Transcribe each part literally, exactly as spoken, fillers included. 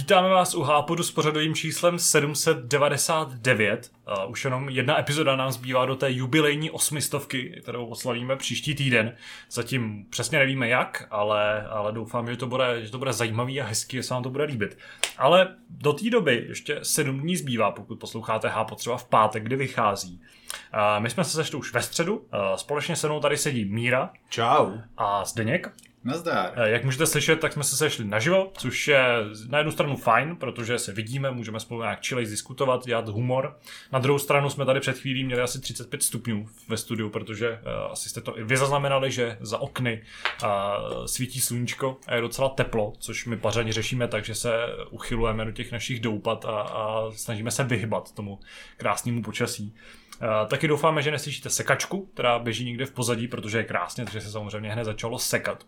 Vítáme vás u Hápodu s pořadovým číslem sedm set devadesát devět. Uh, už jenom jedna epizoda nám zbývá do té jubilejní osmistovky, kterou oslavíme příští týden. Zatím přesně nevíme jak, ale, ale doufám, že to, bude, že to bude zajímavý a hezký, že se vám to bude líbit. Ale do té doby ještě sedm dní zbývá, pokud posloucháte Hápod třeba v pátek, kdy vychází. Uh, my jsme se sešli už ve středu, uh, společně se mnou tady sedí Míra. Čau. A Zdeněk. Nazdar. Jak můžete slyšet, tak jsme se sešli naživo, což je na jednu stranu fajn, protože se vidíme, můžeme spolu nějak chillej diskutovat, dělat humor. Na druhou stranu jsme tady před chvílí měli asi třicet pět stupňů ve studiu, protože uh, asi jste to i vy zaznamenali, že za okny uh, svítí sluníčko a je docela teplo, což my pařani řešíme tak, že se uchylujeme do těch našich doupat a, a snažíme se vyhybat tomu krásnému počasí. Uh, taky doufáme, že neslyšíte sekačku, která běží někde v pozadí, protože je krásně, takže se samozřejmě hned začalo sekat.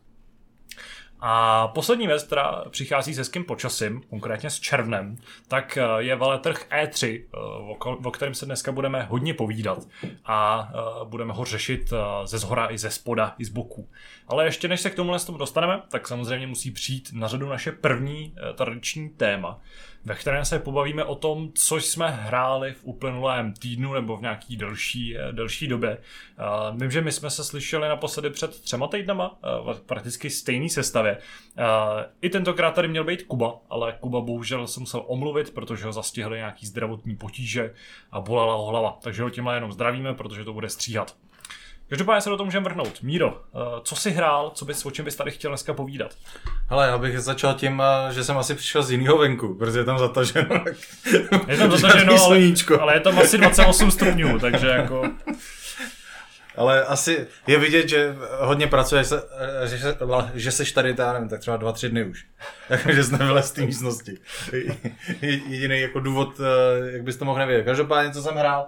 A poslední věc, která přichází s hezkým počasím, konkrétně s červnem, tak je veletrh E tři, o kterém se dneska budeme hodně povídat a budeme ho řešit ze zhora i ze spoda i z boku. Ale ještě než se k tomuhle tomu dostaneme, tak samozřejmě musí přijít na řadu naše první tradiční téma, ve kterém se pobavíme o tom, co jsme hráli v uplynulém týdnu nebo v nějaký delší, delší době. Uh, vím, že my jsme se slyšeli naposledy před třema týdnama, uh, prakticky stejný sestavě. Uh, I tentokrát tady měl být Kuba, ale Kuba bohužel se musel omluvit, protože ho zastihly nějaký zdravotní potíže a bolela ho hlava. Takže ho tímhle jenom zdravíme, protože to bude stříhat. Každopádně se do toho můžeme vrhnout. Míro, co jsi hrál, co bys, o čem bys tady chtěl dneska povídat? Hele, já bych začal tím, že jsem asi přišel z jiného venku, protože je tam zataženo. Je tam zataženo, ale, ale je tam asi dvacet osm stupňů, takže jako... Ale asi je vidět, že hodně pracuješ, že, že seš tady, já nevím, tak třeba dva, tři dny už. Takže jsi nevylez z té místnosti. Jediný jako důvod, jak bys to mohl nevědět. Každopádně, co jsem hrál,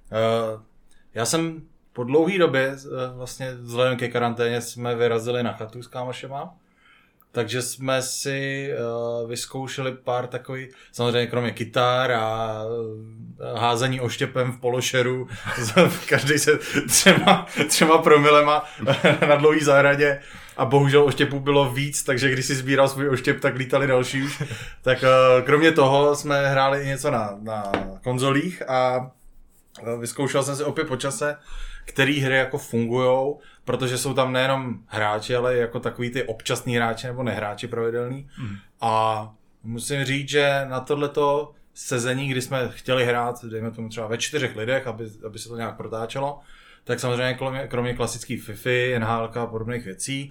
já jsem po dlouhé době, vlastně vzhledem ke karanténě, jsme vyrazili na chatu s kámošema, takže jsme si uh, vyzkoušeli pár takových, samozřejmě kromě kytar a uh, házení oštěpem v pološeru, každý se třema, třema promilema na dlouhý zahradě a bohužel oštěpů bylo víc, takže když si sbíral svůj oštěp, tak lítali další už. Tak uh, kromě toho jsme hráli i něco na, na konzolích a uh, vyzkoušel jsem si opět po čase, který hry jako fungujou, protože jsou tam nejenom hráči, ale jako takový ty občasní hráči nebo nehráči pravidelný. Mm. A musím říct, že na tohleto sezení, kdy jsme chtěli hrát, dejme tomu třeba ve čtyřech lidech, aby, aby se to nějak protáčelo, tak samozřejmě kromě, kromě klasických FIFA, N H L a podobných věcí,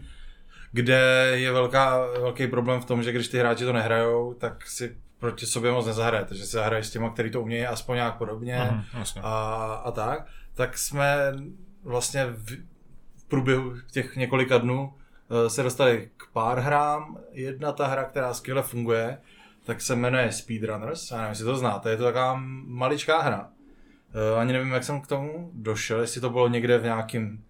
kde je velká, velký problém v tom, že když ty hráči to nehrajou, tak si proti sobě moc nezahraje, takže si zahrají s těma, který to umějí aspoň nějak podobně mm, a, a tak. Tak jsme vlastně v, v průběhu těch několika dnů se dostali k pár hrám. Jedna ta hra, která skvěle funguje, tak se jmenuje Speedrunners. Já nevím, jestli to znáte, je to taková maličká hra. Ani nevím, jak jsem k tomu došel, jestli to bylo někde v nějakém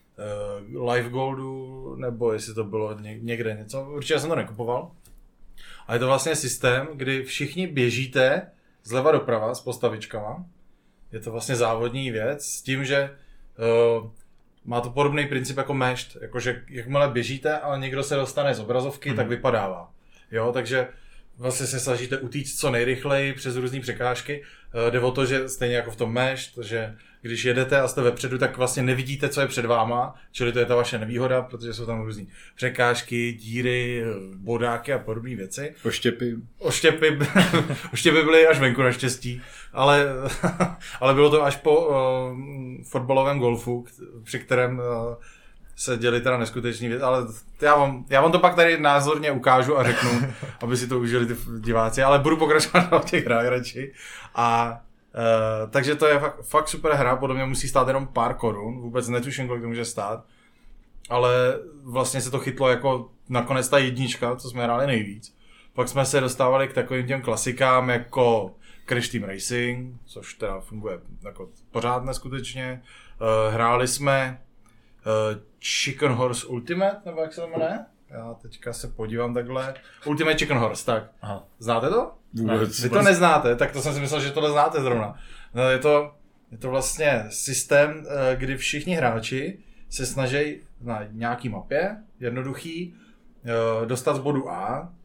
uh, Live Goldu, nebo jestli to bylo někde něco. Určitě jsem to nekupoval. A je to vlastně systém, kdy všichni běžíte zleva doprava s postavičkama. Je to vlastně závodní věc s tím, že uh, má to podobný princip jako mešt, jakože jakmile běžíte, ale někdo se dostane z obrazovky, hmm. tak vypadává. Jo, takže vlastně se snažíte utíct co nejrychleji přes různé překážky. Uh, jde o to, že stejně jako v tom mešt, že když jedete a jste vepředu, tak vlastně nevidíte, co je před váma, čili to je ta vaše nevýhoda, protože jsou tam různý překážky, díry, bodáky a podobné věci. Oštěpy. Oštěpy, oštěpy byly až venku naštěstí, ale, ale bylo to až po uh, fotbalovém golfu, při kterém uh, se děli teda neskutečný věc, ale já vám, já vám to pak tady názorně ukážu a řeknu, aby si to užili ty diváci, ale budu pokračovat na těch hrách radši. A Uh, takže to je fakt, fakt super hra, podle mě musí stát jenom pár korun, vůbec netuším, kolik to může stát, ale vlastně se to chytlo jako nakonec ta jednička, co jsme hráli nejvíc. Pak jsme se dostávali k takovým těm klasikám jako Crash Team Racing, což teda funguje jako pořád neskutečně. Uh, hráli jsme uh, Chicken Horse Ultimate, nebo jak se to jmenuje? Já teďka se podívám takhle. Ultimate Chicken Horse, tak. Aha. Znáte to? Vůbec. Vy to neznáte, tak to jsem si myslel, že tohle znáte zrovna. No, je, to, je to vlastně systém, kdy všichni hráči se snaží na nějaký mapě, jednoduchý, dostat z bodu A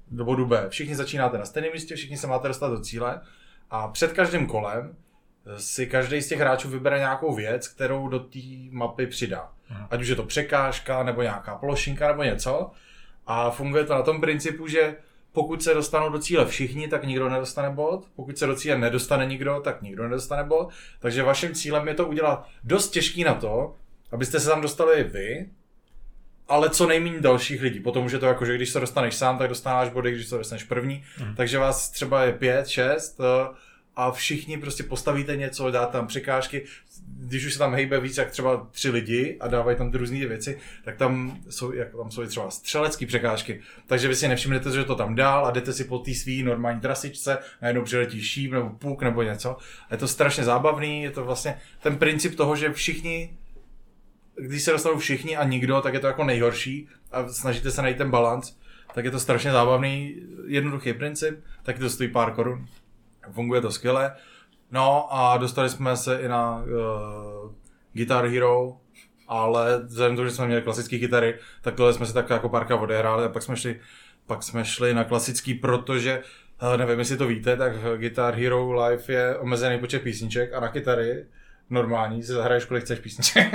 do bodu B. Všichni začínáte na stejném místě, všichni se máte dostat do cíle a před každým kolem si každý z těch hráčů vybere nějakou věc, kterou do té mapy přidá. Hmm. Ať už je to překážka, nebo nějaká plošinka, nebo něco. A funguje to na tom principu, že pokud se dostanou do cíle všichni, tak nikdo nedostane bod. Pokud se do cíle nedostane nikdo, tak nikdo nedostane bod. Takže vaším cílem je to udělat dost těžký na to, abyste se tam dostali vy, ale co nejméně dalších lidí. Potom už je to jako, že když se dostaneš sám, tak dostaneš body, když se dostaneš první. Hmm. Takže vás třeba je pět, šest a všichni prostě postavíte něco, dáte tam překážky. Když už se tam hejbe víc jak třeba tři lidi a dávají tam ty různé věci, tak tam jsou, jak tam jsou třeba střelecké překážky. Takže vy si nevšimnete, že to tam dál a jdete si po té svý normální trasičce, najednou přiletí šíp nebo puk nebo něco. A je to strašně zábavný, je to vlastně ten princip toho, že všichni, když se dostanou všichni a nikdo, tak je to jako nejhorší a snažíte se najít ten balanc, tak je to strašně zábavný, jednoduchý princip, taky to stojí pár korun. Funguje to skvěle. No a dostali jsme se i na uh, Guitar Hero, ale vzhledem to, že jsme měli klasické kytary, tak tohle jsme si tak jako párka odehráli a pak jsme šli, pak jsme šli na klasický, protože, uh, nevím, jestli to víte, tak Guitar Hero Live je omezený počet písniček a na kytary normální si zahraješ, kolik chceš písniček.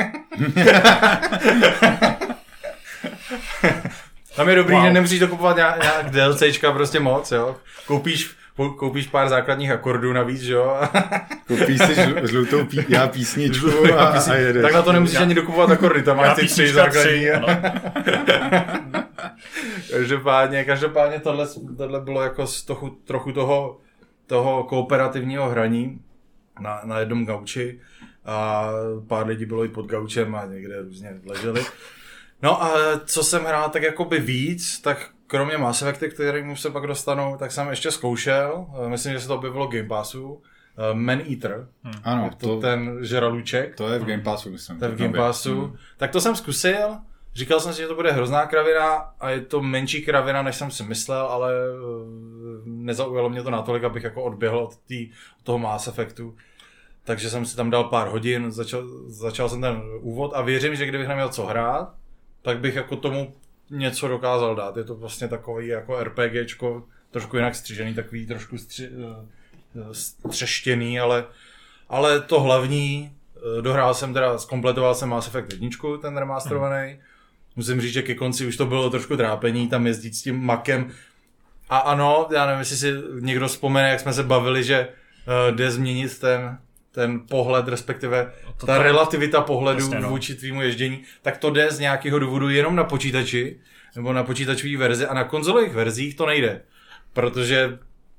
Tam je dobrý, wow. Že nemusíš to kupovat nějak, nějak DLCčka prostě moc, jo. Koupíš Koupíš pár základních akordů navíc, že jo? Koupíš si žl- žlutou pí- já písničku a, a, a jedeš. Tak na to nemusíš já, ani dokupovat akordy, tam máš ty tři základní. každopádně, každopádně tohle, tohle bylo jako z toho, trochu toho, toho kooperativního hraní na, na jednom gauči a pár lidí bylo i pod gaučem a někde různě leželi. No a co jsem hrál tak jakoby víc, tak kromě Mass Effectu, kterým se pak dostanu, tak jsem ještě zkoušel, myslím, že se to objevilo v Game Passu, Man Eater. Hmm. Ano, to, to ten žralůček. To je v Game Passu, myslím. To je v Game Passu. Hmm. Tak to jsem zkusil, říkal jsem si, že to bude hrozná kravina a je to menší kravina, než jsem si myslel, ale nezaujalo mě to natolik, abych jako odběhl od, tý, od toho Mass Effectu. Takže jsem si tam dal pár hodin, začal, začal jsem ten úvod a věřím, že kdybych neměl co hrát, tak bych jako tomu něco dokázal dát. Je to vlastně takový jako RPGčko, trošku jinak střižený, takový trošku stři, střeštěný, ale, ale to hlavní, dohrál jsem teda, zkompletoval jsem Mass Effect jedna, ten remasterovaný. Hmm. Musím říct, že ke konci už to bylo trošku trápení, tam jezdit s tím makem. A ano, já nevím, jestli si někdo vzpomene, jak jsme se bavili, že uh, jde změnit ten ten pohled, respektive to ta to, relativita pohledu vlastně, no. Vůči tvýmu ježdění, tak to jde z nějakého důvodu jenom na počítači, nebo na počítačové verzi a na konzolových verzích to nejde, protože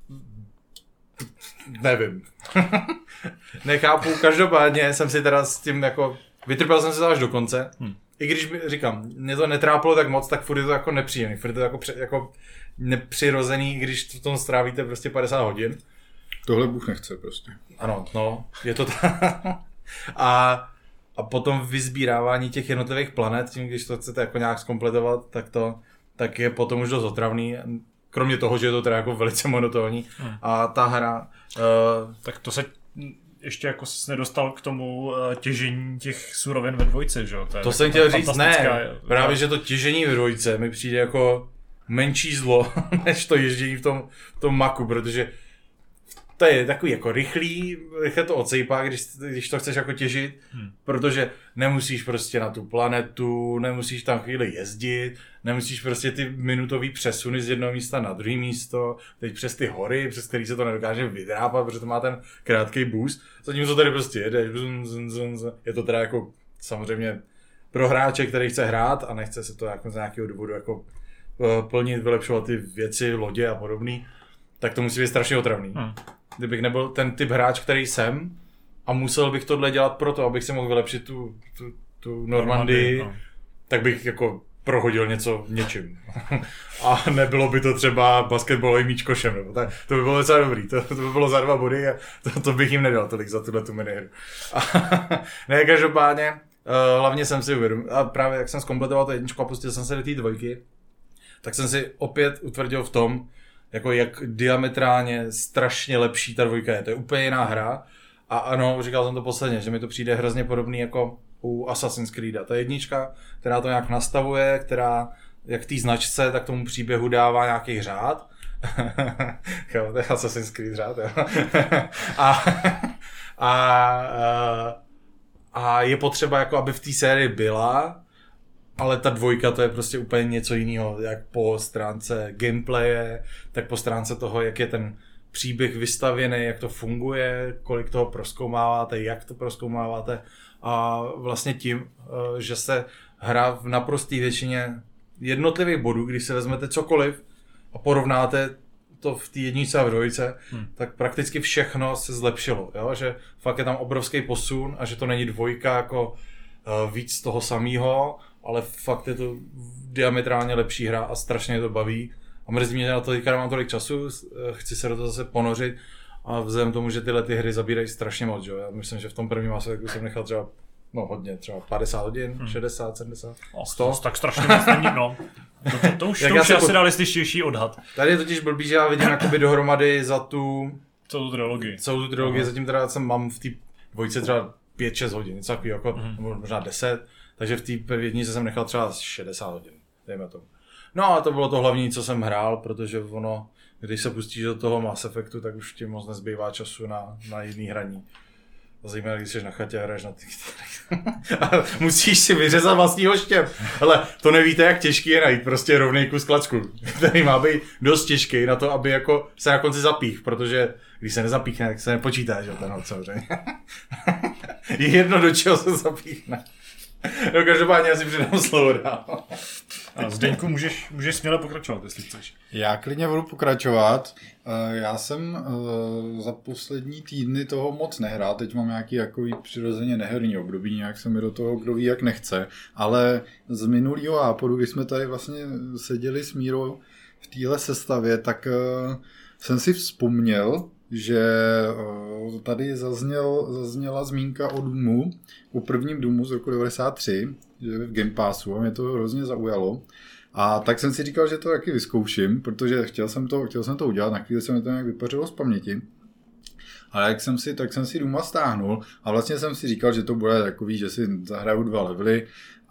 nevím. Nechápu, každopádně jsem si teda s tím jako, vytrpěl jsem se to až do konce, hmm. I když říkám, mě to netrápilo tak moc, tak furt je to jako nepříjemný, furt je to jako, jako nepřirozený, když v tom strávíte prostě padesát hodin. Tohle Bůh nechce prostě. Ano, no, je to tak. a, a potom vyzbírávání těch jednotlivých planet, tím, když to chcete jako nějak zkompletovat, tak to tak je potom už dost otravný. Kromě toho, že je to teda jako velice monotónní. Hmm. A ta hra... Uh, tak to se ještě jako se nedostal k tomu uh, těžení těch surovin ve dvojce, že jo? To, to jsem chtěl říct, ne. Právě, že to těžení ve dvojce mi přijde jako menší zlo, než to ježdění v tom, v tom maku, protože to je takový jako rychlý, rychle to odsejpá, když, když to chceš jako těžit, hmm. protože nemusíš prostě na tu planetu, nemusíš tam chvíli jezdit, nemusíš prostě ty minutový přesuny z jednoho místa na druhé místo, teď přes ty hory, přes který se to nedokáže vydrápat, protože to má ten krátký boost, zatímco tady prostě jedeš, je to teda jako samozřejmě pro hráče, který chce hrát a nechce se to jako z nějakého důvodu jako plnit, vylepšovat ty věci, lodě a podobný, tak to musí být strašně otravný. Hmm. Kdybych nebyl ten typ hráč, který jsem a musel bych tohle dělat proto, abych si mohl vylepšit tu, tu, tu Normandii, no. Tak bych jako prohodil něco něčím. A nebylo by to třeba basketbalový míč košem, nebo tak. To by bylo docela dobrý, to, to by bylo za dva body a to, to bych jim nedal tolik za tuhle tu minihru. Ne, každopádně, uh, hlavně jsem si uvědomil, a právě jak jsem zkompletoval to jedničku a pustil jsem se do té dvojky, tak jsem si opět utvrdil v tom, jako jak diametrálně strašně lepší ta dvojka je. To je úplně jiná hra. A ano, říkal jsem to posledně, že mi to přijde hrozně podobný jako u Assassin's Creed. Ta jednička, která to nějak nastavuje, která jak té značce, tak tomu příběhu dává nějaký řád. Jo, to je Assassin's Creed řád, jo. a, a, a je potřeba, jako aby v té sérii byla, ale ta dvojka to je prostě úplně něco jiného, jak po stránce gameplaye, tak po stránce toho, jak je ten příběh vystavěný, jak to funguje, kolik toho prozkoumáváte, jak to prozkoumáváte a vlastně tím, že se hra v naprosté většině jednotlivých bodů, když se vezmete cokoliv a porovnáte to v té jedničce a v dvojice, hmm. tak prakticky všechno se zlepšilo, jo? Že fakt je tam obrovský posun a že to není dvojka jako uh, víc toho samého, ale fakt je to diametrálně lepší hra a strašně to baví. A mrzí mě na to, teďka nemám tolik času, chci se do toho zase ponořit a vzhledem tomu, že tyhle ty hry zabírají strašně moc, jo? Já myslím, že v tom prvním aspektu jsem nechal třeba no hodně, třeba padesát hodin, hmm. šedesát, sedmdesát, sto. Oh, tak strašně moc není, no. To, to, to už, to už je asi realističtější odhad. Tady je totiž blbý, že já vidím jakoby dohromady za tu... Celou tu trilogii. Celou tu trilogii, uh-huh. Zatím teda jsem mám v té dvojce třeba pět šest hodin, něco takový, jako, uh-huh. možná deset, takže v té jedničce jsem nechal třeba šedesát hodin, dejme tomu. No a to bylo to hlavní, co jsem hrál, protože ono, když se pustíš do toho Mass Effectu, tak už ti moc nezbývá času na, na jiný hraní. Zajímavé, když jsi na chatě a hraješ na ty a musíš si vyřezat vlastního štěp. Hele, to nevíte, jak těžký je najít prostě rovnej kus klacku, který má být dost těžký na to, aby jako se na konci zapích, protože když se nezapíchne, tak se nepočítá, že ten hod samozřejmě. Je jedno, do čeho se zapíchne. No každopádně asi předám slovo dál. A Zdeňku, můžeš, můžeš směle pokračovat, jestli chceš. Já klidně budu pokračovat. Já jsem za poslední týdny toho moc nehrál, teď mám nějaký jakový přirozeně neherní období, nějak se mi do toho kdo ví jak nechce, ale z minulýho ápodu, když jsme tady vlastně seděli s Mírou v téhle sestavě, tak jsem si vzpomněl, že tady zazněl, zazněla zmínka o Doomu, o prvním Doomu z roku devadesát tři, že v Game Passu a mě to hrozně zaujalo. A tak jsem si říkal, že to taky vyzkouším, protože chtěl jsem to, chtěl jsem to udělat, na chvíli se mi to nějak vypařilo z paměti. Ale jak jsem si, tak jsem si Dooma stáhnul a vlastně jsem si říkal, že to bude takový, že si zahraju dva levely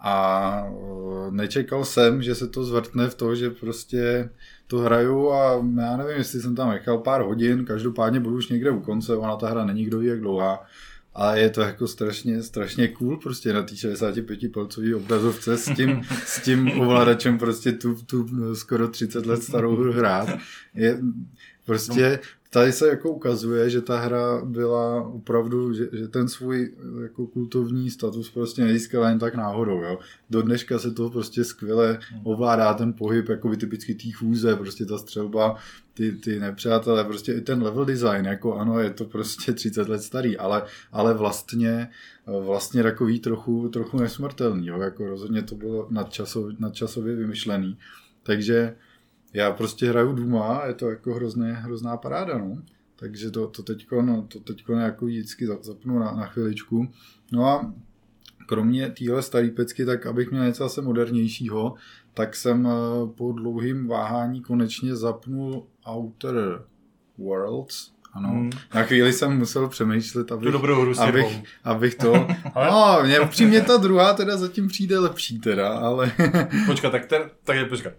a nečekal jsem, že se to zvrtne v to, že prostě to hraju a já nevím, jestli jsem tam nechal pár hodin, každopádně budu už někde u konce, ona ta hra není kdo ví jak dlouhá, ale je to jako strašně, strašně cool prostě na té šedesátipětipalcový obrazovce s tím, s tím ovladačem prostě tu, tu skoro třicet let starou hru hrát. Je prostě tady se jako ukazuje, že ta hra byla opravdu, že, že ten svůj jako kultovní status prostě nezískal jen tak náhodou, jo. Do dneška se to prostě skvěle ovládá ten pohyb, jako typicky tý chůze, prostě ta střelba, ty, ty nepřátelé, prostě i ten level design, jako ano, je to prostě třicet let starý, ale, ale vlastně, vlastně takový trochu, trochu nesmrtelný, jo, jako rozhodně to bylo nadčasově, nadčasově vymyšlený, takže já prostě hraju Dooma, je to jako hrozně, hrozná paráda, no. Takže to, to teďko, no, to teďko jako vždycky zapnu na, na chviličku. No a kromě téhle starý pecky, tak abych měl něco zase modernějšího, tak jsem po dlouhým váhání konečně zapnul Outer Worlds. Ano, hmm. Na chvíli jsem musel přemýšlet, abych, abych, abych to... No, mě upřímně ta druhá teda zatím přijde lepší teda, ale... Počkat, tak, ten, tak je, počkat.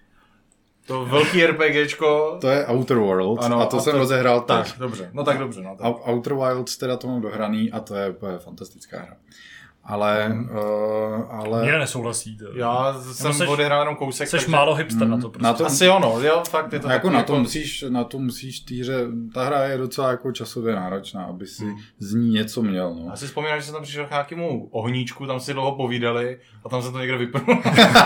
To velký RPGčko... To je Outer Worlds ano, a to a jsem to... rozehrál tak. Tak, dobře, no tak dobře. No, tak. Outer Wilds teda to mám dohraný a to je úplně fantastická hra. Ale... Hmm. Uh, ale... Mě nesouhlasí. To. Já jsem seš, odehrál jenom kousek. Jsi takže... málo hipster hmm. na to prostě. Na to, asi ono, jo, fakt je to jako na to jako... musíš, na to musíš týře, ta hra je docela jako časově náročná, aby si hmm. z ní něco měl. No. Já si vzpomínám, že jsem tam přišel k nějakému ohníčku, tam si dlouho povídali a tam se to někde vypnul.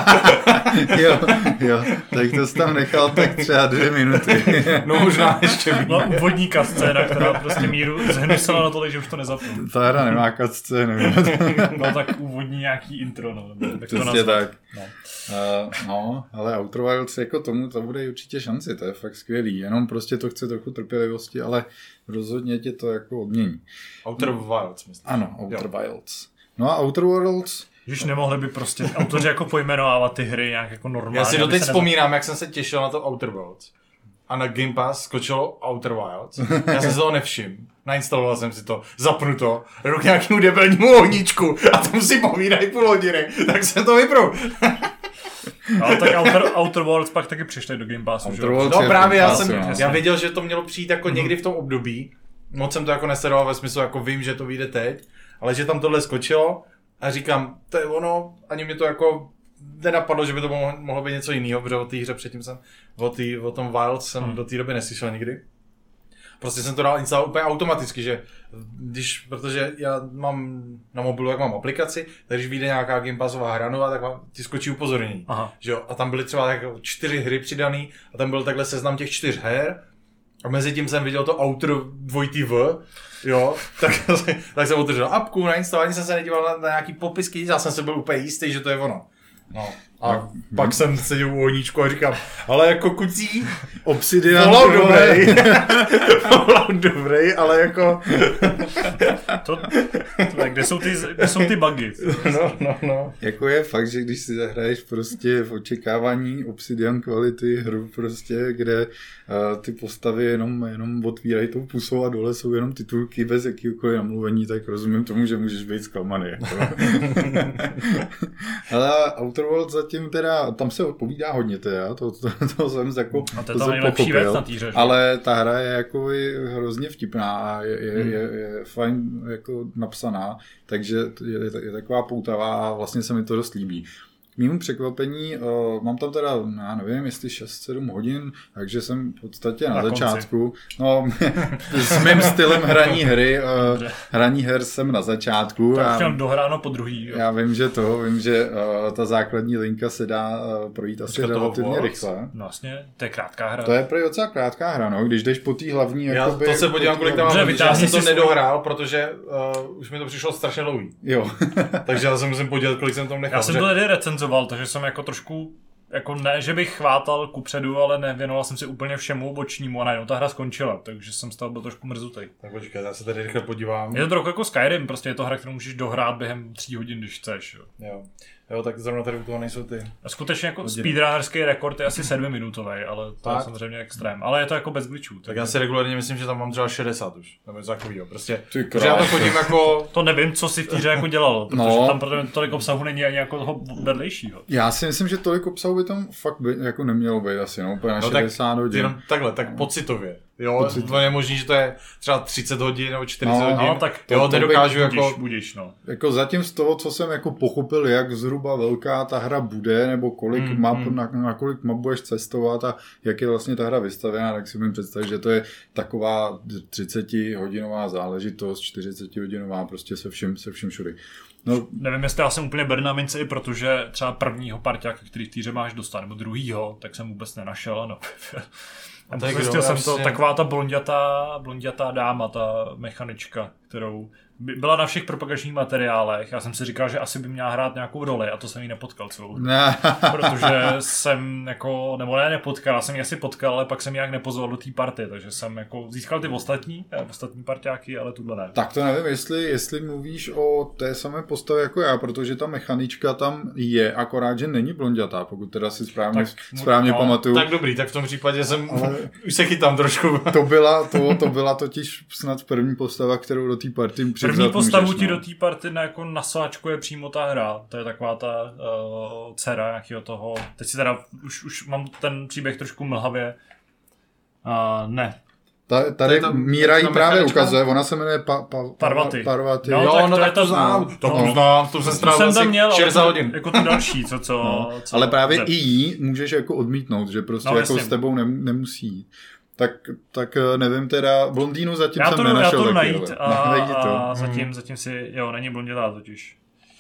jo, jo, tak to jsi tam nechal tak třeba dvě minuty. No možná ještě víc. No úvodníka scéna, která prostě Míru zhnusila na tolik, že už to nezapnul. Ta hra nemá cutscény. No tak úvodní nějaký intro, no. Tak přesně tak. No. Uh, no, ale Outer Wilds jako tomu, to bude určitě šanci, to je fakt skvělý, jenom prostě to chce trochu trpělivosti, ale rozhodně tě to jako odmění. Outer Wilds, myslím. Ano, Outer jo. Wilds. No a Outer Worlds... Když nemohli by prostě autoři jako pojmenovávat ty hry nějak jako normálně. Já si doteď vzpomínám, neza... jak jsem se těšil na to Outer Worlds. A na Game Pass skočilo Outer Wilds. Já jsem se toho nevšiml. Nainstaloval jsem si to, zapnu to, jdu k nějakému debilnímu ohníčku a tam si povídají půl hodiny, tak jsem to vypnul. Ale tak Outer, Outer Worlds pak taky přišli do Game Passu, že? No právě já jsem, já věděl, že to mělo přijít jako někdy v tom období. Moc jsem to jako nesledoval ve smyslu, jako vím, že to vyjde teď, ale že tam tohle skočilo a říkám, to je ono, ani mi to jako nenapadlo, že by to mohlo, mohlo být něco jiného, protože o té hře předtím jsem, o, tý, o tom Wilds jsem hmm. do té doby neslyšel nikdy. Prostě jsem to dal instalovat úplně automaticky, že když, protože já mám na mobilu, jak mám aplikaci, tak když vyjde nějaká Game Passová hra nová, tak vám ti skočí upozornění. Že jo? A tam byly třeba tak čtyři hry přidaný a tam byl takhle seznam těch čtyř her. A mezi tím jsem viděl to Outer dvojitý V, jo, tak, tak jsem otevřel apku, nainstaloval, ani jsem se nedíval na, na nějaký popisky, já jsem se byl úplně jistý, že to je ono. No. A no. Pak jsem seděl u ohníčku a říkám, ale jako kucí, Obsidian, Fallout dobrý, Fallout dobrý, ale jako... to, to, kde, jsou ty, kde jsou ty bugy? No, no, no. Jako je fakt, že když si zahraješ prostě v očekávání Obsidian kvality hru prostě, kde uh, ty postavy jenom, jenom otvírají tou pusou a dole jsou jenom titulky bez jakýkoliv namluvení, tak rozumím tomu, že můžeš být zklamaný. Jako. Ale Outer Worlds zatím teda, tam se odpovídá hodně teda, to, to, to jsem jako a to, to jsem pochopil, na týře, ale ta hra je jako hrozně vtipná a je, je, je, je fajn jako napsaná, takže je, je taková poutavá a vlastně se mi to dost líbí. K mému překvapení, uh, mám tam teda, já nevím, jestli šest sedm hodin, takže jsem v podstatě na, na začátku. No, s mým stylem hraní hry, uh, hraní her jsem na začátku. Tak jsem dohráno po druhý. Jo. Já vím, že to, vím, že uh, ta základní linka se dá uh, projít asi relativně rychle. Vlastně, to je krátká hra. To je prý docela krátká hra, no, když jdeš po té hlavní... Já jakoby, to se podívám, kolik tam mám, já jsem to nedohrál, protože uh, už mi to přišlo strašně dlouhý. Jo. Takže já se musím podívat, kolik jsem tam nechal. Já jsem to tady recenzoval, takže jsem jako trošku, jako ne, že bych chvátal kupředu, ale nevěnoval jsem si úplně všemu bočnímu a najednou ta hra skončila, takže jsem z toho byl trošku mrzutej. Tak počkej, já se tady rychle podívám. Je to trochu jako Skyrim, prostě je to hra, kterou můžeš dohrát během tří hodin, když chceš. Jo. Jo. Jo, tak zrovna tady u toho nejsou ty. A skutečně jako speedrunnerský rekord je asi sedmiminutový, ale to tak. Je samozřejmě extrém. Ale je to jako bez glitchů. Tak já si regulárně myslím, že tam mám třeba šedesát už. Nebo něco takovýho. Prostě, protože já to chodím jako... To nevím, co si v té hře jako dělal, protože no. Tam protože tolik obsahu není ani jako toho vedlejšího. Já si myslím, že tolik obsahu by tam fakt by, jako nemělo být asi, no, úplně na no, šedesát hodin. Jenom takhle, tak pocitově. Jo, Pocit. To je možný, že to je třeba třicet hodin nebo čtyřicet no, hodin. No, tak to, jo, to nedokážu budíš, jako... Budíš, no. Jako zatím z toho, co jsem jako pochopil, jak zhruba velká ta hra bude, nebo kolik mm, map, mm. Na, na kolik map budeš cestovat a jak je vlastně ta hra vystavená, tak si můžu představit, že to je taková třicetihodinová záležitost, čtyřicetihodinová, prostě se vším, se vším všudy. No, nevím, jestli já jsem úplně ber na minci, protože třeba prvního parťáka, který v týře máš dostat, nebo druhýho, tak jsem vůbec nenašel, no. A tak zjistil jsem to, taková ta blondětá, blondětá dáma, ta mechanička, kterou byla na všech propagačních materiálech. Já jsem si říkal, že asi by měla hrát nějakou roli a to jsem ji nepotkal celou. Ne. Protože jsem jako, nebo ne nepotkal, já jsem ji asi potkal, ale pak jsem ji nějak nepozval do té party, takže jsem jako získal ty ostatní, ostatní parťáky, ale tuhle ne. Tak to nevím, jestli, jestli mluvíš o té samé postavě jako já, protože ta mechanička tam je, akorát, že není blondětá, pokud teda si správně, tak, správně no, pamatuju. Tak dobrý, tak v tom případě jsem, ale už se chytám trošku. To byla, to, to byla totiž snad první postava, kterou do té party přivzat. První postavu můžeš, ti no. Do té party na jako nasáčku je přímo ta hra. To je taková ta uh, dcera nějakého toho. Teď si teda už, už mám ten příběh trošku mlhavě. Uh, ne. Ta, tady ta, Míra jí právě ukazuje, ona se jmenuje pa, pa, Parvati. Parvati. No, jo, tak no to tak to znám. To no. znám, to jsem strávil asi měl, šedesát hodin. Jako ty další, co co. No. co ale právě zep. I jí můžeš jako odmítnout, že prostě no, jako s tebou nem, nemusí jít. Tak, tak nevím teda, blondýnu zatím já jsem nenašel. Já to taky, najít a, a zatím, hmm. zatím si, jo, není blondětá totiž.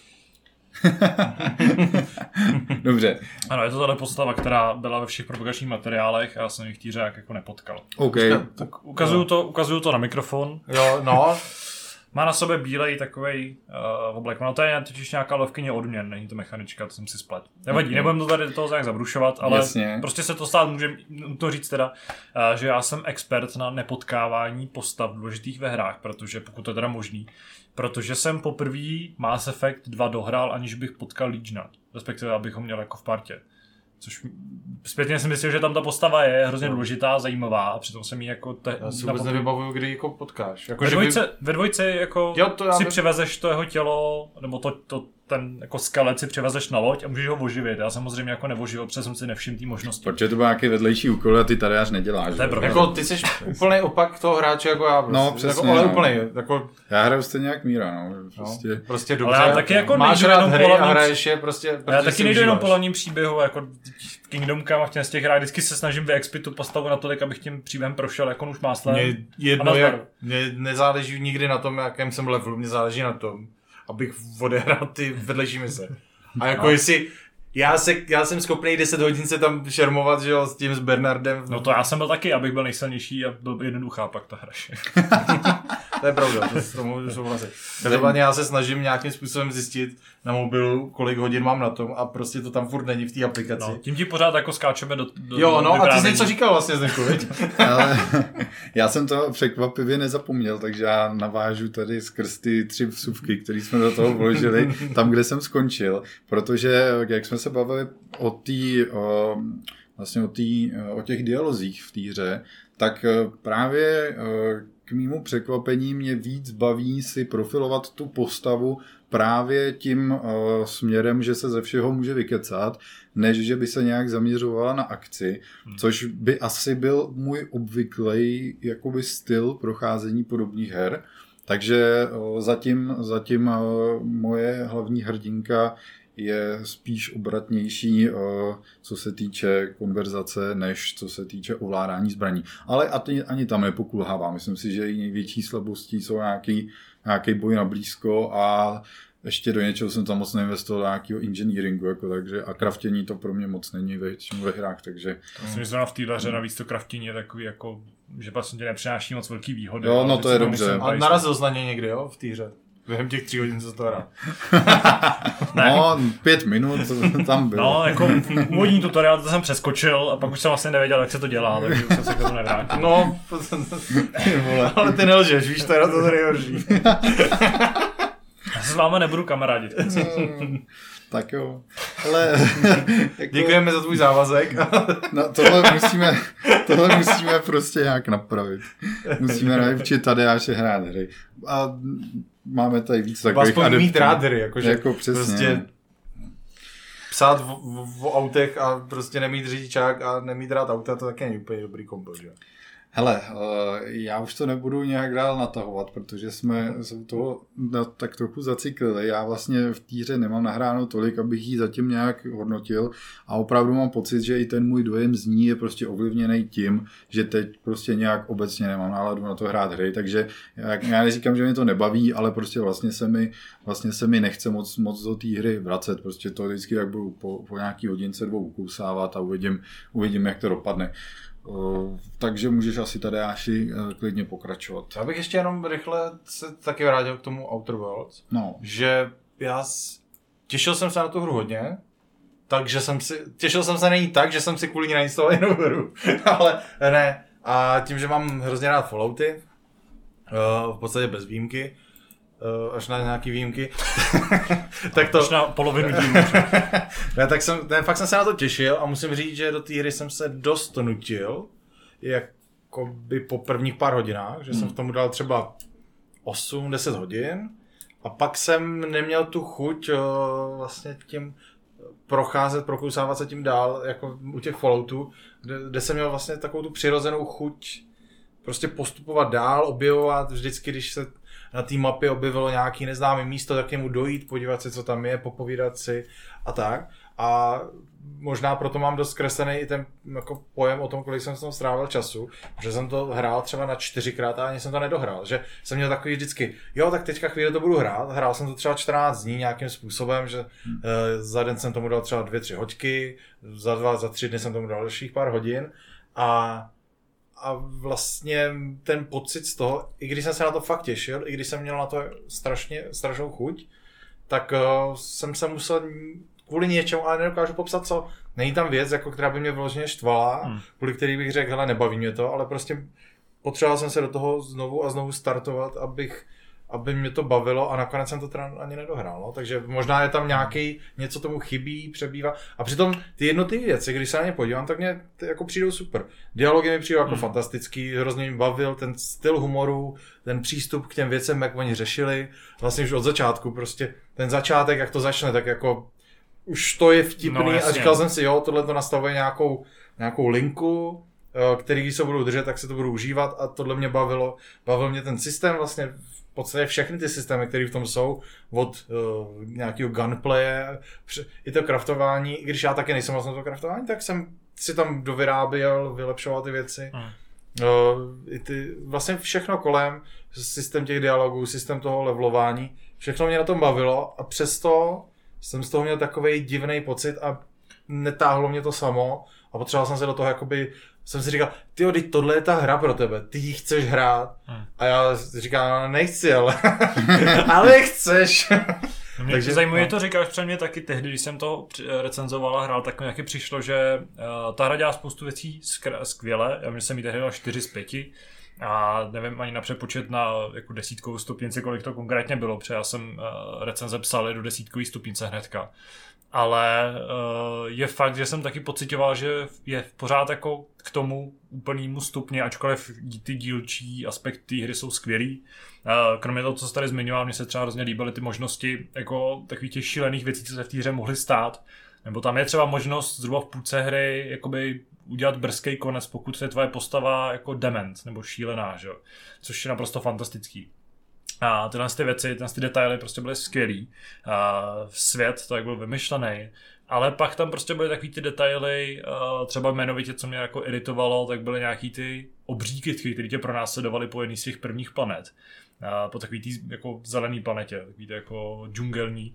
Dobře. Ano, je to tato postava, která byla ve všech propagačních materiálech a já jsem ji v týře jako nepotkal. OK. Tak ukazuju to, ukazuju to na mikrofon. Jo, no. Má na sobě bílej takovej uh, oblek. No to je totiž nějaká lovkyně odměn, není to mechanička, to jsem si splet. Nevadí, okay. Nebudem to tady do toho nějak zabrušovat, ale Jasně. Prostě se to stát může to říct teda, uh, že já jsem expert na nepotkávání postav důležitých ve hrách, protože pokud to je teda možný, protože jsem poprvé Mass Effect dva dohrál, aniž bych potkal Legiona, respektive abych ho měl jako v partě. Což zpětně si myslím, že tam ta postava je hrozně důležitá, zajímavá a přitom jsem jí jako... Te, já si vůbec nevybavuju, kdy jako potkáš. Jako, ve, dvojce, by... ve dvojce jako jo, to si vy... přivezeš to jeho tělo, nebo to, to ten jako skelet si převezeš na loď a můžeš ho oživit. Já samozřejmě jako neoživil, protože jsem si nevšiml té možnosti. Protože to byl nějaký vedlejší úkol a ty tady až neděláš. To je pravda. Jako ty jsi úplný opak toho hráče jako já. Prostě. No, přesně. Jako, ale no. úplný. Jako... Já hraju stejně jak Míra, no. Prostě... No, prostě dobře. Ale já taky jako máš rád hry a hraješ je prostě... Já taky nejdu jenom po hlavním příběhu, jako Kingdom Come a v těch hrách vždycky se snažím vyexpit tu postavu natolik, abych tím příběhem prošel jako už máslem. Mně jedno, jak, mně nezáleží nikdy na tom, jakém jsem levelu, mně záleží na tom, abych odehrál ty vedlejší mise. A jako no. jestli, já, se, já jsem schopný deset hodin se tam šermovat, že jo, s tím s Bernardem. No to já jsem byl taky, abych byl nejsilnější a byl jednoduchá pak ta hra. To je pravda, to s tomu souhlasit. Každopádně já se snažím nějakým způsobem zjistit na mobilu, kolik hodin mám na tom a prostě to tam furt není v té aplikaci. No, tím ti pořád jako skáčeme do, do Jo, no do a ty jsi něco říkal vlastně, Zdeňku, viď? Ale já jsem to překvapivě nezapomněl, takže já navážu tady skrz ty tři vsuvky, které jsme do toho vložili, tam, kde jsem skončil, protože jak jsme se bavili o té, vlastně o, tý, o těch dialozích v té hře, tak právě k mému překvapení mě víc baví si profilovat tu postavu právě tím uh, směrem, že se ze všeho může vykecat, než že by se nějak zaměřovala na akci, hmm. což by asi byl můj obvyklý jakoby styl procházení podobných her. Takže uh, zatím, zatím uh, moje hlavní hrdinka je spíš obratnější, uh, co se týče konverzace, než co se týče ovládání zbraní. Ale ani, ani tam nepokulhává. Myslím si, že její největší slabostí jsou nějaký, nějaký boj na blízko a ještě do něčeho jsem tam moc neinvestoval, nějakého engineeringu, jako, takže a kraftění to pro mě moc není většinou ve hrách, takže... Myslím, že v téhle hře navíc to kraftění je takový jako, že vlastně tě nepřináší moc velký výhody. Jo, no to je dobře. A narazil jsi na ně někdy, jo, v té hře? Během těch tří hodin se to hrál. No, pět minut tam bylo. No, jako úvodní tutoriál to jsem přeskočil a pak už jsem vlastně nevěděl, jak se to dělá, takže už jsem se k tomu nevrátil. No, ale ty nelžeš, víš, to je na to nejhorší. Já se s váma nebudu kamarádit. Tak jo. Ale, jako... Děkujeme za tvůj závazek. No, tohle musíme, tohle musíme prostě nějak napravit. Musíme naučit Tadeáše hrát hry. A máme tady víc takových adeptů. Aspoň mít rád hry, jakože jako přesně. Prostě psát o, o, o autech a prostě nemít řidičák a nemít rád auta, to taky není úplně dobrý kombo, že? Hele, já už to nebudu nějak dál natahovat, protože jsme se u toho tak trochu zacyklili. Já vlastně v té hře nemám nahráno tolik, abych ji zatím nějak hodnotil a opravdu mám pocit, že i ten můj dojem z ní je prostě ovlivněný tím, že teď prostě nějak obecně nemám náladu na to hrát hry, takže já neříkám, že mě to nebaví, ale prostě vlastně se mi, vlastně se mi nechce moc, moc do té hry vracet. Prostě to vždycky tak budu po, po nějaký hodince dvou ukousávat a uvidím, uvidím, jak to dopadne. Uh, takže můžeš asi Tadeáši uh, klidně pokračovat. Já bych ještě jenom rychle se taky vrátil k tomu Outer Worlds, no. že já s... těšil jsem se na tu hru hodně, takže jsem si, těšil jsem se není tak, že jsem si kvůli ní nainstaloval jinou hru, ale ne. A tím, že mám hrozně rád Fallouty, uh, v podstatě bez výjimky, Uh, až na nějaký výjimky. Tak to... Až na polovinu dílu. Ne, tak jsem, ne, fakt jsem se na to těšil a musím říct, že do té hry jsem se dost nutil, jako by po prvních pár hodinách, že hmm. jsem v tomu dal třeba osm deset hodin a pak jsem neměl tu chuť uh, vlastně tím procházet, prokousávat se tím dál, jako u těch Falloutů, kde, kde jsem měl vlastně takovou tu přirozenou chuť prostě postupovat dál, objevovat vždycky, když se na té mapě objevilo nějaký neznámý místo, tak mu dojít, podívat se, co tam je, popovídat si a tak. A možná proto mám dost zkreslený i ten jako pojem o tom, kolik jsem s tom strávil času, že jsem to hrál třeba na čtyřikrát a ani jsem to nedohrál. Že jsem měl takový vždycky, jo, tak teďka chvíli to budu hrát. Hrál jsem to třeba čtrnáct dní nějakým způsobem, že hmm. e, za den jsem tomu dal třeba dvě, tři hoďky, za dva, za tři dny jsem tomu dal dalších pár hodin a A vlastně ten pocit z toho, i když jsem se na to fakt těšil, i když jsem měl na to strašně, strašnou chuť, tak uh, jsem se musel kvůli něčemu, ale nedokážu popsat co. Není tam věc, jako, která by mě vyloženě štvala, hmm. kvůli který bych řekl, hele, nebaví mě to, ale prostě potřeboval jsem se do toho znovu a znovu startovat, abych, aby mě to bavilo a nakonec jsem to teda ani nedohrál, no. Takže možná je tam nějaký, něco tomu chybí, přebývá a přitom ty jednotlivé věci, když se na ně podívám, tak mě ty jako přijdou super. Dialogy mi přijdou jako hmm. fantastický, hrozně mě bavil ten styl humoru, ten přístup k těm věcem, jak oni řešili, vlastně už od začátku prostě ten začátek, jak to začne, tak jako už to je vtipný no, a říkal jsem si, jo, tohle to nastavuje nějakou, nějakou linku, který když se budou držet, tak se to budu užívat a tohle mě bavilo. Bavil mě ten systém, vlastně v podstatě všechny ty systémy, které v tom jsou, od uh, nějakého gunplaye, i to kraftování, i když já taky nejsem vlastně to kraftování, tak jsem si tam dovyráběl, vylepšoval ty věci. Hmm. Uh, i ty, vlastně všechno kolem, systém těch dialogů, systém toho levelování, všechno mě na tom bavilo a přesto jsem z toho měl takovej divný pocit a netáhlo mě to samo a potřeboval jsem se do toho jakoby, jsem si říkal, tyjo, teď tohle je ta hra pro tebe, ty ji chceš hrát hmm. a já říkám, nechci, ale ale chceš. Mě Takže zajímavé, no. to říkáš, před mě taky tehdy, když jsem to recenzoval a hrál, tak mi nějaký přišlo, že uh, ta hra dělá spoustu věcí skr- skvěle, já jsem jí tehdy dal čtyři z pěti a nevím ani na přepočet na jako desítkovou stupnici, kolik to konkrétně bylo, protože já jsem uh, recenze psal do desítkový stupnice hnedka. Ale uh, je fakt, že jsem taky pocitoval, že je pořád jako k tomu úplnému stupni, ačkoliv ty dílčí aspekty hry jsou skvělý. Uh, kromě toho, co jsi tady zmiňoval, mně se třeba hrozně líbily ty možnosti jako takových těch šílených věcí, co se v té hře mohly stát. Nebo tam je třeba možnost zhruba v půlce hry jakoby udělat brzký konec, pokud je tvoje postava jako dement nebo šílená, že? Což je naprosto fantastický. A tyhle ty věci, tyhle ty detaily prostě byly skvělý. A svět to jak byl vymyšlený. Ale pak tam prostě byly takový ty detaily, třeba jmenovitě, co mě jako iritovalo, tak byly nějaký ty obří kytky, které tě pronásledovaly po jedné z těch prvních planet. Po takový tý jako zelený planetě, takový tý jako džungelní,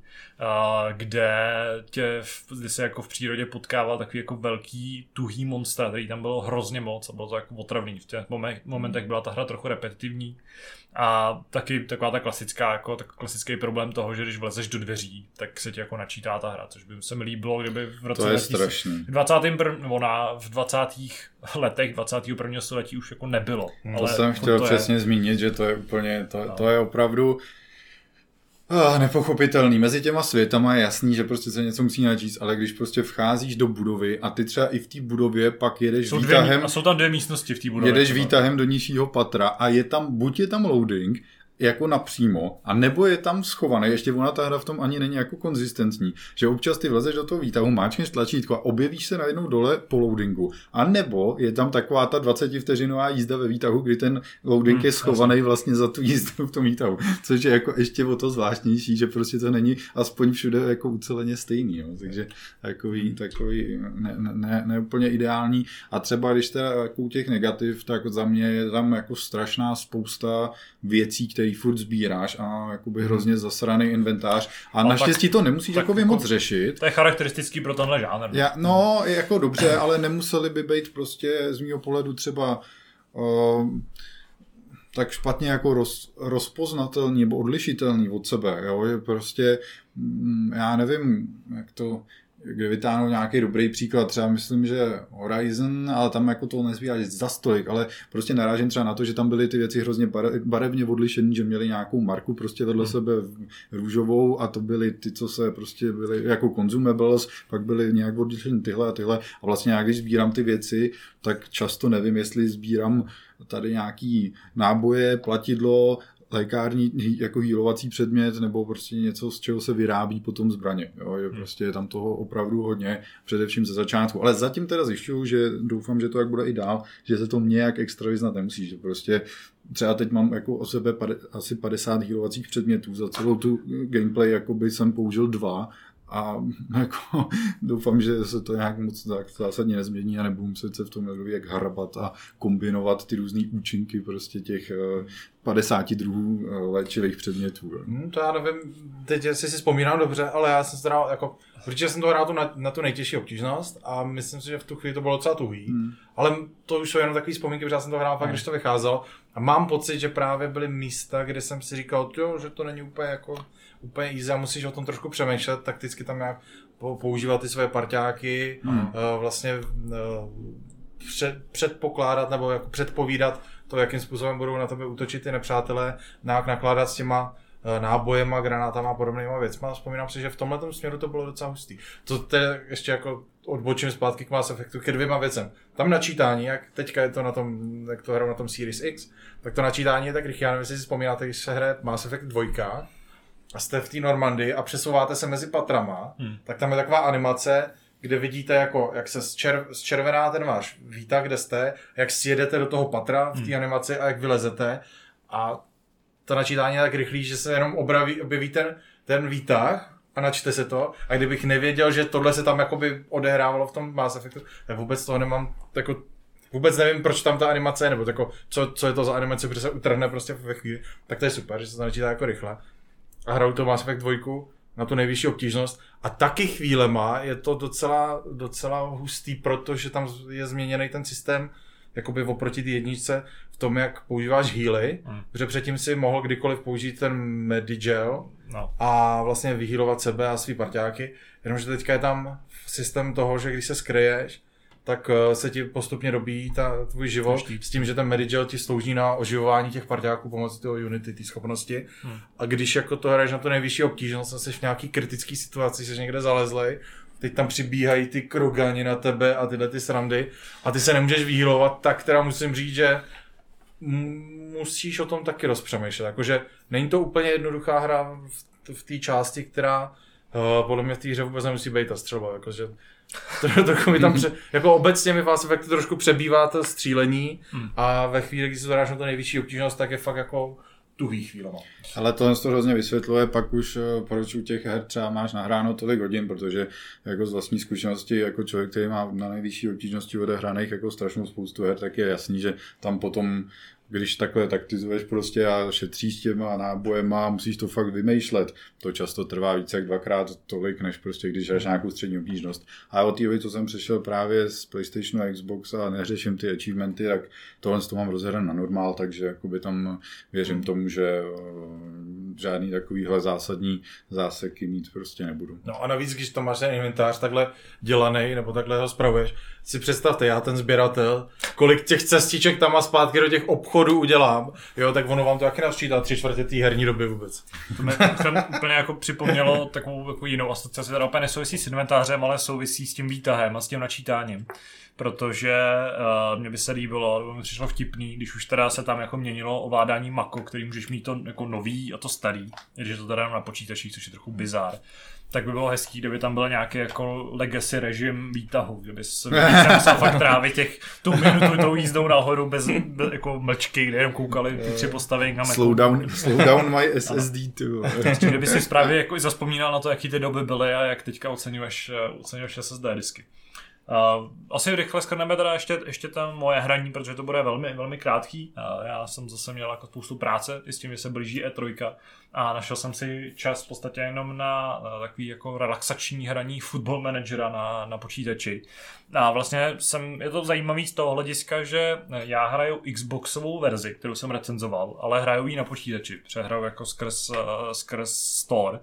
kde tě, kdy se jako v přírodě potkával takový jako velký tuhý monster, který tam bylo hrozně moc a bylo to jako otravný. V těch momentech byla ta hra trochu repetitivní a taky taková ta klasická, jako tak klasický problém toho, že když vlezeš do dveří, tak se ti jako načítá ta hra, což by se mi líbilo, kdyby v roce to je strašný. dvacátém prvním nebo na, v dvacátých letech dvacátého prvního století už jako nebylo. To ale jsem chtěl to přesně je... zmínit, že to je úplně, to, no. to je opravdu ah, nepochopitelný. Mezi těma světama je jasný, že prostě se něco musí načíst, ale když prostě vcházíš do budovy a ty třeba i v té budově pak jedeš jsou výtahem... Dvě, a jsou tam dvě místnosti v té budově. Jedeš třeba výtahem do nižšího patra a je tam, buď je tam loading, jako napřímo, a nebo je tam schovaný, ještě ona ta hra v tom ani není jako konzistentní, že občas ty vlezeš do toho výtahu, máčkneš tlačítko a objevíš se najednou dole po loadingu. A nebo je tam taková ta dvacetivteřinová jízda ve výtahu, kdy ten loading hmm, je schovaný vlastně za tu jízdu v tom výtahu, což je jako ještě o to zvláštnější, že prostě to není aspoň všude jako uceleně stejný, jo. Takže takový, takový ne, ne, ne úplně ideální. A třeba když teda jako u těch negativ, tak za mě je tam jako strašná spousta věcí, které furt sbíráš a jakoby hrozně zasraný inventář a no, naštěstí tak, to nemusíš tak, jakoby moc řešit. To je charakteristický pro tenhle žánr. Já, no, jako dobře, ale nemuseli by být prostě z mýho pohledu třeba uh, tak špatně jako roz, rozpoznatelný nebo odlišitelný od sebe, jo, že prostě já nevím, jak to kde vytáhnou nějaký dobrý příklad, třeba myslím, že Horizon, ale tam jako to nezbíráš za stolik, ale prostě narážím třeba na to, že tam byly ty věci hrozně barevně odlišený, že měli nějakou marku prostě vedle hmm. sebe růžovou a to byly ty, co se prostě byly jako consumables, pak byly nějak odlišený tyhle a tyhle a vlastně jak když sbírám ty věci, tak často nevím, jestli sbírám tady nějaký náboje, platidlo, lékární jako healovací předmět nebo prostě něco, z čeho se vyrábí potom zbraně. Jo? Je prostě je tam toho opravdu hodně, především ze začátku. Ale zatím teda zjišťuju, že doufám, že to jak bude i dál, že se to nějak extra vyznat nemusí. Že prostě třeba teď mám jako o sebe pade, asi padesát healovacích předmětů. Za celou tu gameplay jakoby jsem použil dva a jako doufám, že se to nějak moc tak zásadně nezmění a nebudu muset se v tom jak hrabat a kombinovat ty různý účinky prostě těch padesáti druhů léčivých předmětů. Hmm, to já nevím, teď si si vzpomínám dobře, ale já jsem se hrál jako, protože jsem to hrál tu na, na tu nejtěžší obtížnost a myslím si, že v tu chvíli to bylo docela tuhý, hmm. ale to už jsou jenom takový vzpomínky, protože já jsem to hrál fakt, hmm. když to vycházelo a mám pocit, že právě byly místa, kde jsem si říkal, jo, že to není úplně jako úplně easy a musíš o tom trošku přemýšlet, takticky tam nějak používat ty své parťáky, hmm. uh, vlastně uh, před, předpokládat nebo jako předpovídat to, jakým způsobem budou na tebe útočit ty nepřátelé, nějak nakládat s těma nábojema, granátama a podobnýma věcma. Vzpomínám si, že v tomhle směru to bylo docela hustý. To je ještě jako odbočím zpátky k Mass Effectu ke dvěma věcem. Tam načítání, jak teďka je to na tom, jak to hraju na tom Series X, tak to načítání je tak rychlé. Já nevím, jestli si vzpomínáte, když se hraje Mass Effect dva a jste v té Normandii a přesouváte se mezi patrama, hmm. tak tam je taková animace, kde vidíte, jako, jak se zčer, zčervená ten váš výtah, kde jste, jak sjedete do toho patra v té hmm. animaci a jak vylezete. A to načítání je tak rychlý, že se jenom obraví, objeví ten, ten výtah a načte se to. A kdybych nevěděl, že tohle se tam jakoby odehrávalo v tom Mass Effectu, tak vůbec toho nemám, jako, vůbec nevím, proč tam ta animace je, nebo jako, co, co je to za animace, protože se utrhne prostě ve chvíli. Tak to je super, že se to načítá jako rychle. A hraju to Mass Effect dva na tu nejvyšší obtížnost. A taky chvílema je to docela, docela hustý, protože tam je změněný ten systém jakoby oproti té jedničce v tom, jak používáš healy, hmm. protože předtím si mohl kdykoliv použít ten Medigel no. a vlastně vyhealovat sebe a svý parťáky, jenomže teďka je tam systém toho, že když se skryješ, tak se ti postupně dobíjí ta, tvůj život s tím, že ten Medigel ti slouží na oživování těch parťáků pomocí toho Unity, té schopnosti. Hmm. A když jako to hraješ na to nejvyšší obtížnost, jsi v nějaký kritický situaci, jsi někde zalezlej, teď tam přibíhají ty krogani na tebe a tyhle ty srandy a ty se nemůžeš vyhýlovat, tak teda musím říct, že musíš o tom taky rozpřemýšlet. Jakože není to úplně jednoduchá hra v, v té části, která uh, podle mě v té hře vůbec nemusí být ta střelba. Jakože to, to mi tam pře, jako obecně mi Mass Effectu trošku přebývá to střílení a ve chvíli, kdy se to dáš na to nejvyšší obtížnost, tak je fakt jako tuhý chvílema. Ale to to hrozně vysvětluje pak už, proč u těch her třeba máš nahráno tolik hodin, protože jako z vlastní zkušenosti, jako člověk, který má na nejvyšší obtížnosti odehraných jako strašnou spoustu her, tak je jasný, že tam potom, když takhle taktizuješ prostě a šetříš těma nábojema, musíš to fakt vymýšlet. To často trvá více jak dvakrát tolik, než prostě když hraješ nějakou střední obtížnost. A od té doby, co jsem přešel právě z PlayStationu a Xbox a neřeším ty achievementy, tak tohle to mám rozhrané na normál, takže jakoby tam věřím tomu, že žádný takovýhle zásadní záseky mít prostě nebudu. No a navíc, když to máš ten inventář takhle dělaný, nebo takhle ho spravuješ, si představte, já ten sběratel, kolik těch cestiček tam a zpátky do těch obchodů udělám, jo, tak ono vám to taky nasčítá tři čtvrtě té herní doby vůbec. To mi úplně jako připomnělo takovou jako jinou asociaci, která úplně nesouvisí s inventářem, ale souvisí s tím výtahem a s tím načítáním. Protože uh, mě by se líbilo, nebo mi přišlo vtipný, když už teda se tam jako měnilo ovládání Macu, který můžeš mít to jako nový a to starý, když je to teda na počítačích, což je trochu bizár, tak by bylo hezký, kdyby tam byl nějaký jako legacy režim výtahu, kdyby se musel fakt trávit těch tu minutu tou jízdou nahoru bez, bez jako mlčky, kde jenom koukali ty tři postavy na Macu. Slow down, slow down my S S D too. Kdyby si právě jako zaspomínal na to, jaký ty doby byly a jak teďka oceňuješ, oceňuješ S S D disky. Uh, asi rychle skrneme teda ještě, ještě tam moje hraní, protože to bude velmi, velmi krátký. Uh, já jsem zase měl jako spoustu práce i s tím, že se blíží E tři a našel jsem si čas v podstatě jenom na uh, takový jako relaxační hraní Football Managera na, na počítači. A vlastně jsem, je to zajímavý z toho hlediska, že já hraju Xboxovou verzi, kterou jsem recenzoval, ale hraju ji na počítači, přehraju jako skrz, uh, skrz Store.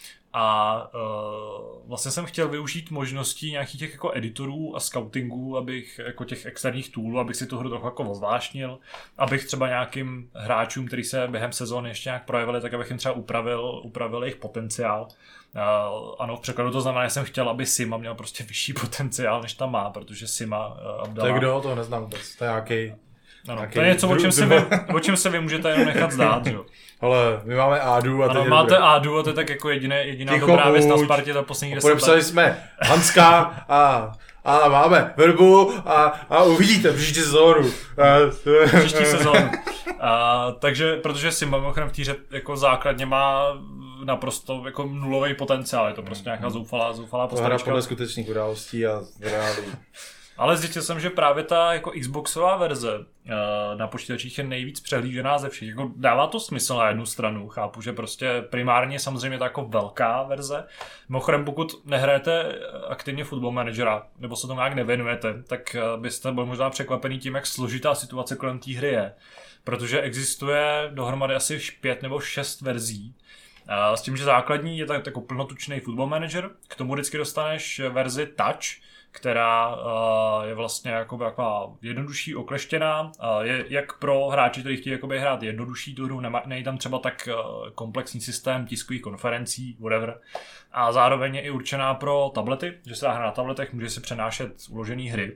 A uh, vlastně jsem chtěl využít možností nějakých těch jako editorů a scoutingů, abych jako těch externích toolů, abych si tu hru trochu jako ozvláštnil, abych třeba nějakým hráčům, kteří se během sezóny ještě nějak projevili, tak abych jim třeba upravil, upravil jejich potenciál. Uh, ano, v překladu to znamená, že jsem chtěl, aby Sima měl prostě vyšší potenciál, než tam má, protože Sima uh, Abdala... To je kdo? To neznám vůbec. To je nějaký... Ano, to je něco, o čem, se vy, o čem se vy můžete jenom nechat zdát, jo. Ale my máme Ádu a ano, máte Ádu a to je tak jako jediné, jediná Ticho dobrá věc na Spartě za posledních deset let. Podepsali jsme Hanska a, a máme Verbu a, a uvidíte příští sezónu. Příští sezónu. A, takže, protože si mimochodem v týře jako základně má naprosto jako nulový potenciál, je to prostě nějaká zoufalá, zoufalá postavička. To hra podle skutečných událostí a reálí. Ale zjistil jsem, že právě ta jako Xboxová verze uh, na počítačích je nejvíc přehlížená ze všech. Jako dává to smysl na jednu stranu. Chápu, že prostě primárně samozřejmě to jako velká verze. Mimochodem, pokud nehrajete aktivně Football Managera, nebo se tomu nějak nevěnujete, tak byste byli možná překvapený tím, jak složitá situace kolem té hry je. Protože existuje dohromady asi pět nebo šest verzí. S tím, že základní je tak jako plnotučný Football Manager, k tomu vždycky dostaneš verzi Touch, která uh, je vlastně jako taková jednodušší, okleštěná. Uh, je jak pro hráči, kteří chtějí jakoby hrát jednodušší tu hru, není tam třeba tak uh, komplexní systém tiskových konferencí, whatever. A zároveň je i určená pro tablety, že se dá hrát na tabletech, může se přenášet uložený hry.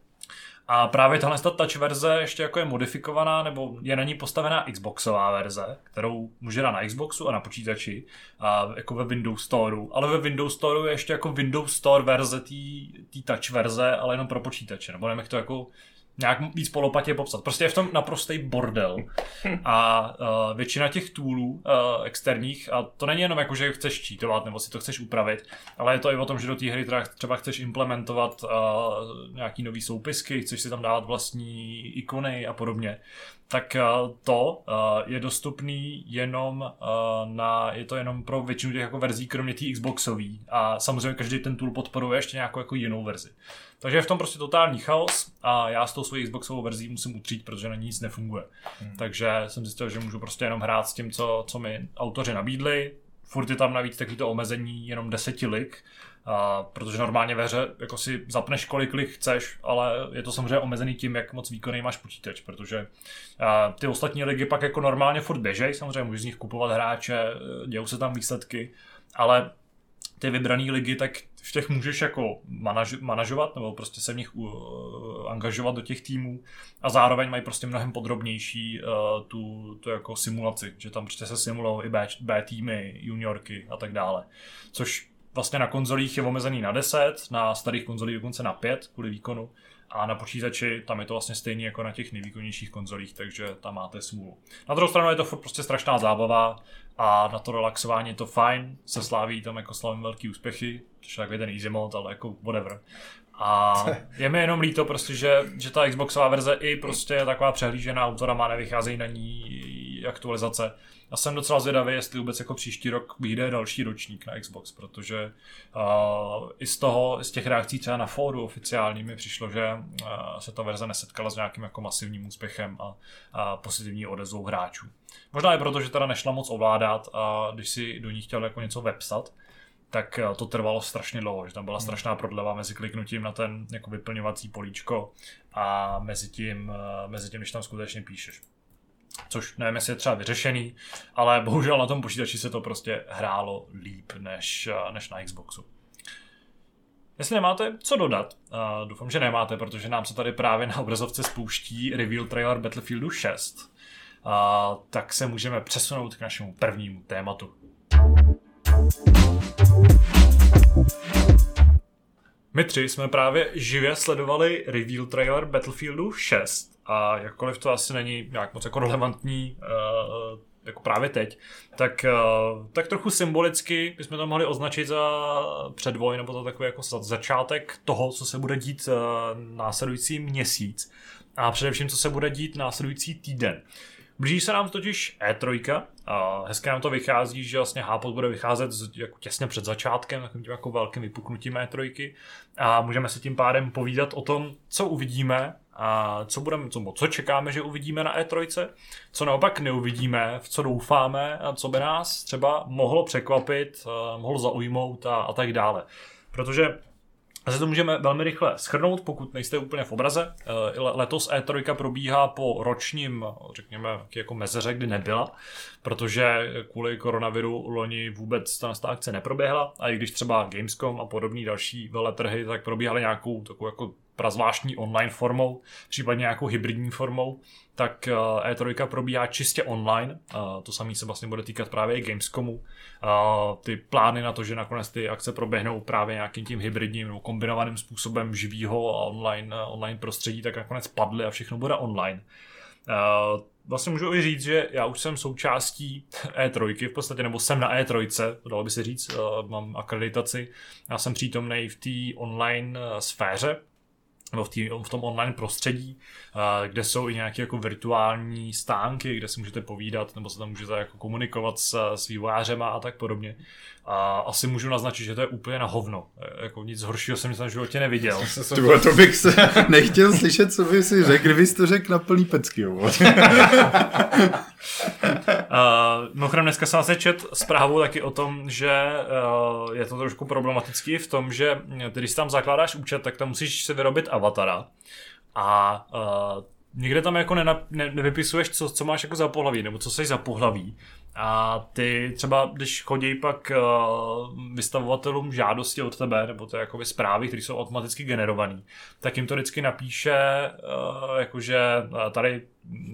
A právě tahle touch verze ještě jako je modifikovaná, nebo je na ní postavená Xboxová verze, kterou může dát na Xboxu a na počítači, a jako ve Windows Storeu. Ale ve Windows Storeu je ještě jako Windows Store verze té touch verze, ale jenom pro počítače. Nebo nevím, jak to jako nějak víc polopatě popsat. Prostě je v tom naprostý bordel. A uh, většina těch toolů uh, externích, a to není jenom jako, že chceš cheatovat nebo si to chceš upravit, ale je to i o tom, že do té hry třeba chceš implementovat uh, nějaký nový soupisky, chceš si tam dávat vlastní ikony a podobně. Tak uh, to uh, je dostupný jenom uh, na, je to jenom pro většinu těch jako verzí, kromě té Xboxový. A samozřejmě každý ten tool podporuje ještě nějakou jako jinou verzi. Takže je v tom prostě totální chaos a já s tou svojí Xboxovou verzí musím utřít, protože na ní nic nefunguje. Hmm. Takže jsem zjistil, že můžu prostě jenom hrát s tím, co, co mi autoři nabídli. Furt je tam navíc takovýto omezení jenom deseti lig, a protože normálně ve hře jako si zapneš kolik lig chceš, ale je to samozřejmě omezený tím, jak moc výkonný máš počítač, protože a, ty ostatní ligy pak jako normálně furt běžej, samozřejmě můžeš z nich kupovat hráče, dějou se tam výsledky, ale ty vybrané ligy, tak v těch můžeš jako manaž, manažovat nebo prostě se v nich uh, angažovat do těch týmů a zároveň mají prostě mnohem podrobnější uh, tu, tu jako simulaci, že tam prostě se simulují i B, B týmy, juniorky a tak dále. Což vlastně na konzolích je omezený na deset, na starých konzolích dokonce na pět kvůli výkonu a na počítači tam je to vlastně stejný jako na těch nejvýkonnějších konzolích, takže tam máte smůlu. Na druhou stranu je to furt prostě strašná zábava a na to relaxování je to fajn, se sláví tam jako slavím velký úspěchy, což je takový ten easy mode, ale jako whatever. A je mi jenom líto prostě, že, že ta Xboxová verze i prostě je taková přehlížená autorama, nevycházejí na ní aktualizace. Já jsem docela zvědavý, jestli vůbec jako příští rok vyjde další ročník na Xbox, protože uh, i z toho, z těch reakcí třeba na fóru oficiální mi přišlo, že uh, se ta verze nesetkala s nějakým jako masivním úspěchem a, a pozitivní odezvou hráčů. Možná i proto, že teda nešla moc ovládat a když si do ní chtěl jako něco vepsat, tak to trvalo strašně dlouho, že tam byla strašná prodleva mezi kliknutím na ten jako vyplňovací políčko a mezi tím, mezi tím, když tam skutečně píšeš. Což nevím, jestli je třeba vyřešený, ale bohužel na tom počítači se to prostě hrálo líp než, než na Xboxu. Jestli nemáte co dodat, uh, doufám, že nemáte, protože nám se tady právě na obrazovce spouští reveal trailer Battlefieldu šest, uh, tak se můžeme přesunout k našemu prvnímu tématu. My tři jsme právě živě sledovali reveal trailer Battlefieldu šest a jakkoliv to asi není nějak moc jako relevantní uh, jako právě teď, tak, uh, tak trochu symbolicky bychom to mohli označit za předvoj nebo za takový jako začátek toho, co se bude dít uh, následující měsíc a především, co se bude dít následující týden. Blíží se nám totiž E tři a hezky nám to vychází, že vlastně Hápot bude vycházet z, jako těsně před začátkem, takovým tím jako velkým vypuknutím E tři a můžeme se tím pádem povídat o tom, co uvidíme a co, budeme, co, co čekáme, že uvidíme na E tři, co naopak neuvidíme, v co doufáme a co by nás třeba mohlo překvapit, mohlo zaujmout a, a tak dále. Protože asi to můžeme velmi rychle shrnout, pokud nejste úplně v obraze. Letos E tři probíhá po ročním, řekněme, jako mezeře, kdy nebyla, protože kvůli koronaviru loni vůbec ta akce neproběhla a i když třeba Gamescom a podobný další veletrhy, tak probíhaly nějakou takovou jako prazvláštní online formou, případně nějakou hybridní formou, tak E tři probíhá čistě online. To samé se vlastně bude týkat právě i Gamescomu. Ty plány na to, že nakonec ty akce proběhnou právě nějakým tím hybridním nebo kombinovaným způsobem živýho a online, online prostředí, tak nakonec padly a všechno bude online. Vlastně můžu i říct, že já už jsem součástí E tři v podstatě, nebo jsem na E tři, dalo by se říct, mám akreditaci. Já jsem přítomnej v té online sféře, nebo v, tý, v tom online prostředí, kde jsou i nějaké jako virtuální stánky, kde si můžete povídat, nebo se tam můžete jako komunikovat s, s vývojářema a tak podobně. A asi můžu naznačit, že to je úplně na hovno. Jako nic horšího jsem v životě neviděl. Tyhle, to bych se nechtěl slyšet, co by si řekl, kdybys to řekl na plný pecky. Mimochodem dneska jsem se čet zprávu taky o tom, že uh, je to trošku problematický v tom, že když si tam zakládáš účet, tak tam musíš si vyrobit avatara a uh, nikde tam jako nena, ne, nevypisuješ, co, co máš jako za pohlaví, nebo co jsi za pohlaví. A ty třeba, když chodí pak uh, vystavovatelům žádosti od tebe, nebo to je jakoby zprávy, které jsou automaticky generované, tak jim to vždycky napíše, uh, jakože uh, tady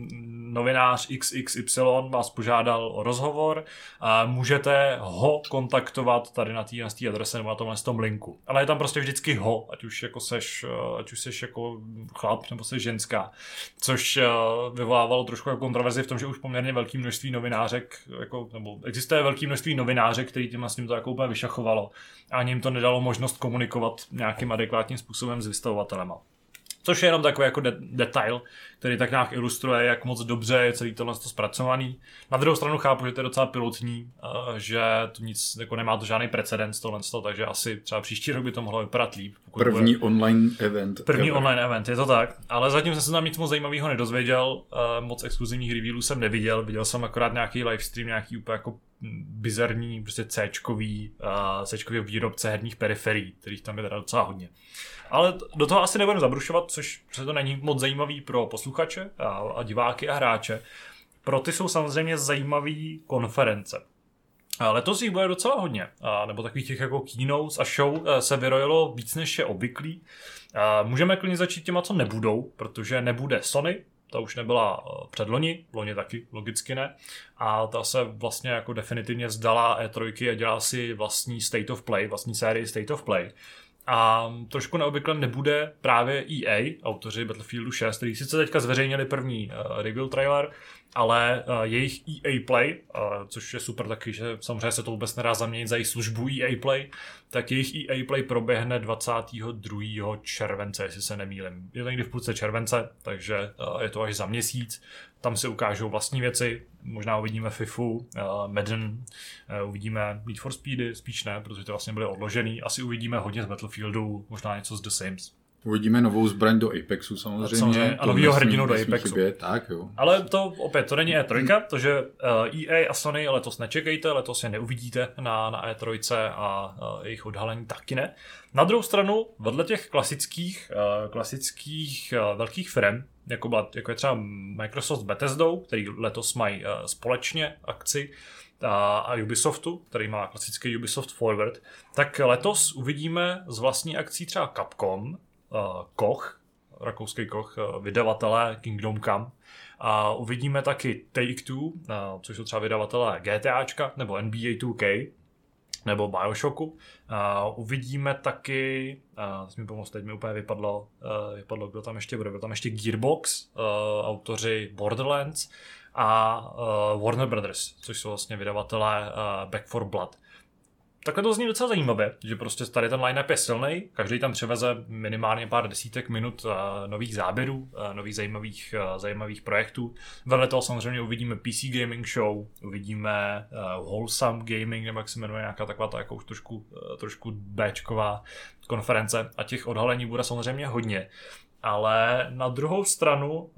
novinář X X Y vás požádal o rozhovor a můžete ho kontaktovat tady na té adrese nebo na tomhle tom linku. Ale je tam prostě vždycky ho, ať už jako seš, ať už seš jako chlap nebo seš ženská, což vyvolávalo trošku jako kontroverzi v tom, že už poměrně velké množství novinářek, jako, nebo existuje velké množství novinářek, který tím vlastně to jako úplně vyšachovalo a ani jim to nedalo možnost komunikovat nějakým adekvátním způsobem s vystavovatelema. Což je jenom takový jako de- detail, který tak nějak ilustruje, jak moc dobře je celý tohle zpracovaný. Na druhou stranu chápu, že to je docela pilotní, že to nic, jako nemá to žádný precedens tohle, takže asi třeba příští rok by to mohlo vypadat líp. První bude... online event. První ever. online event, je to tak. Ale zatím jsem se tam nic moc zajímavého nedozvěděl, moc exkluzivních reviewů jsem neviděl, viděl jsem akorát nějaký livestream, nějaký úplně jako bizarní, prostě C-čkový, C-čkový výrobce herních periferií, kterých tam je teda docela hodně. Ale do toho asi nebudeme zabrušovat, což to není moc zajímavý pro posluchače a, a diváky a hráče. Pro ty jsou samozřejmě zajímavý konference. A letos jich bude docela hodně, a, nebo takových těch jako keynotes a show se vyrojilo víc než je obvyklý. A můžeme klidně začít těma, co nebudou, protože nebude Sony, ta už nebyla předloni, loni taky, logicky ne. A ta se vlastně jako definitivně vzdala E tři a dělá si vlastní State of Play, vlastní sérii State of Play. A trošku neobvykle nebude právě E A, autoři Battlefieldu šest, kteří sice teďka zveřejnili první uh, reveal trailer, ale uh, jejich E A Play, uh, což je super taky, že samozřejmě se to vůbec nedá zaměnit za jejich službu E A Play, tak jejich E A Play proběhne dvacátého druhého července, jestli se nemýlim. Je to někdy v půlce července, takže uh, je to až za měsíc. Tam si ukážou vlastní věci, možná uvidíme FIFU, uh, Madden, uh, uvidíme Need for Speedy, spíš ne, protože to vlastně byly odložený. Asi uvidíme hodně z Battlefieldu, možná něco z The Sims. Uvidíme novou zbraň do Apexu samozřejmě. samozřejmě a novýho hrdinu do Apexu. Chybět, tak jo. Ale to opět, to není E tři, takže E A a Sony letos nečekejte, letos je neuvidíte na, na E tři a jejich odhalení taky ne. Na druhou stranu, vedle těch klasických, klasických velkých firm, jako, byla, jako je třeba Microsoft s Bethesdou, který letos mají společně akci, a, a Ubisoftu, který má klasický Ubisoft Forward, tak letos uvidíme z vlastní akcí třeba Capcom, Koch, rakouský Koch, vydavatelé Kingdom Come. A uvidíme taky Take-Two, což jsou třeba vydavatelé GTAčka, nebo N B A two K, nebo Bioshocku. A uvidíme taky, a mi pomoct, teď mi úplně vypadlo, vypadlo, kdo tam ještě bude, byl tam ještě Gearbox, autoři Borderlands a Warner Brothers, což jsou vlastně vydavatelé Back four Blood. Takhle to zní docela zajímavé, že prostě tady ten line-up je silný, každý tam převeze minimálně pár desítek minut uh, nových záběrů, uh, nových zajímavých, uh, zajímavých projektů. Vedle toho samozřejmě uvidíme P C Gaming Show, uvidíme uh, Wholesome Gaming, nebo jak se jmenuje, nějaká taková ta jako už trošku, uh, trošku béčková konference a těch odhalení bude samozřejmě hodně. Ale na druhou stranu uh,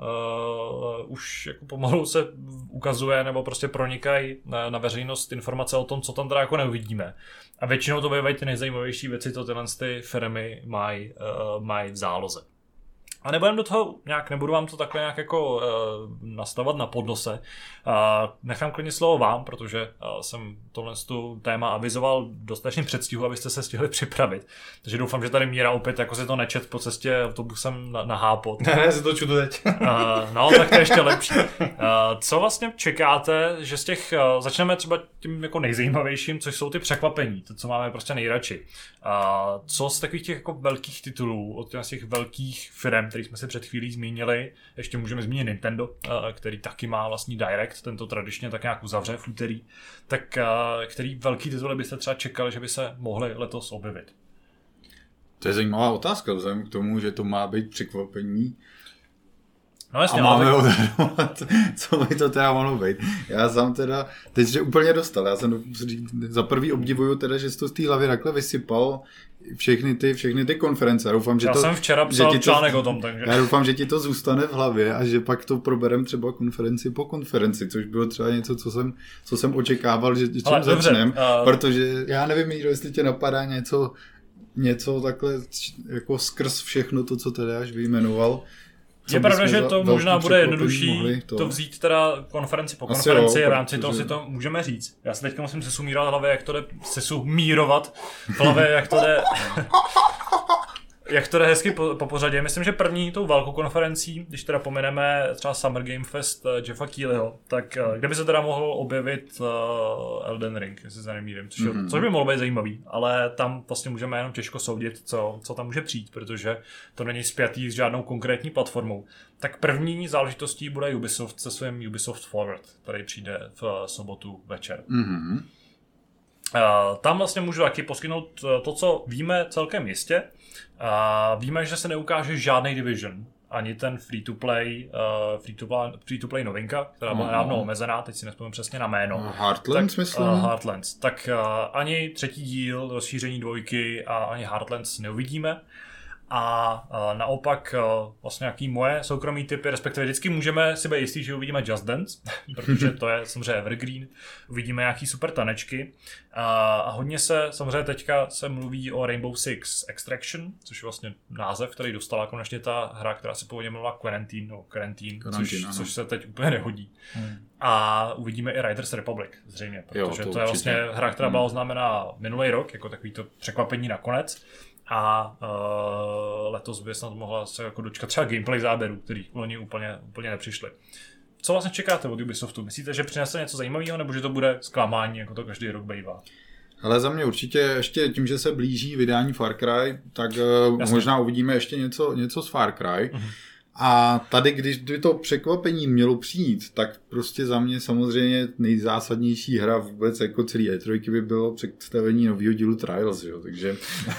už jako pomalu se ukazuje nebo prostě pronikají na, na veřejnost informace o tom, co tam teda jako neuvidíme. A většinou to bývají ty nejzajímavější věci, co tyhle ty firmy mají uh, maj v záloze. A nebudem do toho nějak, nebudu vám to takhle nějak jako uh, nastavovat na podnose. Uh, nechám klidně slovo vám, protože uh, jsem tohle téma avizoval dostatečně předstihu, abyste se stihli připravit. Takže doufám, že tady Míra opět jako si to nečet po cestě autobusem na, na Hápot. Ne, ne, se to čudu teď. uh, no, tak to je ještě lepší. Uh, co vlastně čekáte, že z těch, uh, začneme třeba tím jako nejzajímavějším, což jsou ty překvapení, to, co máme prostě nejradši. Uh, co z takových těch jako velkých titulů, od těch velkých firm, který jsme si před chvílí zmínili, ještě můžeme zmínit Nintendo, který taky má vlastní Direct, tento tradičně tak nějak uzavře v úterý, tak který velký tituly byste třeba čekali, že by se mohly letos objevit? To je zajímavá otázka, vzhledem k tomu, že to má být překvapení. No jasně, a máme ale... odhadovat, co by to teda mohlo být. Já sám teda, teď že úplně dostal, já jsem za prvý obdivuju teda, že jsi to z té hlavy takhle vysypal všechny ty, všechny ty konference. Doufám, že já to, jsem včera psal to, článek o tom, takže... Já doufám, že ti to zůstane v hlavě a že pak to proberem třeba konferenci po konferenci, což bylo třeba něco, co jsem, co jsem očekával, že čím ale začnem, dobře, uh... protože já nevím, Míro, jestli tě napadá něco, něco takhle jako skrz všechno to, co teda až vyjmenoval. Je pravda, že to možná bude jednodušší to... to vzít teda konferenci po Asi konferenci, jo, v rámci protože... toho si to můžeme říct. Já si teďka musím sesumírovat v hlavě, jak to jde, sesumírovat v hlavě, jak to jde, jak to jde hezky po, po pořadě. Myslím, že první tou velkou konferencí, když teda pomineme třeba Summer Game Fest Jeffa Keighleyho, tak kde by se teda mohl objevit uh, Elden Ring, jestli se nemýlím, což, mm-hmm. což by mohlo být zajímavý, ale tam vlastně můžeme jenom těžko soudit, co, co tam může přijít, protože to není spjatý s žádnou konkrétní platformou. Tak první záležitostí bude Ubisoft se svým Ubisoft Forward, který přijde v sobotu večer. Mm-hmm. Uh, tam vlastně můžu taky poskytnout to, co víme celkem jistě. Uh, víme, že se neukáže žádný Division, ani ten free-to-play, uh, free-to-play, free-to-play novinka, která byla dávno uh-huh. omezená, teď si nespomínám přesně na jméno. Heartlands, tak, myslím? Uh, Heartlands. Tak uh, ani třetí díl, rozšíření dvojky a ani Heartlands neuvidíme. A uh, naopak uh, vlastně nějaký moje soukromý typy, respektive vždycky můžeme si být jistý, že uvidíme Just Dance, protože to je samozřejmě evergreen, uvidíme nějaký super tanečky uh, a hodně se samozřejmě teďka se mluví o Rainbow Six Extraction, což je vlastně název, který dostala konečně ta hra, která se původně jmenovala Quarantine, no Quarantine, což, což se teď úplně nehodí. Hmm. A uvidíme i Riders Republic zřejmě, protože jo, to, to je určitě. vlastně hra, která byla oznámena minulý rok, jako takový to překvapení nakonec. A uh, letos by snad mohla se jako dočkat třeba gameplay záběrů, který loni úplně, úplně nepřišli. Co vlastně čekáte od Ubisoftu? Myslíte, že přinese něco zajímavého, nebo že to bude zklamání, jako to každý rok bývá? Ale za mě určitě ještě tím, že se blíží vydání Far Cry, tak uh, možná uvidíme ještě něco, něco z Far Cry. Uh-huh. A tady, když by to překvapení mělo přijít, tak prostě za mě samozřejmě nejzásadnější hra vůbec jako celý E tři by bylo představení nového dílu Trials, jo, takže...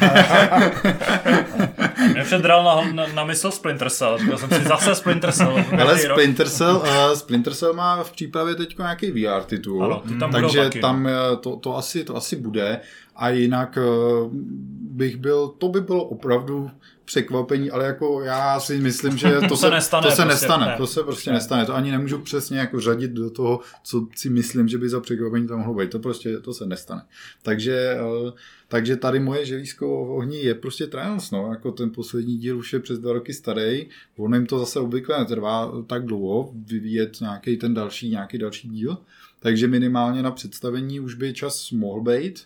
Mě předral na, na, na mysl Splinter Cell, říkal jsem si zase Splinter Cell. Ale Splinter Cell, uh, Splinter Cell má v přípravě teď nějaký V R titul, ano, tam takže taky, tam to, to, asi, to asi bude a jinak uh, bych byl, to by bylo opravdu překvapení, ale jako já si myslím, že to, to se, nestane, to se prostě, nestane, ne. to se prostě ne. nestane, to ani nemůžu přesně jako řadit do toho, co si myslím, že by za překvapení tam mohlo být, to prostě, to se nestane. Takže, takže tady moje želízko v ohni je prostě Trials, no, jako ten poslední díl už je přes dva roky starý, ono jim to zase obvykle netrvá tak dlouho vyvíjet nějaký ten další, nějaký další díl, takže minimálně na představení už by čas mohl být.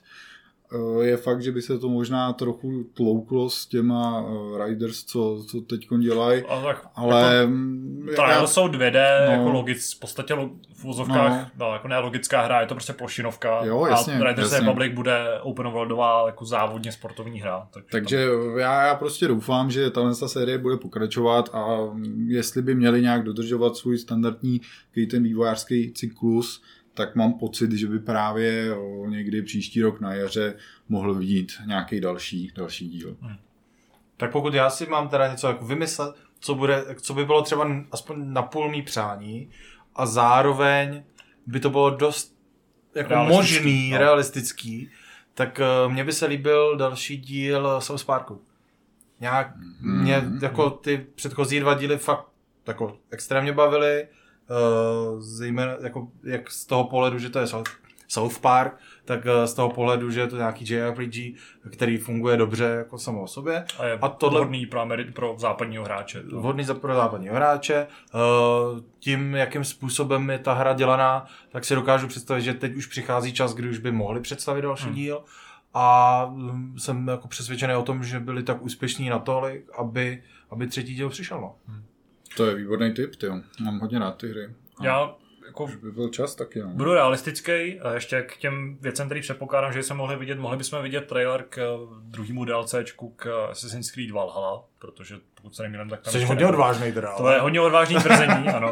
Je fakt, že by se to možná trochu tlouklo s těma Riders, co, co teďko dělají, ale... Jako, já, jsou dvě dé, no, jako logic, v podstatě v úzovkách, no. No, jako ne logická hra, je to prostě plošinovka jo, jasně, a Riders jasně. Republic bude open worldová jako závodně sportovní hra. Takže, takže tam... já, já prostě doufám, že tahle série bude pokračovat a jestli by měli nějak dodržovat svůj standardní ten vývojářský cyklus, tak mám pocit, že by právě někdy příští rok na jaře mohl vidět nějaký další, další díl. Hmm. Tak pokud já si mám teda něco jako vymyslet, co, bude, co by bylo třeba aspoň na půl mý přání a zároveň by to bylo dost jako realistický, možný, no. realistický, tak uh, mně by se líbil další díl South Parku. Nějak hmm. mě jako ty předchozí dva díly fakt jako extrémně bavily, Uh, zejména jako, jak z toho pohledu, že to je South, South Park, tak uh, z toho pohledu, že je to nějaký J R P G, který funguje dobře jako samo o sobě. A je a tohle, vhodný pro, Ameri- pro západního hráče. To. Vhodný pro západního hráče. Uh, tím, jakým způsobem je ta hra dělaná, tak si dokážu představit, že teď už přichází čas, kdy už by mohli představit další hmm. díl. A um, jsem jako přesvědčený o tom, že byli tak úspěšní natolik, aby, aby třetí díl přišel. No. Hmm. To je výborný tip, tyjo. Mám hodně rád ty hry. A já jako by byl čas taky. No. Budu realistický. Ještě k těm věcem, který předpokládám, že jsme mohli vidět, mohli bychom vidět trailer k druhému DLCčku k Assassin's Creed Valhalla, protože pokud se nemýlím, tak tam... Jsi hodně odvážný teda. To je hodně odvážný tvrzení, ano.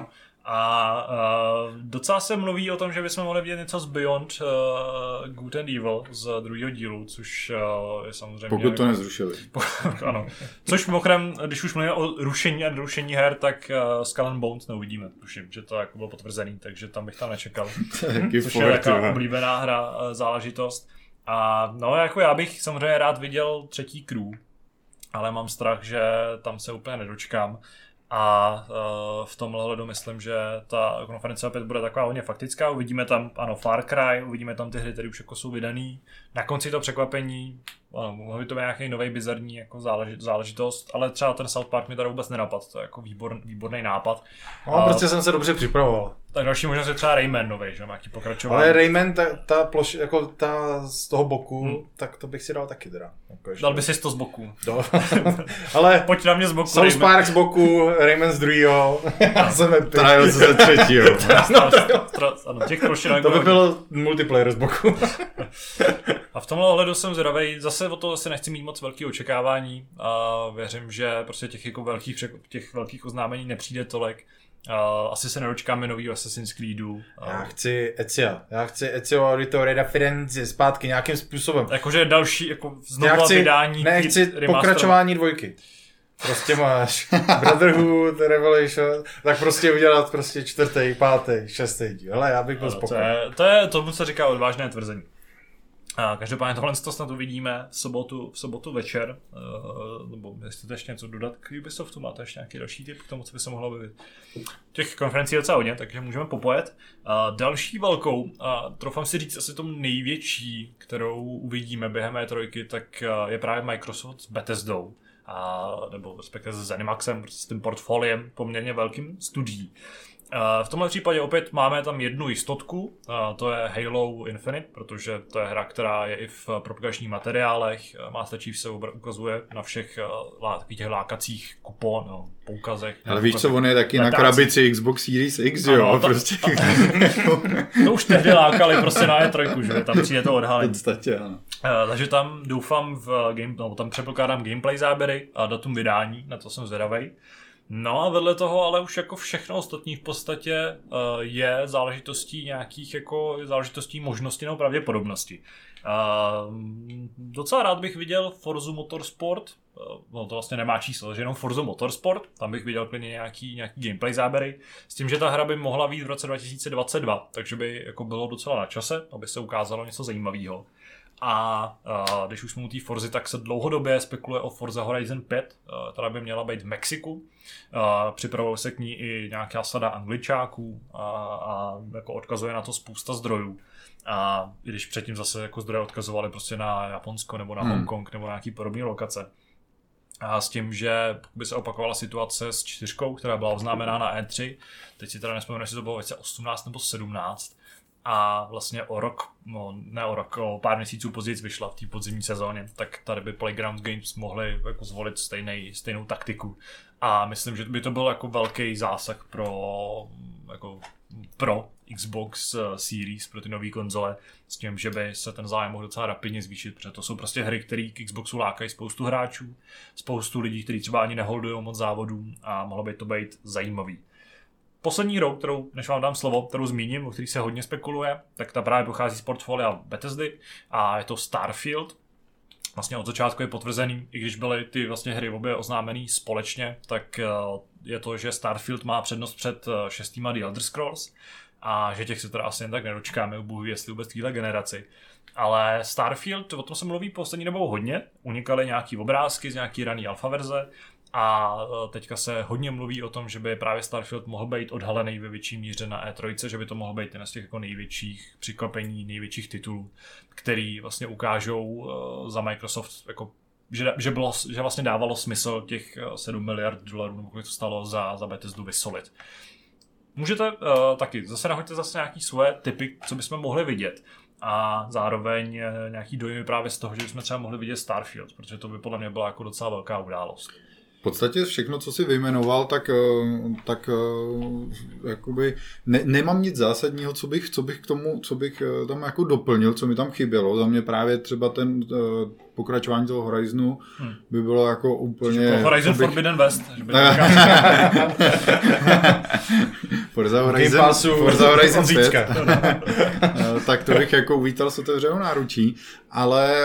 A uh, docela se mluví o tom, že bychom mohli vidět něco z Beyond uh, Good and Evil z druhého dílu, což uh, je samozřejmě... Pokud to nezrušili. Ano. Což mimochodem, když už mluvíme o rušení a nerušení her, tak uh, Skull and Bones neuvidíme. Tuším, že to jako bylo potvrzený, takže tam bych tam nečekal. Což je taková oblíbená hra, uh, záležitost. A no, jako já bych samozřejmě rád viděl třetí crew, ale mám strach, že tam se úplně nedočkám. A uh, v tomhle hledu myslím, že ta konference opět bude taková hodně faktická. Uvidíme tam, ano, Far Cry, uvidíme tam ty hry, které už jako jsou vydaný. Na konci to překvapení, ano, mohlo by to být nějaký nový bizarní jako záleži, záležitost, ale třeba ten South Park mi tady vůbec nenapad, to je jako výbor, výborný nápad. No, a prostě jsem se dobře připravoval. Tak další možnost je třeba Rayman nový, že má nějaký pokračování. Ale Rayman, ta, ta ploš, jako ta z toho boku, hmm. tak to bych si dal taky teda. Jako dal by si to z boku. Do. Ale pojď na mě z boku. South Park z boku, Rayman z druhého. Já jsem epic. Trials ze třetího. Ano, těch plošin. To by bylo multiplayer z boku. A v tomhle ohledu jsem zvědavej, zase o to asi nechci mít moc velký očekávání a věřím, že prostě těch jako velkých, těch velkých oznámení nepřijde tolik. Uh, asi se nedočkáme nový Assassin's Creedu. Uh, já chci Ezio. Já chci Ezio Auditore da Firenze zpátky nějakým způsobem. Jakože další jako znovu vydání. Ne, chci pokračování dvojky. Prostě máš Brotherhood, Revelation, tak prostě udělat prostě čtvrtý, pátý, šestý díl. Hele, já bych byl spokojený. To je, to je, tomu se říká odvážné tvrzení. A každopádně tohle to snad uvidíme v sobotu, v sobotu večer, uh, nebo jestli chcete ještě něco dodat k Ubisoftu, máte ještě nějaký další tip k tomu, co by se mohlo objevit. Těch konferencí je docela hodně, takže můžeme popojet. Uh, další velkou, a uh, troufám si říct asi tomu největší, kterou uvidíme během E tři, tak uh, je právě Microsoft s Bethesdou, a, nebo respektive s Zenimaxem, s tím portfoliem poměrně velkým studií. V tomhle případě opět máme tam jednu jistotku, to je Halo Infinite, protože to je hra, která je i v propagačních materiálech, Master Chief se ukazuje na všech takových těch lákacích kupon, no, poukazech. Ale víš co, on je taky letáci. Na krabici Xbox Series X, ano, jo, to, prostě. To už tehdy lákali prostě na E tři, že tam přijde to odhalení. V podstatě, ano. Takže tam doufám v game, no, tam předpokládám gameplay záběry a datum vydání, na to jsem zvědavej. No a vedle toho ale už jako všechno ostatní v podstatě uh, je záležitostí nějakých jako záležitostí možnosti nebo pravděpodobnosti. Uh, docela rád bych viděl Forza Motorsport, uh, no to vlastně nemá číslo, že jenom Forza Motorsport, tam bych viděl klidně nějaký, nějaký gameplay záběry, s tím, že ta hra by mohla být v roce dva tisíce dvacet dva, takže by jako bylo docela na čase, aby se ukázalo něco zajímavého. A uh, když už jsme u té Forzy, tak se dlouhodobě spekuluje o Forza Horizon pět, uh, která by měla být v Mexiku. Uh, připravuje se k ní i nějaká sada Angličáků a, a jako odkazuje na to spousta zdrojů. A i když předtím zase jako zdroje odkazovali prostě na Japonsko nebo na hmm. Hongkong nebo na nějaký podobné lokace. A s tím, že by se opakovala situace s čtyřkou, která byla oznámená na E tři, teď si teda nespomenu, jestli to bylo osmnáct nebo sedmnáct, a vlastně o rok, no ne o rok, o pár měsíců později vyšla v té podzimní sezóně, tak tady by Playground Games mohli jako zvolit stejnej, stejnou taktiku. A myslím, že by to byl jako velký zásah pro, jako pro Xbox Series, pro ty nové konzole, s tím, že by se ten zájem mohl docela rapidně zvýšit, protože to jsou prostě hry, které k Xboxu lákají spoustu hráčů, spoustu lidí, kteří třeba ani neholdují moc závodů a mohlo by to být zajímavý. Poslední hrou, kterou, než vám dám slovo, kterou zmíním, o který se hodně spekuluje, tak ta právě pochází z portfolia Bethesdy a je to Starfield. Vlastně od začátku je potvrzený, i když byly ty vlastně hry obě oznámený společně, tak je to, že Starfield má přednost před šestýma The Elder Scrolls a že těch se teda asi jen tak nedočkáme, ubohu, jestli vůbec téhle generaci. Ale Starfield, o tom se mluví poslední dobou hodně, unikaly nějaký obrázky z nějaký raný alfa verze, a teďka se hodně mluví o tom, že by právě Starfield mohl být odhalený ve větší míře na E tři, že by to mohl být jeden z těch jako největších překvapení, největších titulů, který vlastně ukážou za Microsoft, jako, že, že, bylo, že vlastně dávalo smysl těch sedm miliard dolarů, nebo kolik to stalo za, za Bethesdu vysolit. Můžete uh, taky, zase nahoďte zase nějaký svoje tipy, co bychom mohli vidět. A zároveň nějaký dojmy právě z toho, že bychom třeba mohli vidět Starfield, protože to by podle mě byla jako docela velká událost. V podstatě všechno, co si vyjmenoval, tak, tak jakoby ne, nemám nic zásadního, co bych, co bych k tomu, co bych tam jako doplnil, co mi tam chybělo. Za mě právě třeba ten pokračování toho Horizonu hmm. by bylo jako úplně... Pro Horizon bych... Forbidden West. Že by Forza Horizon, Forza Horizon pět. Tak to bych jako uvítal s otevřenou náručí, ale...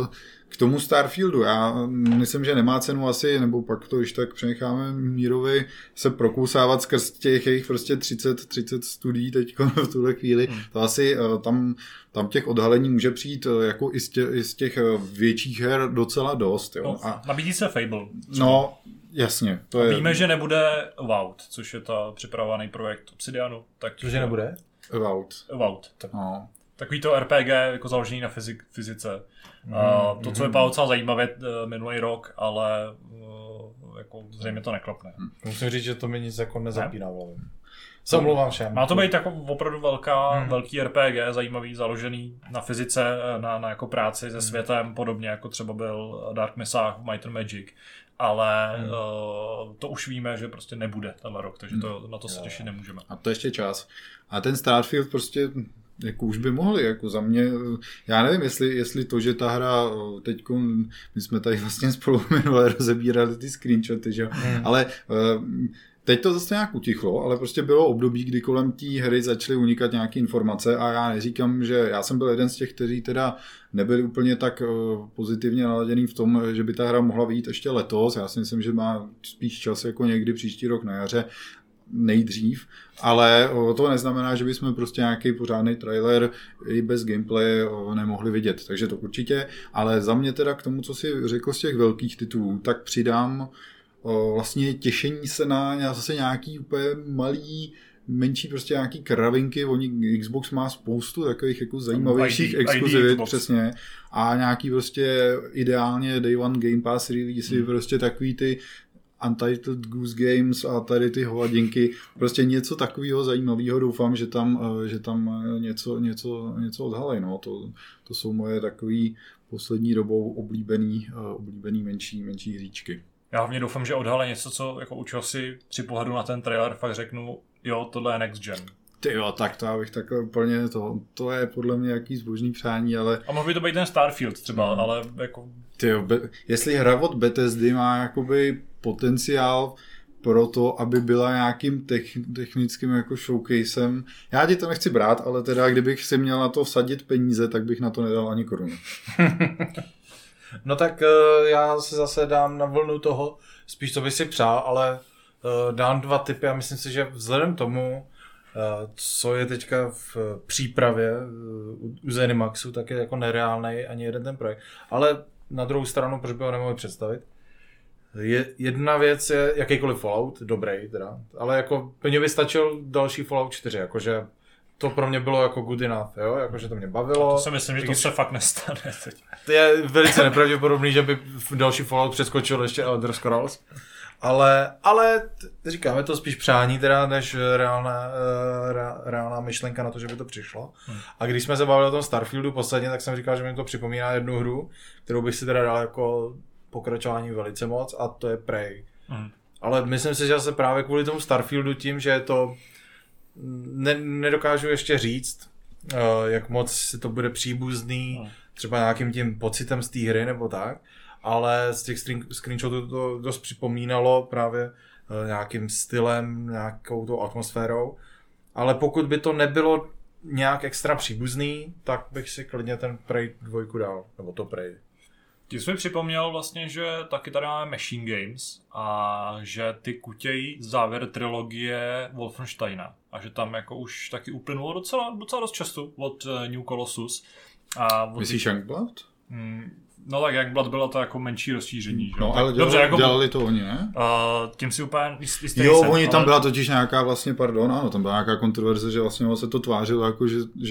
K tomu Starfieldu, já myslím, že nemá cenu asi, nebo pak to když tak přenecháme Mírovi se prokousávat skrz těch jejich prostě třicet, třicet studií teď v tuhle chvíli. Hmm. To asi tam, tam těch odhalení může přijít jako i z těch, i z těch větších her docela dost. Jo. No, a, nabídí se Fable. No, jasně. To je... Víme, že nebude Avowed, což je ta připravovaný projekt Obsidianu. Tak Cože nebude? Avowed. Avowed. Tak. No. Takový to R P G jako založený na fyzik, fyzice. Mm, uh, to, co vypadalo docela zajímavě uh, minulý rok, ale uh, jako zřejmě to neklapne. Musím říct, že to mi nic jako nezapínalo. Se omlouvám všem. Má to být jako opravdu velká, hmm. velký R P G, zajímavý, založený na fyzice, na, na jako práci se světem, podobně jako třeba byl Dark Messiah v Might and Magic. Ale hmm. uh, to už víme, že prostě nebude tenhle rok, takže to, na to se těšit nemůžeme. A to ještě čas. A ten Starfield prostě... Jako už by mohli, jako za mě, já nevím, jestli, jestli to, že ta hra teďko, my jsme tady vlastně spolu minule rozebírali ty screenshoty, že? Hmm. Ale teď to zase nějak utichlo, ale prostě bylo období, kdy kolem té hry začaly unikat nějaké informace a já neříkám, že já jsem byl jeden z těch, kteří teda nebyli úplně tak pozitivně naladěný v tom, že by ta hra mohla vyjít ještě letos, já si myslím, že má spíš čas jako někdy příští rok na jaře, nejdřív, ale to neznamená, že bychom prostě nějaký pořádný trailer i bez gameplay nemohli vidět, takže to určitě, ale za mě teda k tomu, co si řekl z těch velkých titulů, tak přidám vlastně těšení se na zase nějaký úplně malý menší prostě nějaký kravinky, oni Xbox má spoustu takových jako zajímavějších I D, exkluzivit, přesně, a nějaký prostě ideálně Day One Game Pass release, hmm. prostě takový ty Untitled Goose Games a tady ty hovadinky, prostě něco takového zajímavého, doufám, že tam, že tam něco, něco, něco odhalej, no, to, to jsou moje takový poslední dobou oblíbený, oblíbený menší, menší hříčky. Já hlavně doufám, že odhalej něco, co jako učil si při pohledu na ten trailer, fakt řeknu, jo, tohle je next gen. Ty jo, tak to já bych takhle úplně, to, to je podle mě jaký zbožný přání, ale... A mohl by to být ten Starfield třeba, hmm. ale jako... Ty jo, be, jestli hra od Bethesdy má jakoby potenciál pro to, aby byla nějakým tech, technickým jako showcasem, já ti to nechci brát, ale teda kdybych si měl na to vsadit peníze, tak bych na to nedal ani korunu. No tak já se zase dám na vlnu toho, spíš co bych si přál, ale dám dva tipy a myslím si, že vzhledem tomu, co je teďka v přípravě u Zenimaxu, tak je jako nereálnej ani jeden ten projekt. Ale na druhou stranu, proč by ho nemohli představit? Je, jedna věc je jakýkoliv Fallout, dobrý teda, ale jako mně by stačil další Fallout čtyři, jakože to pro mě bylo jako good enough, jo, jakože to mě bavilo. A to si myslím, že to se fakt nestane teď. To je velice nepravděpodobný, že by další Fallout přeskočil ještě Elder Scrolls. Ale, ale říkáme to spíš přání teda, než reálná, re, reálná myšlenka na to, že by to přišlo. Hmm. A když jsme se bavili o tom Starfieldu posledně, tak jsem říkal, že mi to připomíná jednu hru, kterou bych si teda dal jako pokračování velice moc, a to je Prey. Hmm. Ale myslím si, že se právě kvůli tomu Starfieldu tím, že je to ne, nedokážu ještě říct, jak moc si to bude příbuzný, hmm. třeba nějakým tím pocitem z té hry nebo tak, ale z těch screenshotů to dost připomínalo právě nějakým stylem, nějakou tou atmosférou, ale pokud by to nebylo nějak extra příbuzný, tak bych si klidně ten Prey dva dal, nebo to Prey. Ty jsi mi připomněl vlastně, že taky tady máme Machine Games a že ty kutějí závěr trilogie Wolfensteina a že tam jako už taky uplynulo docela, docela dost času od New Colossus. Myslíš Youngblood? Hmm, no tak Youngblood bylo to jako menší rozšíření. No že? ale dělali, dobře, jako, dělali to oni, ne? Uh, tím si úplně jistý Jo, jsem, oni tam ale... byla totiž nějaká vlastně, pardon, ano, tam byla nějaká kontroverze, že vlastně se to tvářilo jako, že, že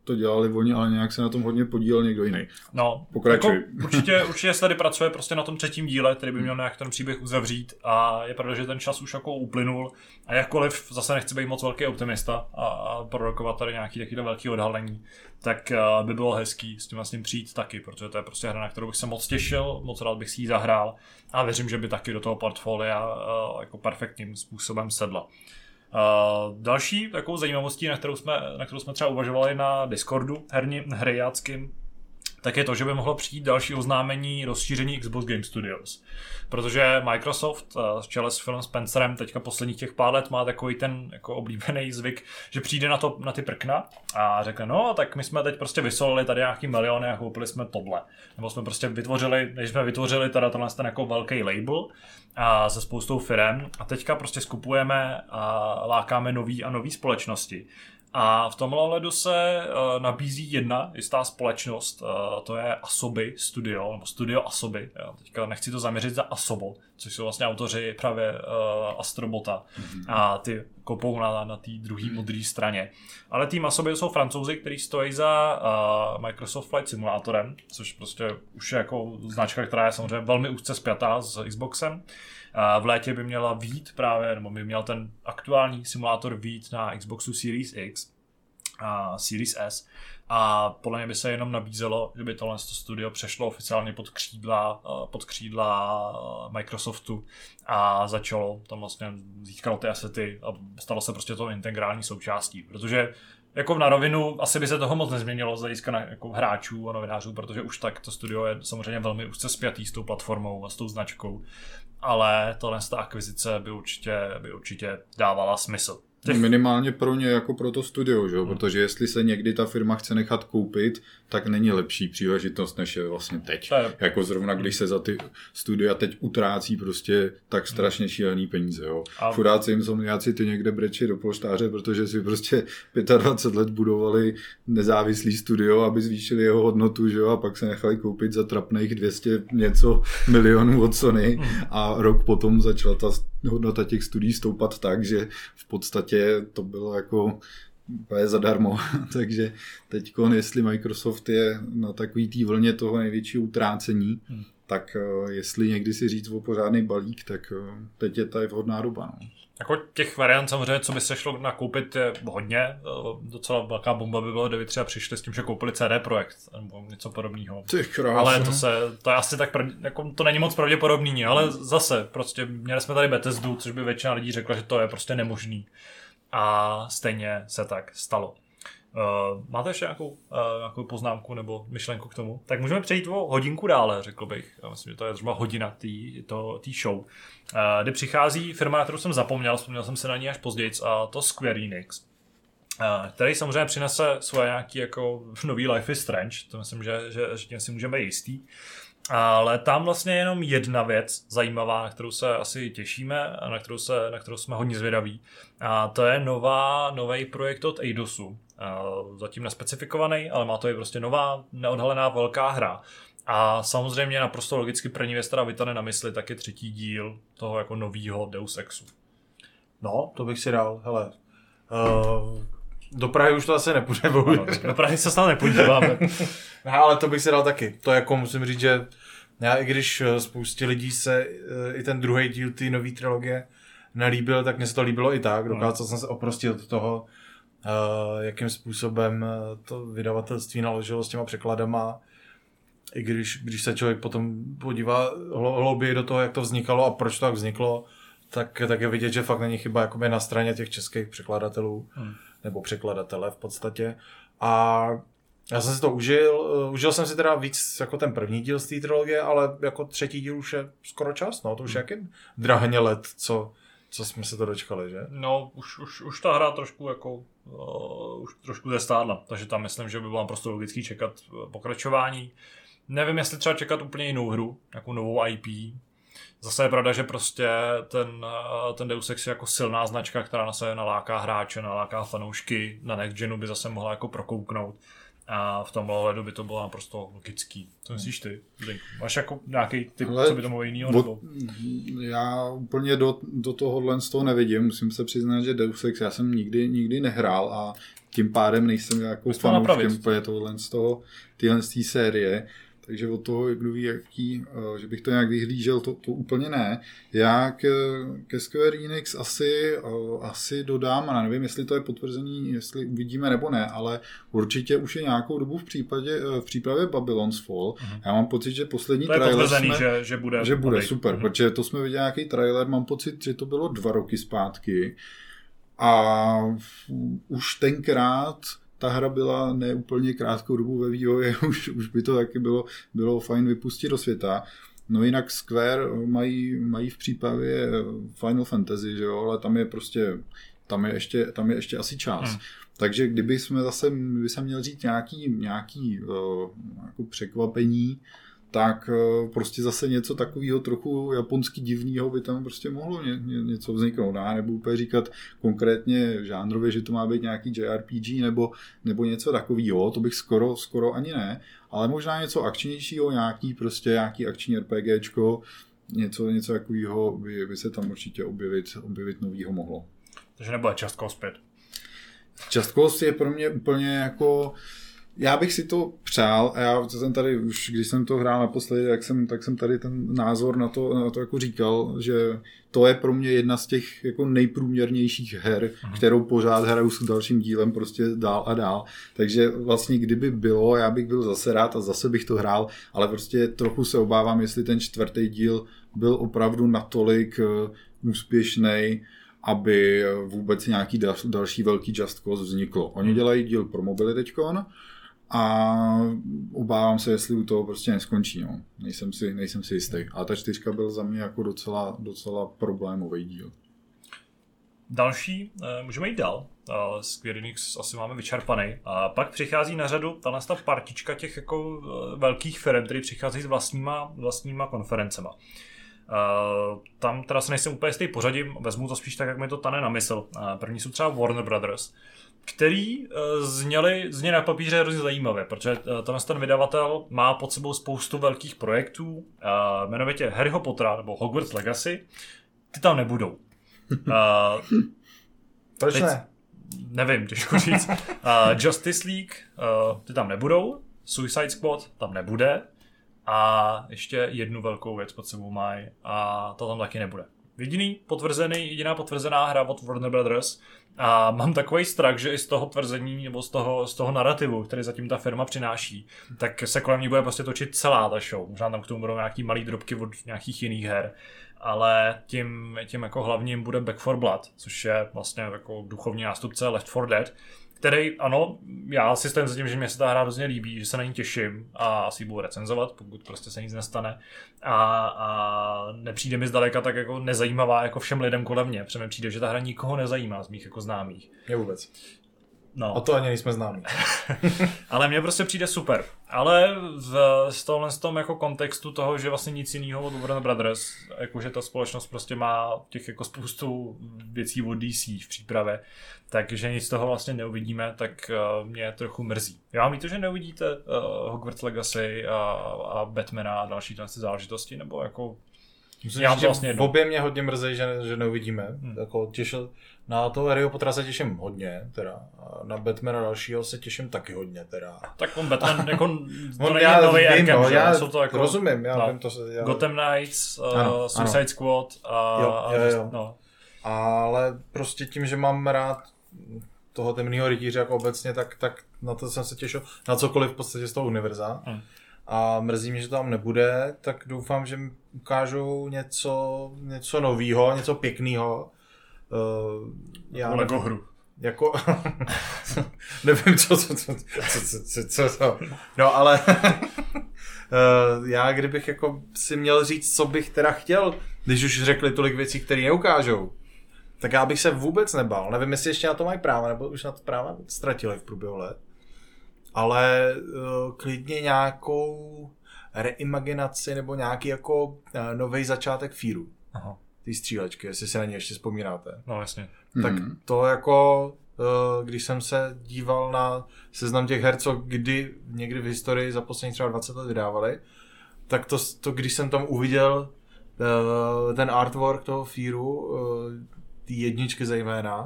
to dělali oni, ale nějak se na tom hodně podílel někdo jiný. No, pokračuj. Jako, určitě, určitě se tady pracuje prostě na tom třetím díle, který by měl nějak ten příběh uzavřít a je pravda, že ten čas už jako uplynul a jakkoliv zase nechci být moc velký optimista a, a prorokovat tady nějaký takovýhle velký odhalení, tak uh, by bylo hezký s tím vlastně přijít taky, protože to je prostě hra, na kterou bych se moc těšil, moc rád bych si ji zahrál a věřím, že by taky do toho portfolia uh, jako perfektním způsobem sedla. Uh, další takovou zajímavostí, na kterou jsme, na kterou jsme třeba uvažovali na Discordu herní, hryjáckým, tak je to, že by mohlo přijít další oznámení rozšíření Xbox Game Studios. Protože Microsoft uh, v čele s Philem Spencerem teďka posledních těch pár let má takový ten jako oblíbený zvyk, že přijde na, to, na ty prkna a řekne, no tak my jsme teď prostě vysolili tady nějaký miliony a koupili jsme tohle. Nebo jsme prostě vytvořili, než jsme vytvořili teda tenhle ten jako velký label a se spoustou firem a teďka prostě skupujeme a lákáme nový a nový společnosti. A v tomhle ohledu se uh, nabízí jedna jistá společnost, uh, to je Asobi Studio, nebo Studio Asobi. Já teďka nechci to zaměřit za Asobo, což jsou vlastně autoři právě uh, Astrobota mm-hmm. a ty kopou na, na té druhé modré straně. Ale tým Asobi jsou Francouzi, kteří stojí za uh, Microsoft Flight Simulatorem, což prostě už je jako značka, která je samozřejmě velmi úzce spjatá s Xboxem. V létě by měla vít právě, nebo by měl ten aktuální simulátor vít na Xboxu Series X a Series S a podle mě by se jenom nabízelo, že by tohle studio přešlo oficiálně pod křídla, pod křídla Microsoftu a začalo tam vlastně získalo ty asety a stalo se prostě to integrální součástí, protože jako na rovinu asi by se toho moc nezměnilo z hlediska na, jako hráčů a novinářů, protože už tak to studio je samozřejmě velmi úzce spjatý s tou platformou a s tou značkou, ale tohle ta akvizice by určitě, by určitě dávala smysl. Těch... Minimálně pro ně jako pro to studio, že? Hmm. Protože jestli se někdy ta firma chce nechat koupit, tak není lepší příležitost, než je vlastně teď. Je... Jako zrovna, když se za ty studia teď utrácí prostě tak strašně šílený peníze. Jo? A... Chudáci insomniáci ty někde brečí do polštáře, protože si prostě dvacet pět let budovali nezávislý studio, aby zvýšili jeho hodnotu, že jo? A pak se nechali koupit za trapných dvě stě něco milionů od Sony hmm. a rok potom začala ta hodnota těch studií stoupat tak, že v podstatě to bylo jako úplně zadarmo. Takže teďkon, jestli Microsoft je na takový té vlně toho největšího utrácení, hmm. tak jestli někdy si říct o pořádný balík, tak teď je ta vhodná doba. No. Jako těch variant samozřejmě, co by se šlo nakoupit, je hodně. Docela velká bomba by bylo, kdyby třeba přišli s tím, že koupili C D Projekt nebo něco podobného. Ale to se, to je asi tak, jako, to není moc pravděpodobný, ale zase, prostě měli jsme tady Bethesdu, což by většina lidí řekla, že to je prostě nemožný. A stejně se tak stalo. Uh, máte ještě nějakou, uh, nějakou poznámku nebo myšlenku k tomu? Tak můžeme přejít o hodinku dále, řekl bych. Já myslím, že to je zhruba hodina té show. Uh, kdy přichází firma, na kterou jsem zapomněl, vzpomněl jsem se na ní až později, a to Square Enix, uh, který samozřejmě přinese svoje nějaký jako nový Life is Strange, to myslím, že, že, že tím si můžeme jistý. Ale tam vlastně je jenom jedna věc zajímavá, na kterou se asi těšíme a na kterou, se, na kterou jsme hodně zvědaví. A to je nová, nový projekt od Eidosu. Zatím nespecifikovaný, ale má to i prostě nová, neodhalená velká hra. A samozřejmě naprosto logicky první věc, která vytane na mysli, tak je třetí díl toho jako novýho Deus Exu. No, to bych si dal, hele. Uh, do Prahy už to asi nepůjde, bohužel. Do Prahy se snad nepodíváme. No, ale to bych si dal taky. To jako musím říct, že já i když spoustě lidí se i ten druhý díl té nové trilogie nelíbil, tak mně se to líbilo i tak. Dokázal jsem se oprostit od toho, uh, jakým způsobem to vydavatelství naložilo s těma překladama. I když, když se člověk potom podívá hlouběji do toho, jak to vznikalo a proč to tak vzniklo, tak, tak je vidět, že fakt není chyba jakoby na straně těch českých překladatelů, hmm. nebo překladatele v podstatě. A já jsem si to užil, užil jsem si teda víc jako ten první díl z té trilogie, ale jako třetí díl už je skoro čas, no, to už hmm. jak je drahně let, co, co jsme se to dočkali, že? No, už, už, už ta hra trošku jako, uh, už trošku zestárla, takže tam myslím, že by bylo prostě logický čekat pokračování. Nevím, jestli třeba čekat úplně jinou hru, nějakou novou I P. Zase je pravda, že prostě ten, ten Deus Ex je jako silná značka, která na sebe naláká hráče, naláká fanoušky, na Next Genu by zase mohla jako prokouknout. A v tomhle ohledu by to bylo naprosto logický. Co myslíš ty? Máš jako nějaký typ, ale co by to bylo jinýho? Nebo? Já úplně do, do tohohle z toho nevidím. Musím se přiznat, že Deus Ex já jsem nikdy, nikdy nehrál a tím pádem nejsem jako fanouškem úplně tohle z toho, tyhle z té série. Takže od toho, kdo ví, jaký, že bych to nějak vyhlížel, to, to úplně ne. Já k, ke Square Enix asi, asi dodám, a nevím, jestli to je potvrzený, jestli uvidíme nebo ne, ale určitě už je nějakou dobu v, případě, v přípravě Babylon's Fall. Uh-huh. Já mám pocit, že poslední to je trailer jsme, že, že bude, že bude super, uh-huh. protože to jsme viděli nějaký trailer, mám pocit, že to bylo dva roky zpátky a už tenkrát ta hra byla neúplně krátkou dobu ve vývoji, už, už by to taky bylo, bylo fajn vypustit do světa. No jinak Square mají, mají v přípravě Final Fantasy, že jo, ale tam je prostě, tam je ještě, tam je ještě asi čas. Hmm. Takže kdyby jsme zase, kdyby se měl říct nějaký, nějaký uh, jako překvapení, tak uh, prostě zase něco takového trochu japonsky divného by tam prostě mohlo ně, ně, něco vzniknout. Já nebudu úplně říkat konkrétně žánrově, že to má být nějaký J R P G nebo, nebo něco takového, to bych skoro, skoro ani ne, ale možná něco akčnějšího, nějaký prostě nějaký akční RPGčko, něco, něco takového by, by se tam určitě objevit, objevit novýho mohlo. Takže nebude Just Cause pět. Just Cause je pro mě úplně jako... Já bych si to přál a já jsem tady už, když jsem to hrál naposledy, tak jsem, tak jsem tady ten názor na to, na to jako říkal, že to je pro mě jedna z těch jako nejprůměrnějších her, Aha. kterou pořád hraju s dalším dílem prostě dál a dál. Takže vlastně kdyby bylo, já bych byl zase rád a zase bych to hrál, ale prostě trochu se obávám, jestli ten čtvrtý díl byl opravdu natolik uh, úspěšnej, aby vůbec nějaký dal, další velký Just Cause vzniklo. Oni dělají díl pro mobily teďkon, a obávám se, jestli u toho prostě neskončí. No. Nejsem si, nejsem si jistý. A ta čtyřka byl za mě jako docela, docela problémový díl. Další, můžeme jít dál. Square Enix asi máme vyčerpaný. A pak přichází na řadu tahle partička těch jako velkých firm, které přicházejí s vlastníma, vlastníma konferencema. Uh, tam teda se nejsem úplně jistý pořadím, vezmu to spíš tak, jak mi to tane na mysl. Uh, první jsou třeba Warner Brothers, který uh, zněli, zně na papíře hrozně zajímavě, protože uh, tenhle ten vydavatel má pod sebou spoustu velkých projektů, uh, jmenovitě Harryho Pottera nebo Hogwarts Legacy, ty tam nebudou. Uh, Proč teď, ne? Nevím, těžko říct. Uh, Justice League, uh, ty tam nebudou, Suicide Squad tam nebude, a ještě jednu velkou věc pod sebou mají a to tam taky nebude. Jediný potvrzený, jediná potvrzená hra od Warner Brothers a mám takový strach, že i z toho tvrzení nebo z toho, z toho narrativu, který zatím ta firma přináší, tak se kolem ní bude prostě točit celá ta show. Možná tam k tomu budou nějaký malý drobky od nějakých jiných her, ale tím, tím jako hlavním bude Back four Blood, což je vlastně jako duchovní nástupce Left four Dead, který, ano, já si stojím za tím, že mě se ta hra hrozně líbí, že se na ní těším a asi budu recenzovat, pokud prostě se nic nestane. A, a nepřijde mi zdaleka tak jako nezajímavá jako všem lidem kolem mě, protože mi přijde, že ta hra nikoho nezajímá z mých jako známých. Je vůbec. No. O to ani nejsme známí. Ale mně prostě přijde super. Ale v, z tohle z tom jako kontextu toho, že vlastně nic jiného od Warner Brothers, jakože ta společnost prostě má těch jako spoustu věcí od D C v přípravě, takže nic z toho vlastně neuvidíme, tak uh, mě trochu mrzí. Já vám víte, že neuvidíte uh, Hogwarts Legacy a, a Batmana a další záležitosti, nebo jako... Myslím, já že vlastně v obě mě hodně mrzí, že, že neuvidíme. Hmm. Jako těšil, na to Harryho Pottera se těším hodně, teda. A na Batmana dalšího se těším taky hodně, teda. Tak on Batman, jako, to není nový Arkham, no, že? Já Jsou to jako, rozumím, já no, vím to se... Já... Gotham Knights, uh, ano, Suicide ano. Squad a... Jo, jo, jo. No. Ale prostě tím, že mám rád toho temného rytíře jako obecně, tak, tak na to jsem se těšil. Na cokoliv v podstatě z toho univerza. Hmm. A mrzí mě, že to tam nebude, tak doufám, že mi ukážou něco, něco novýho, něco pěknýho. Uh, já Lego nevím, hru. Jako, nevím, co, co, co, co, co, co, co. No, ale uh, já kdybych jako si měl říct, co bych teda chtěl, když už řekli tolik věcí, které neukážou, tak já bych se vůbec nebál. Nevím, jestli ještě na to mají práva, nebo už na to práva ztratili v průběhu let. Ale uh, klidně nějakou reimaginaci nebo nějaký jako uh, nový začátek Fearu. Aha. Ty střílečky, jestli si na ně ještě vzpomínáte. No jasně. Tak mm-hmm. to jako, uh, když jsem se díval na seznam těch her, co kdy někdy v historii za poslední třeba dvacet let vydávali, tak to, to když jsem tam uviděl uh, ten artwork toho Fearu, uh, ty jedničky zejména,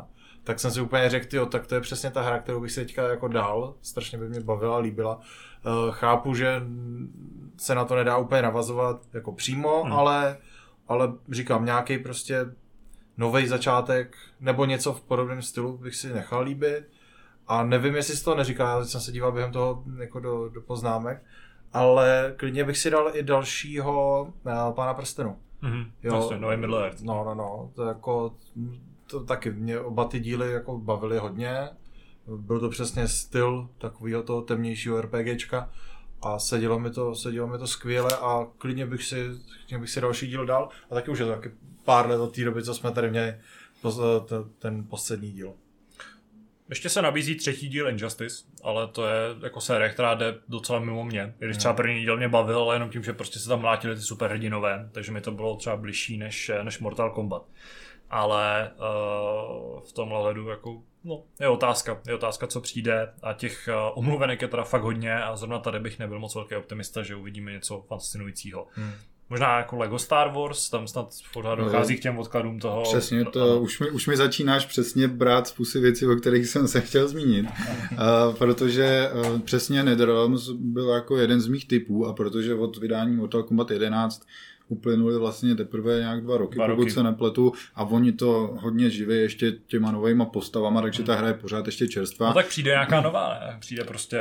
tak jsem si úplně řekl, tyjo, tak to je přesně ta hra, kterou bych si teďka jako dal, strašně by mě bavila, líbila. Uh, chápu, že se na to nedá úplně navazovat jako přímo, hmm. ale, ale říkám, nějaký prostě nový začátek nebo něco v podobném stylu bych si nechal líbit. A nevím, jestli si to neříká, já jsem se díval během toho jako do, do poznámek, ale klidně bych si dal i dalšího uh, Pána prstenů. Mm-hmm. Jo, vlastně, nový Middle Earth. No, no, no, to jako, to taky, mě oba ty díly jako bavily hodně, byl to přesně styl takového toho temnějšího RPGčka a sedělo mi to, sedělo mi to skvěle a klidně bych si, klidně bych si další díl dal a taky už je to taky pár let od té doby, co jsme tady měli ten poslední díl. Ještě se nabízí třetí díl Injustice, ale to je jako série, která jde docela mimo mě. I když třeba první díl mě bavil, ale jenom tím, že prostě se tam mlátili ty superhrdinové, takže mi to bylo třeba bližší než, než Mortal Kombat. Ale uh, v tomhle ledu jako, no, je otázka, je otázka, co přijde a těch uh, omluvenek je teda fakt hodně a zrovna tady bych nebyl moc velký optimista, že uvidíme něco fascinujícího. Hmm. Možná jako Lego Star Wars, tam snad pořád dochází k těm odkladům toho. Přesně, to už mi, už mi začínáš přesně brát spusty věcí, o kterých jsem se chtěl zmínit. uh, protože uh, přesně NetherRealms byl jako jeden z mých typů a protože od vydání Mortal Kombat jedenáct uplynuly vlastně teprve nějak dva roky, dva pokud roky. se nepletu a oni to hodně živí ještě těma novejma postavama, takže ta hra je pořád ještě čerstvá. No tak přijde nějaká nová, ne? Přijde prostě...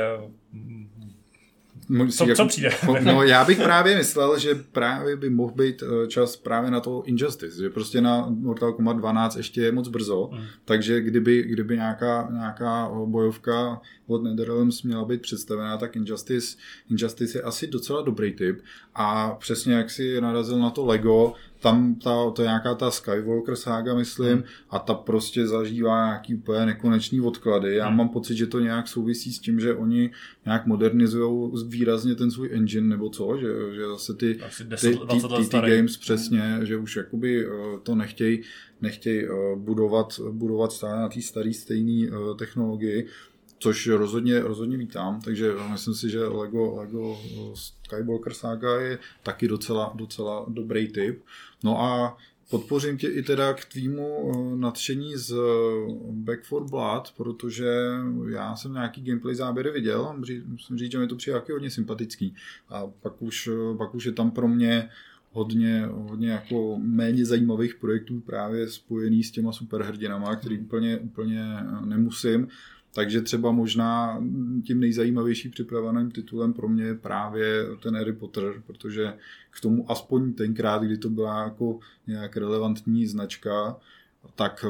Co, jako, co přijde? No já bych právě myslel, že právě by mohl být čas právě na to Injustice, že prostě na Mortal Kombat dvanáct ještě je moc brzo, mm. takže kdyby, kdyby nějaká, nějaká bojovka od NetherRealms měla být představená, tak Injustice, Injustice je asi docela dobrý typ a přesně jak si narazil na to Lego, tam ta, to je nějaká ta Skywalker sága, myslím, mm. a ta prostě zažívá nějaký úplně nekonečný odklady. Já mm. mám pocit, že to nějak souvisí s tím, že oni nějak modernizujou výrazně ten svůj engine, nebo co, že, že zase ty, ty, ty, ty, ty games přesně, že už jakoby to nechtějí nechtěj budovat, budovat stále na té staré stejné technologii, což rozhodně, rozhodně vítám, takže myslím si, že Lego, Lego Skywalker Saga je taky docela, docela dobrý typ. No a podpořím tě i teda k tvýmu nadšení z Back four Blood, protože já jsem nějaký gameplay záběry viděl a musím říct, že mi to přijde taky hodně sympatický. A pak už, pak už je tam pro mě hodně, hodně jako méně zajímavých projektů právě spojený s těma superhrdinama, který úplně, úplně nemusím. Takže třeba možná tím nejzajímavější připraveným titulem pro mě je právě ten Harry Potter, protože k tomu aspoň tenkrát, kdy to byla jako nějak relevantní značka, tak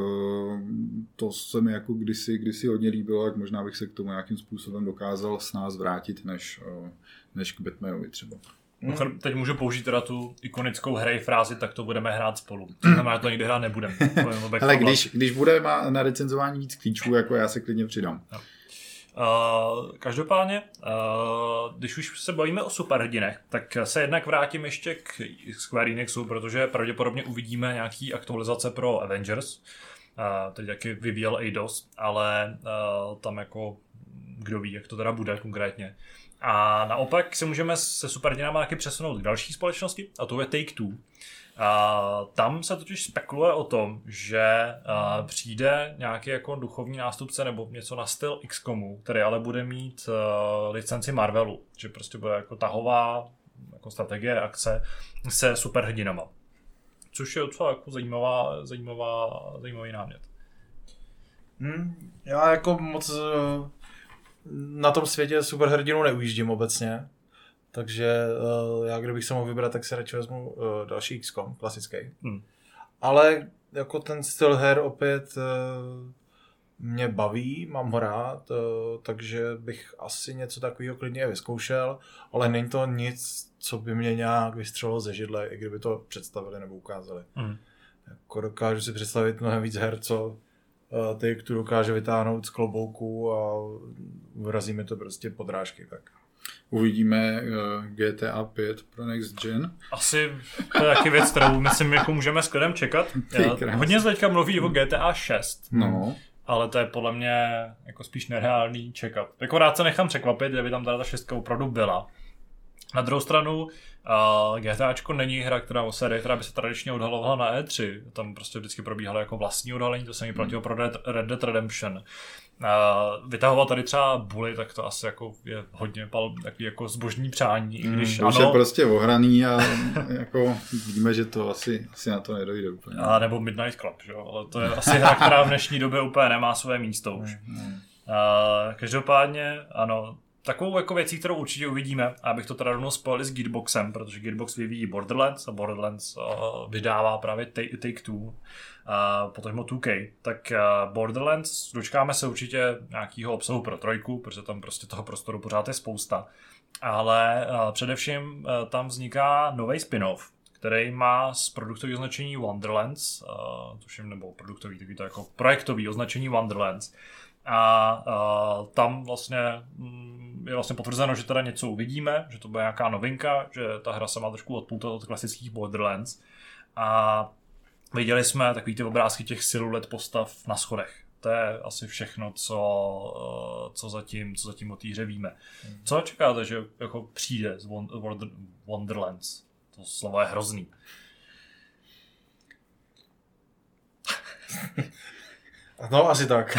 to se mi jako kdysi, kdysi hodně líbilo, tak možná bych se k tomu nějakým způsobem dokázal s nás vrátit, než, než k Batmanovi třeba. Hmm. Teď můžu použít teda tu ikonickou hry frázi, tak to budeme hrát spolu. To znamená, že to nikdy hrát nebudeme. Ale když, když bude na recenzování víc klíčů, jako já se klidně přidám. No. Uh, každopádně, uh, když už se bavíme o superhrdinech, tak se jednak vrátím ještě k Square Enixu, protože pravděpodobně uvidíme nějaký aktualizace pro Avengers. Uh, teď taky vyvíjel Eidos, ale uh, tam jako kdo ví, jak to teda bude konkrétně. A naopak se můžeme se superhrdinama taky přesunout k další společnosti, a to je Take-Two. A tam se totiž spekuluje o tom, že a, přijde nějaký jako duchovní nástupce nebo něco na styl X COMu, který ale bude mít a, licenci Marvelu, že prostě bude jako tahová jako strategie, akce se superhrdinama. Což je docela jako zajímavá, zajímavá, zajímavý námět. Hmm, já jako moc na tom světě superhrdinů neujíždím obecně, takže uh, já kdybych se mohl vybrat, tak se radši vezmu uh, další X COM, klasický. Hmm. Ale jako ten styl her opět uh, mě baví, mám ho rád, uh, takže bych asi něco takového klidně vyzkoušel, ale není to nic, co by mě nějak vystřelilo ze židle, i kdyby to představili nebo ukázali. Hmm. Jako dokážu si představit mnohem víc her, co ty, kdo dokáže vytáhnout z klobouku a vrazí mi to prostě podrážky. Tak. Uvidíme uh, G T A pět pro Next Gen. Asi to je taky věc, kterou myslím, jako můžeme s klidem čekat. Já, hodně z teďka mluví o G T A šest. No. Ale to je podle mě jako spíš nereálný čekat. Jako rád se nechám překvapit, kdyby tam ta šestka opravdu byla. Na druhou stranu uh, GTAčko není hra, která o sérii, která by se tradičně odhalovala na E tři. Tam prostě vždycky probíhalo jako vlastní odhalení, to se mi platilo pro Red Dead Redemption. Uh, vytahovat tady třeba Bully, tak to asi jako je hodně pal, takový jako zbožní přání, i když mm, ano. Už je prostě ohraný a jako víme, že to asi, asi na to nedojde úplně. A nebo Midnight Club, že? Ale to je asi hra, která v dnešní době úplně nemá své místo už. Mm, mm. Uh, každopádně, ano, takovou jako věcí, kterou určitě uvidíme, abych to teda rovnou spojili s Gearboxem, protože Gearbox vyvíjí Borderlands a Borderlands uh, vydává právě Take-Two, uh, potažmo two K, tak uh, Borderlands dočkáme se určitě nějakého obsahu pro trojku, protože tam prostě toho prostoru pořád je spousta, ale uh, především uh, tam vzniká nový spin-off, který má z produktový označení Wonderlands, uh, tuším, nebo produktový, taky to jako projektový označení Wonderlands, a uh, tam vlastně mm, je vlastně potvrzeno, že teda něco uvidíme, že to bude nějaká novinka, že ta hra se má trošku odpoutat od klasických Borderlands a viděli jsme takový ty obrázky těch siluet postav na schodech. To je asi všechno, co, uh, co, zatím, co zatím o té hře víme. Hmm. Co čekáte, že jako přijde z Wonder, Wonderlands? To slovo je hrozný. No, asi tak.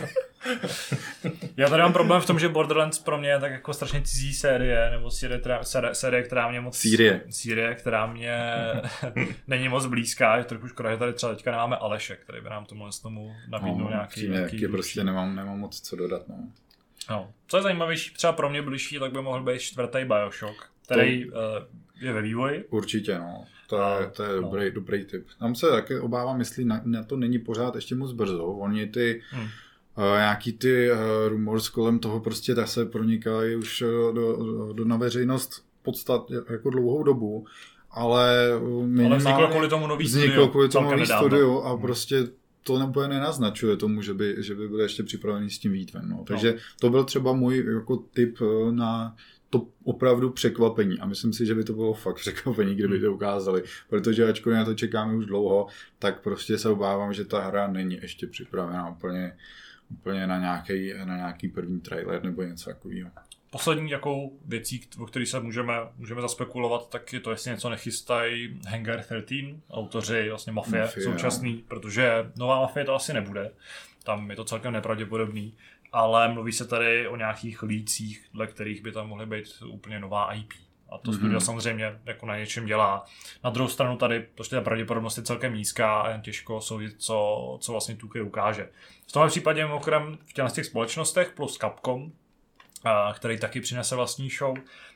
Já tady mám problém v tom, že Borderlands pro mě je tak jako strašně cizí série, nebo série, série, série která mě moc... Sýrie. Sýrie, která mě není moc blízká. Je trochu škoda, že tady třeba teďka nemáme Aleše, který by nám tomu, tomu nabídnul no, nějaký... Přijde, nějaký prostě nemám, nemám moc co dodat, no. No. Co je zajímavější, třeba pro mě blížší, tak by mohl být čtvrtý Bioshock, který to... uh, je ve vývoji. Určitě, no. To je, to je dobrý, no. dobrý tip. Tam se taky obávám, jestli na, na to není pořád ještě moc brzo. Oni ty hmm. uh, nějaký ty uh, rumors kolem toho prostě tak se pronikají už uh, do, do, na veřejnost podstat jako dlouhou dobu, ale minimálně ale vzniklo kvůli tomu nový studio. Vzniklo kvůli tomu nový studio a hmm. prostě to nebo nenaznačuje tomu, že by, že by byl ještě připravený s tím výjít ven. No. Takže no. to byl třeba můj jako tip na to opravdu překvapení a myslím si, že by to bylo fakt překvapení, kdyby to ukázali, protože ačkoliv na to čekáme už dlouho, tak prostě se obávám, že ta hra není ještě připravená úplně, úplně na nějaký, na nějaký první trailer nebo něco takového. Poslední jakou věcí, o který se můžeme, můžeme zaspekulovat, tak je to, jestli něco nechystají Hangar třináct, autoři vlastně Mafie, Mafie současný, no. Protože nová Mafie to asi nebude, tam je to celkem nepravděpodobný, ale mluví se tady o nějakých lících, dle kterých by tam mohly být úplně nová I P. A to mm-hmm. studio samozřejmě jako na něčem dělá. Na druhou stranu tady prostě ta pravděpodobnost je celkem nízká a jen těžko soudit, co, co vlastně two K ukáže. V tomhle případě mimochodem v těch společnostech plus Capcom, který taky přinese vlastní show,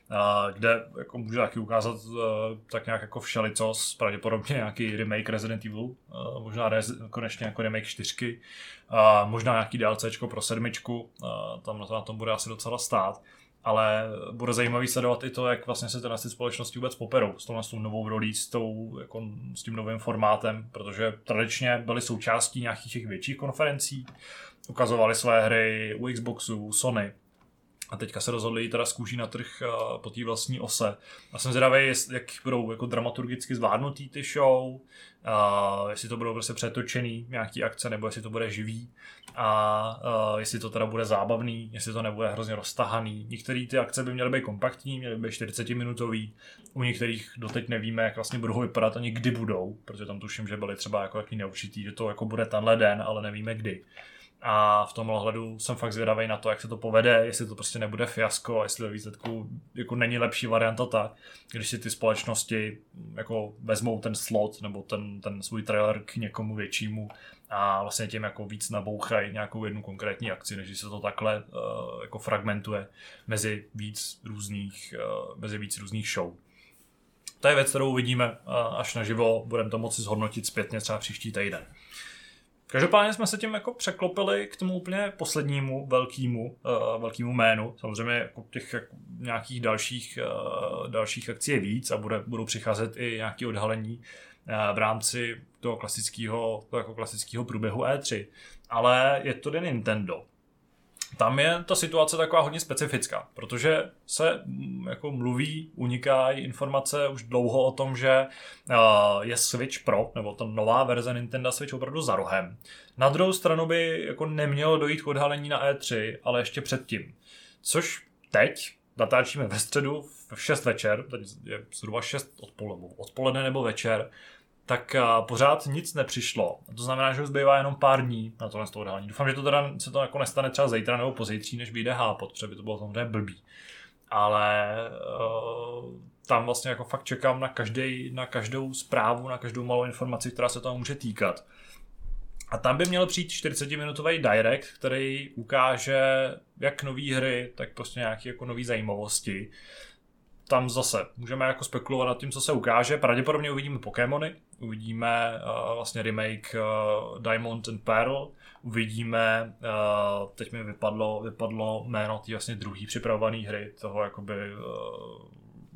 kde jako může taky ukázat tak nějak jako všelicos, pravděpodobně nějaký remake Resident Evil, možná rez, konečně jako remake čtyřky, možná nějaký DLCčko pro sedmičku, tam na, to, na tom bude asi docela stát, ale bude zajímavý sledovat i to, jak vlastně se tyhle společnosti vůbec poperou s, s tou novou rolí, s, tou, jako, s tím novým formátem, protože tradičně byly součástí nějakých těch větších konferencí, ukazovali své hry u Xboxu, Sony, a teďka se rozhodli teda z kůží na trh uh, po té vlastní ose. A jsem zvědavý, jak budou jako dramaturgicky zvládnutý ty show, uh, jestli to budou prostě přetočený nějaký akce, nebo jestli to bude živý a uh, jestli to teda bude zábavný, jestli to nebude hrozně roztahaný. Některé ty akce by měly být kompaktní, měly by být čtyřicetiminutový, u některých doteď nevíme, jak vlastně budou vypadat ani kdy budou, protože tam tuším, že byly třeba jako jaký neurčitý, že to jako bude tenhle den, ale nevíme kdy. A v tomhle ohledu jsem fakt zvědavý na to, jak se to povede, jestli to prostě nebude fiasko, jestli ve výsledku jako není lepší varianta ta, když si ty společnosti jako vezmou ten slot nebo ten, ten svůj trailer k někomu většímu a vlastně tím jako víc nabouchají nějakou jednu konkrétní akci, než se to takhle uh, jako fragmentuje mezi víc různých, uh, mezi víc různých show. To je věc, kterou uvidíme uh, až naživo, budeme to moci zhodnotit zpětně třeba příští týden. Každopádně jsme se tím jako překlopili k tomu úplně poslednímu velkému, uh, velkému jménu. Samozřejmě jako těch jako nějakých dalších, uh, dalších akcí je víc a bude, budou přicházet i nějaké odhalení uh, v rámci toho klasického, toho jako klasického průběhu E tři. Ale je to jen Nintendo. Tam je ta situace taková hodně specifická, protože se jako mluví, unikají informace už dlouho o tom, že uh, je Switch Pro, nebo ta nová verze Nintendo Switch opravdu za rohem. Na druhou stranu by jako nemělo dojít k odhalení na E tři, ale ještě předtím. Což teď natáčíme ve středu v šest večer, teď je zhruba šest odpoledne, odpoledne nebo večer, tak pořád nic nepřišlo. To znamená, že už zbývá jenom pár dní na tohle odhalení. Doufám, že to teda se to jako nestane třeba zítra nebo pozítří, než vyjde hápot, protože by to bylo samozřejmě blbý. Ale uh, tam vlastně jako fakt čekám na, každej, na každou zprávu, na každou malou informaci, která se toho může týkat. A tam by měl přijít čtyřicetiminutový direct, který ukáže jak nový hry, tak prostě nějaké jako nový zajímavosti. Tam zase můžeme jako spekulovat nad tím, co se ukáže. Pravděpodobně uvidíme Pokémony, uvidíme uh, vlastně remake uh, Diamond and Pearl, uvidíme, uh, teď mi vypadlo, vypadlo jméno té vlastně druhý připravované hry, toho jakoby, uh,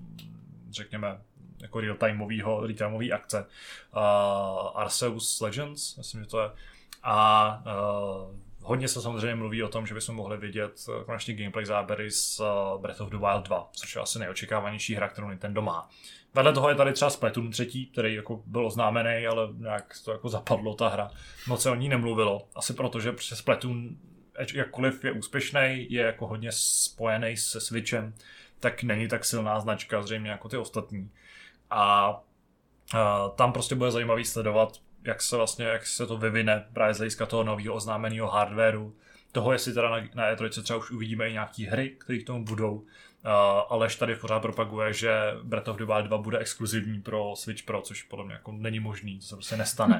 řekněme, jako real-timeovýho, real-timeový akce. Uh, Arceus Legends, myslím, že to je. A uh, hodně se samozřejmě mluví o tom, že bychom mohli vidět konečně gameplay záběry z Breath of the Wild dva, což je asi nejočekávanější hra, kterou Nintendo má. Vedle toho je tady třeba Splatoon tři, který jako byl oznámený, ale nějak to jako zapadlo ta hra. Moc se o ní nemluvilo. Asi proto, že přes Splatoon, jakkoliv je úspěšný, je jako hodně spojený se Switchem, tak není tak silná značka zřejmě jako ty ostatní. A, a tam prostě bude zajímavý sledovat, jak se vlastně, jak se to vyvine právě z hlediska toho nového oznámeného hardwareu. Toho, jestli teda na, na E tři třeba už uvidíme i nějaký hry, které k tomu budou. Uh, Aleš tady pořád propaguje, že Breath of the Wild dva bude exkluzivní pro Switch Pro, což podle mě jako není možný, to se prostě nestane.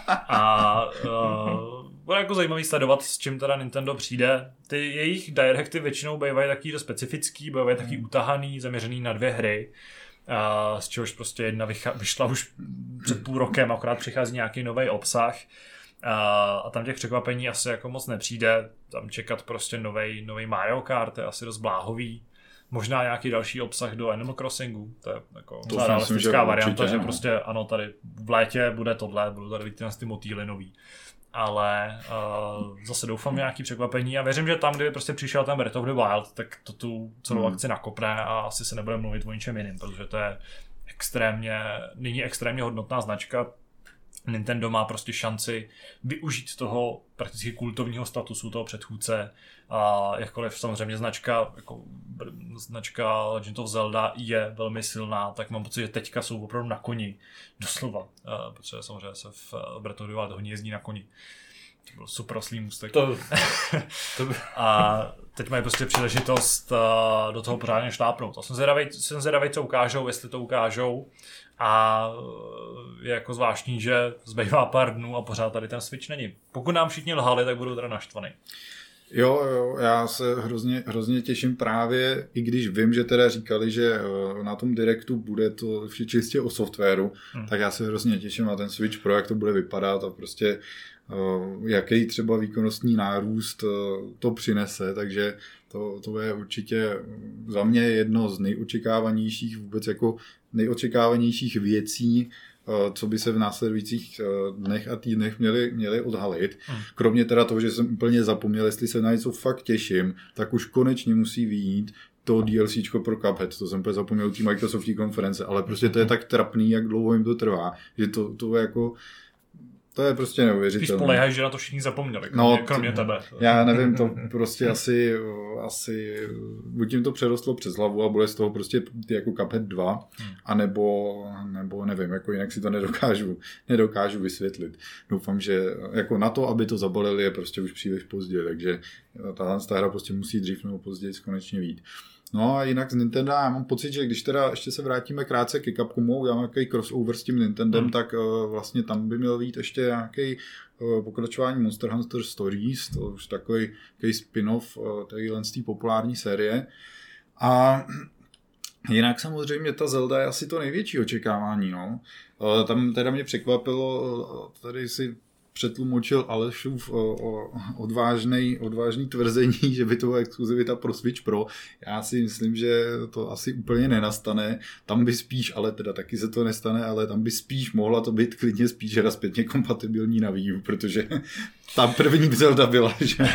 A uh, bude jako zajímavý sledovat, s čím teda Nintendo přijde. Ty jejich directy většinou bývají taky specifický, bývají taky utahaný, zaměřený na dvě hry. Uh, z čehož prostě jedna vycha- vyšla už před půl rokem, akorát přichází nějaký nový obsah uh, a tam těch překvapení asi jako moc nepřijde, tam čekat prostě novej, novej Mario Kart je asi dost bláhový, možná nějaký další obsah do Animal Crossingu, to je jako realistická varianta, že prostě ano, tady v létě bude tohle, budou tady ty, ty motýly nový. Ale uh, zase doufám nějaký překvapení a věřím, že tam, kdyby prostě přišel ten Breath of the Wild, tak to tu celou hmm. akci nakopne a asi se nebude mluvit o ničem jiným, protože to je extrémně, nyní extrémně hodnotná značka. Nintendo má prostě šanci využít toho prakticky kultovního statusu toho předchůdce a jakkoliv samozřejmě značka, jako značka Legend of Zelda je velmi silná, tak mám pocit, že teďka jsou opravdu na koni, doslova, protože samozřejmě se v Breath of the Wild hodně jezdí na koni. To byl super oslý můstek. To, to by... A teď mají prostě příležitost uh, do toho pořádně šlápnout. A jsem zvědavej, jsem zvědavej, co ukážou, jestli to ukážou. A je jako zvláštní, že zbývá pár dnů a pořád tady ten Switch není. Pokud nám všichni lhali, tak budou teda naštvaný. Jo, jo, já se hrozně, hrozně těším právě, i když vím, že teda říkali, že na tom Directu bude to čistě o softwaru, hmm. tak já se hrozně těším na ten Switch Pro, jak to bude vypadat a prostě uh, jaký třeba výkonnostní nárůst uh, to přinese, takže to, to je určitě za mě jedno z nejočekávanějších vůbec jako nejočekávanějších věcí, co by se v následujících dnech a týdnech měli, měli odhalit. Hmm. Kromě teda toho, že jsem úplně zapomněl, jestli se na něco fakt těším, tak už konečně musí vyjít to DLCčko pro Cuphead. To jsem úplně zapomněl té Microsoftí konference, ale prostě to je tak trapný, jak dlouho jim to trvá, že to, to je jako to je prostě neuvěřitelné. Ty spoléháš, že na to všichni zapomněli, kromě, no, kromě tebe. Já nevím, to prostě asi, asi buď jim to přerostlo přes hlavu a bude z toho prostě jako Cuphead dva, hmm. anebo, nebo nevím, jako jinak si to nedokážu, nedokážu vysvětlit. Doufám, že jako na to, aby to zabalili, je prostě už příliš pozdě, takže tahle hra prostě musí dřív nebo později konečně vyjít. No a jinak z Nintendo, já mám pocit, že když teda ještě se vrátíme krátce ke Capcomu, uděláme nějaký crossover s tím Nintendem, hmm. tak uh, vlastně tam by měl být ještě nějaký uh, pokračování Monster Hunter Stories, to už takový, takový spin-off uh, téhle z té populární série. A jinak samozřejmě ta Zelda je asi to největší očekávání, no. Uh, tam teda mě překvapilo, uh, tady si přetlumočil Alešův odvážný, odvážný tvrzení, že by to byla exkluzivita pro Switch Pro. Já si myslím, že to asi úplně nenastane. Tam by spíš, ale teda taky se to nestane, ale tam by spíš mohla to být klidně spíš hra zpětně kompatibilní na Wii U, protože tam první Zelda byla, že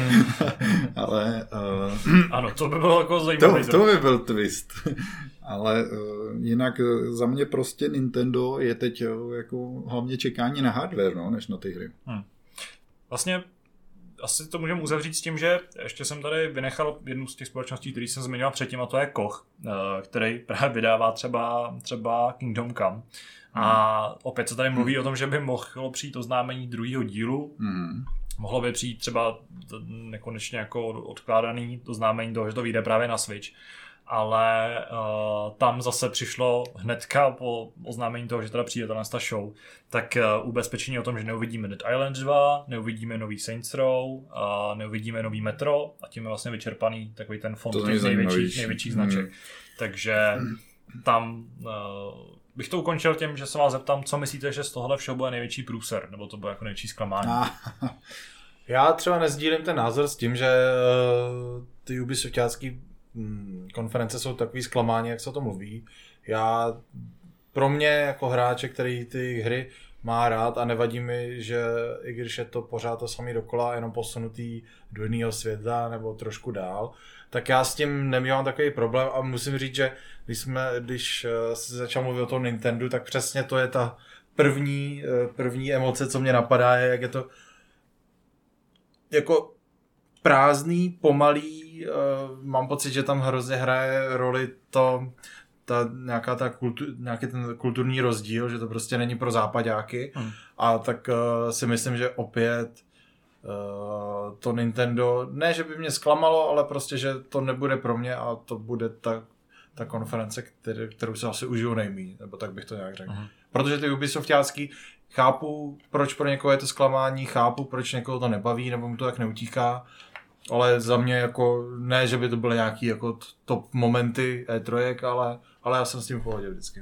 ale... Uh... Ano, to by bylo jako zajímavé. To, to by byl twist. Ale uh, jinak za mě prostě Nintendo je teď uh, jako hlavně čekání na hardware, no, než na ty hry. Hmm. Vlastně asi to můžeme uzavřít s tím, že ještě jsem tady vynechal jednu z těch společností, který jsem zmiňoval předtím, a to je Koch, který právě vydává třeba, třeba Kingdom Come. A opět se tady mluví o tom, že by mohlo přijít oznámení druhého dílu. Mm. Mohlo by přijít třeba nekonečně jako odkládaný oznámení toho, že to vyjde právě na Switch. Ale uh, tam zase přišlo hnedka po oznámení toho, že teda přijde ta show, tak uh, ubezpečení o tom, že neuvidíme Dead Island dva, neuvidíme nový Saints Row, uh, neuvidíme nový Metro a tím je vlastně vyčerpaný takový ten fond těch největších, největších značek. Mm. Takže tam uh, bych to ukončil tím, že se vás zeptám, co myslíte, že z tohohle všeho bude největší průser, nebo to bude jako největší zklamání? Já třeba nezdílím ten názor s tím, že uh, ty Ubisoftácký konference jsou takový zklamání, jak se o tom mluví. Já, pro mě jako hráče, který ty hry má rád a nevadí mi, že i když je to pořád to samý dokola, jenom posunutý do jiného světa nebo trošku dál, tak já s tím nemám takový problém a musím říct, že když, jsme, když se začal mluvit o tom Nintendo, tak přesně to je ta první, první emoce, co mě napadá, je, jak je to jako prázdný, pomalý, uh, mám pocit, že tam hrozně hraje roli to, ta, nějaká ta kultu, nějaký ten kulturní rozdíl, že to prostě není pro západáky. Hmm. A tak uh, si myslím, že opět uh, to Nintendo, ne, že by mě zklamalo, ale prostě, že to nebude pro mě a to bude ta, ta konference, který, kterou se asi užiju nejmí, nebo tak bych to nějak řekl. Hmm. Protože ty Ubisoftácký, chápu, proč pro někoho je to zklamání, chápu, proč někoho to nebaví, nebo mu to tak neutíká, ale za mě jako, ne, že by to byly nějaký jako top momenty E tři, ale, ale já jsem s tím v pohodě vždycky.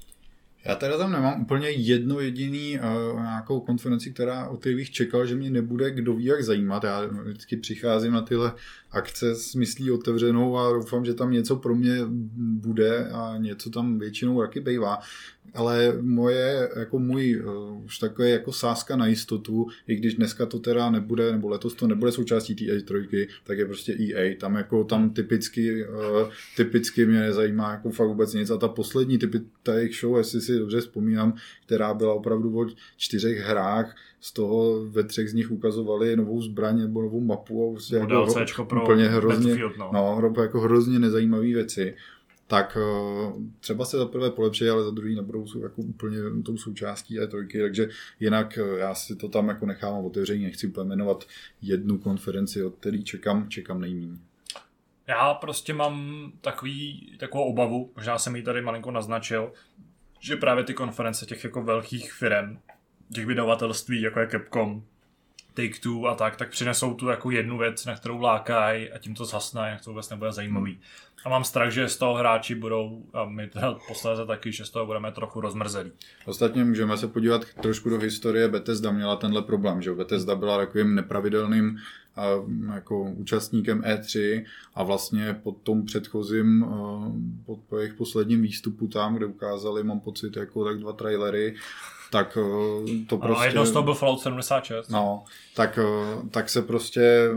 Já teda tam nemám úplně jedno jediný uh, nějakou konferenci, která, o které bych čekal, že mě nebude kdo ví jak zajímat. Já vždycky přicházím na tyhle akce s myslí otevřenou a doufám, že tam něco pro mě bude a něco tam většinou taky bývá. Ale moje, jako můj uh, už takové jako sázka na jistotu, i když dneska to teda nebude, nebo letos to nebude součástí té E tři, tak je prostě E A. Tam jako tam typicky, uh, typicky mě nezajímá jako fakt vůbec nic. A ta poslední typy, ta jejich show, jestli si dobře vzpomínám, která byla opravdu o čtyřech hrách, z toho ve třech z nich ukazovali novou zbraň nebo novou mapu a prostě jako pro úplně hrozně, no. no, jako hrozně nezajímavé věci. Tak třeba se za prvé polepší, ale za druhý nebudou jsou jako úplně tou součástí E tři, takže jinak já si to tam jako nechávám otevření, nechci úplně jmenovat jednu konferenci, od který čekám, čekám nejméně. Já prostě mám takový, takovou obavu, možná jsem ji tady malinko naznačil, že právě ty konference těch jako velkých firem, těch vydavatelství, jako je Capcom, Take-Two a tak, tak přinesou tu jako jednu věc, na kterou lákají a tím to zhasne, jak to vůbec nebude zajímavý. A mám strach, že z toho hráči budou, a my teda posléze taky, že z toho budeme trochu rozmrzelí. Ostatně můžeme se podívat trošku do historie. Bethesda měla tenhle problém, že Bethesda byla takovým nepravidelným a, jako účastníkem E tři a vlastně pod tom předchozím, pod jejich posledním výstupu tam, kde ukázali, mám pocit, jako tak dva trailery, tak to prostě... A jedno z toho byl Fallout sedmdesát šest. No, tak, tak se prostě,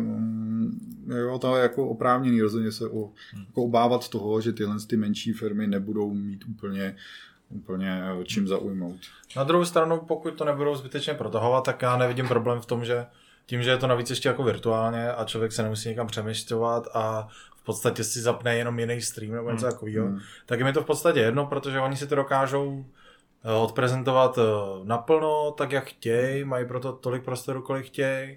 jo, to je jako oprávněný rozhodně se o, jako obávat toho, že tyhle ty menší firmy nebudou mít úplně, úplně čím zaujmout. Na druhou stranu, pokud to nebudou zbytečně protahovat, tak já nevidím problém v tom, že tím, že je to navíc ještě jako virtuálně a člověk se nemusí někam přemýšlet a v podstatě si zapne jenom jiný stream nebo něco hmm. takového, hmm. tak je mi to v podstatě jedno, protože oni si to dokážou odprezentovat naplno, tak jak chtějí, mají proto tolik prostoru, kolik chtějí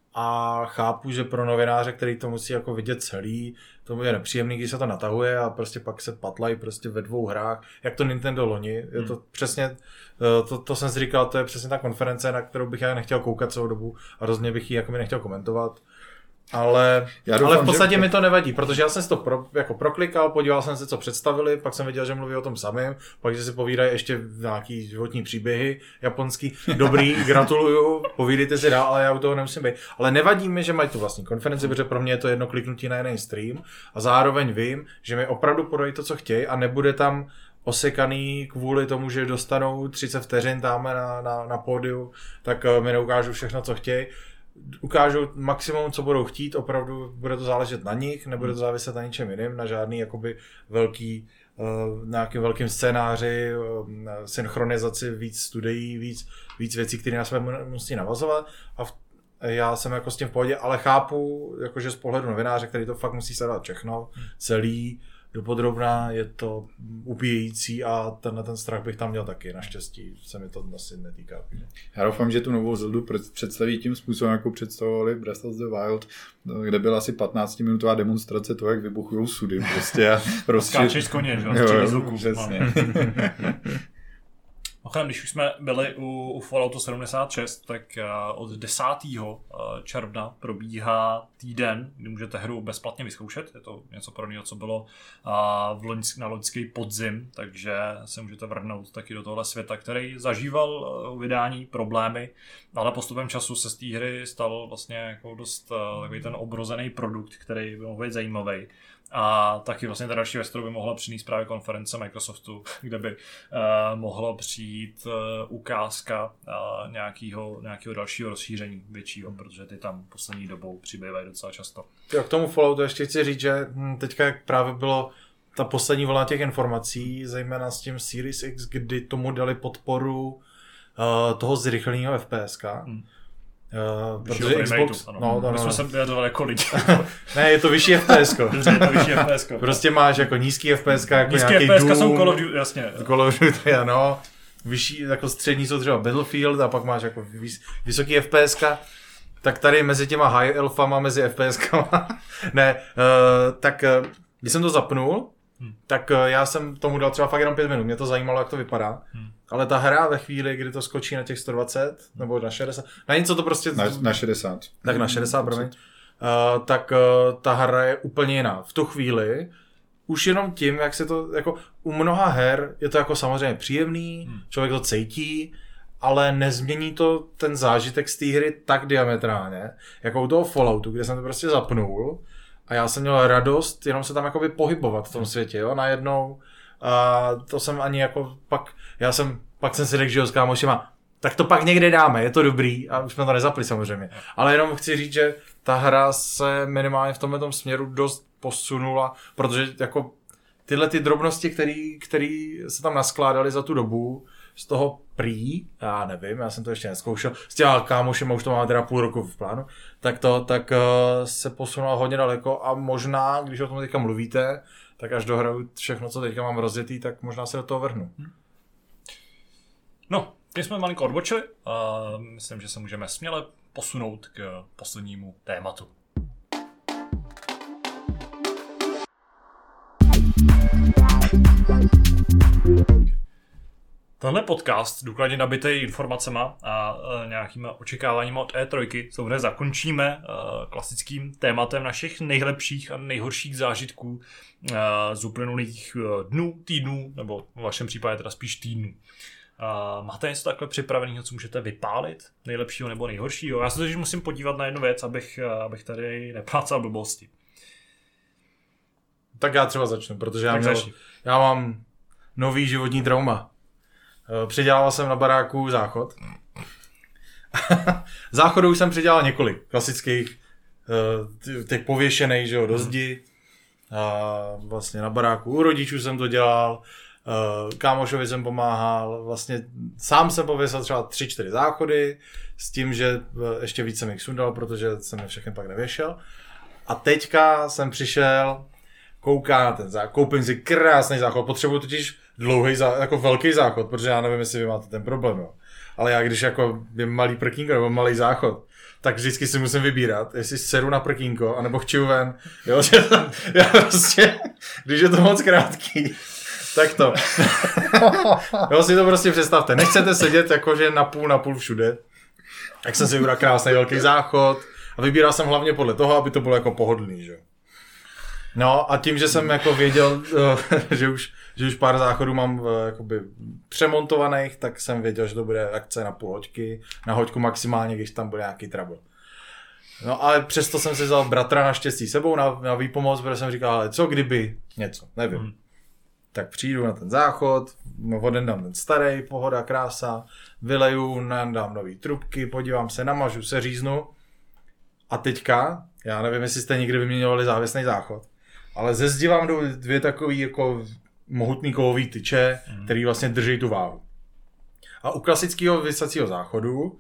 a chápu, že pro novináře, který to musí jako vidět celý, to je nepříjemný, když se to natahuje a prostě pak se patlají prostě ve dvou hrách, jak to Nintendo loni, je to hmm. přesně, to, to jsem si říkal, to je přesně ta konference, na kterou bych já nechtěl koukat celou dobu a hrozně bych ji jako mi nechtěl komentovat. Ale, doufám, ale v podstatě že... mi to nevadí, protože já jsem si to pro, jako proklikal, podíval jsem se, co představili, pak jsem viděl, že mluví o tom samém, pak že si povídají ještě nějaký životní příběhy japonský. Dobrý, gratuluju, povídejte si dál, ale já u toho nemusím být. Ale nevadí mi, že mají tu vlastní konferenci, protože pro mě je to jedno kliknutí na jiný stream a zároveň vím, že mi opravdu podají to, co chtějí a nebude tam osekaný kvůli tomu, že dostanou třicet vteřin tam na, na, na pódiu, tak mi neukážu všechno, co chtějí. Ukážou maximum, co budou chtít, opravdu bude to záležet na nich, nebude to záviset na ničem jiném, na žádný jakoby velký, uh, nějakým velkým scénáři, uh, synchronizaci, víc studií, víc, víc věcí, které na sebe musí navazovat a, v, já jsem jako s tím v pohodě, ale chápu, jakože z pohledu novináře, který to fakt musí sledovat všechno, celý, dopodrobná, je to ubíjející a tenhle ten strach bych tam měl taky, naštěstí se mi to asi netýká. Já doufám, že tu novou Zeldu představí tím způsobem, jako představovali Breath of the Wild, kde byla asi patnáctiminutová demonstrace toho, jak vybuchují sudy prostě. A prostě... Skáčeš z koně, že? Z zvuku. Přesně. Ochrém, když už jsme byli u, u Falloutu sedmdesát šest, tak uh, od desátého června probíhá týden, kdy můžete hru bezplatně vyzkoušet. Je to něco podobného, co bylo uh, v loňsk, na loňský podzim, takže se můžete vrhnout taky do tohle světa, který zažíval uh, u vydání problémy, ale postupem času se z té hry stal vlastně jako dost uh, takový ten obrozený produkt, který by mohl být zajímavý. A taky vlastně ta další věc, kterou by mohla přinést právě konference Microsoftu, kde by uh, mohlo přijít uh, ukázka uh, nějakého, nějakého dalšího rozšíření většího, protože ty tam poslední dobou přibývají docela často. Jo, k tomu Falloutu ještě chci říct, že hm, teďka jak právě bylo ta poslední vlna těch informací, zejména s tím Series X, kdy tomu dali podporu uh, toho zrychleného FPSka. Hmm. Uh, protože Xbox, ano. no, no, My jsme no. se vyjadrovali jako lidi. Ne, je to vyšší FPSko. Dobře, je to vyšší FPSko. Prostě máš jako nízký FPSka, jako nízký nějaký FPSka Doom. jsou Call of Duty, jasně. Call of Duty, ano. Vyšší, jako střední jsou třeba Battlefield a pak máš jako vys, vysoký FPSka. Tak tady mezi těma high elfama, mezi FPSkama. ne, uh, tak uh, když jsem to zapnul, hmm. tak uh, já jsem tomu dal třeba fakt jenom pět minut. Mě to zajímalo, jak to vypadá. Hmm. Ale ta hra ve chvíli, kdy to skočí na těch sto dvacet, nebo na šedesát, na něco to prostě... Na, na šedesát. Tak na šedesát, promiň. Uh, tak uh, ta hra je úplně jiná. V tu chvíli, už jenom tím, jak se to, jako u mnoha her je to jako samozřejmě příjemný, hmm. člověk to cítí, ale nezmění to ten zážitek z té hry tak diametrálně, jako u toho Falloutu, kde jsem to prostě zapnul a já jsem měl radost jenom se tam jakoby pohybovat v tom světě, jo, najednou. A to jsem ani jako pak, já jsem, pak jsem si řekl, že jo, s kámošima, tak to pak někde dáme, je to dobrý a už jsme to nezapli samozřejmě. Ale jenom chci říct, že ta hra se minimálně v tomhle směru dost posunula, protože jako tyhle ty drobnosti, který, který se tam naskládaly za tu dobu, z toho prý, já nevím, já jsem to ještě neskoušel, s těma kámošema už to máme teda půl roku v plánu, tak to tak uh, se posunula hodně daleko a možná, když o tom teďka mluvíte, tak až dohraju všechno, co teďka mám rozjetý, tak možná se do toho vrhnu. No, když jsme malinko odbočili, a myslím, že se můžeme směle posunout k poslednímu tématu. Tenhle podcast, důkladně nabitý informacema a e, nějakýma očekáváníma od E tři, souhrně zakončíme e, klasickým tématem našich nejlepších a nejhorších zážitků e, z uplynulých dnů, týdnů, nebo v vašem případě teda spíš týdnů. E, máte něco takhle připraveného, co můžete vypálit? Nejlepšího nebo nejhoršího? Já se totiž musím podívat na jednu věc, abych, abych tady neplácal blbosti. Tak já třeba začnu, protože já, měl, já mám nový životní trauma. Předělával jsem na baráku záchod. Záchodů už jsem předělal několik klasických, těch pověšených, že jo, do zdi. A vlastně na baráku u rodičů jsem to dělal, kámošovi jsem pomáhal, vlastně sám jsem pověsil třeba tři čtyři záchody, s tím, že ještě víc jsem jich sundal, protože jsem je všechny pak nevěšel. A teďka jsem přišel, koukám na ten záchod, koupím si krásný záchod, potřebuju totiž dlouhý, zá, jako velký záchod, protože já nevím, jestli vy máte ten problém, jo. Ale já když jako je malý prkínko nebo malý záchod, tak vždycky si musím vybírat, jestli seru na prkínko, anebo chčiju ven, jo, že já prostě, když je to moc krátký, tak to. Jo, si to prostě představte, nechcete sedět jakože na půl, na půl všude, tak jsem si vybral krásný velký záchod a vybíral jsem hlavně podle toho, aby to bylo jako pohodlný, že jo. No a tím, že jsem jako věděl, že už, že už pár záchodů mám jakoby přemontovaných, tak jsem věděl, že to bude akce na půl hoďky, na hoďku maximálně, když tam bude nějaký trouble. No ale přesto jsem si vzal bratra naštěstí sebou na, na výpomoc, protože jsem říkal, ale co kdyby něco, nevím. Hmm. Tak přijdu na ten záchod, odendám ten starý, pohoda, krása, vyleju, nadám nový trubky, podívám se, namažu, se říznu a teďka, já nevím, jestli jste někdy vyměňovali závěsný záchod, ale ze zdi vám jdou dvě takový jako mohutný kovový tyče, mm. který vlastně drží tu váhu. A u klasického vysacího záchodu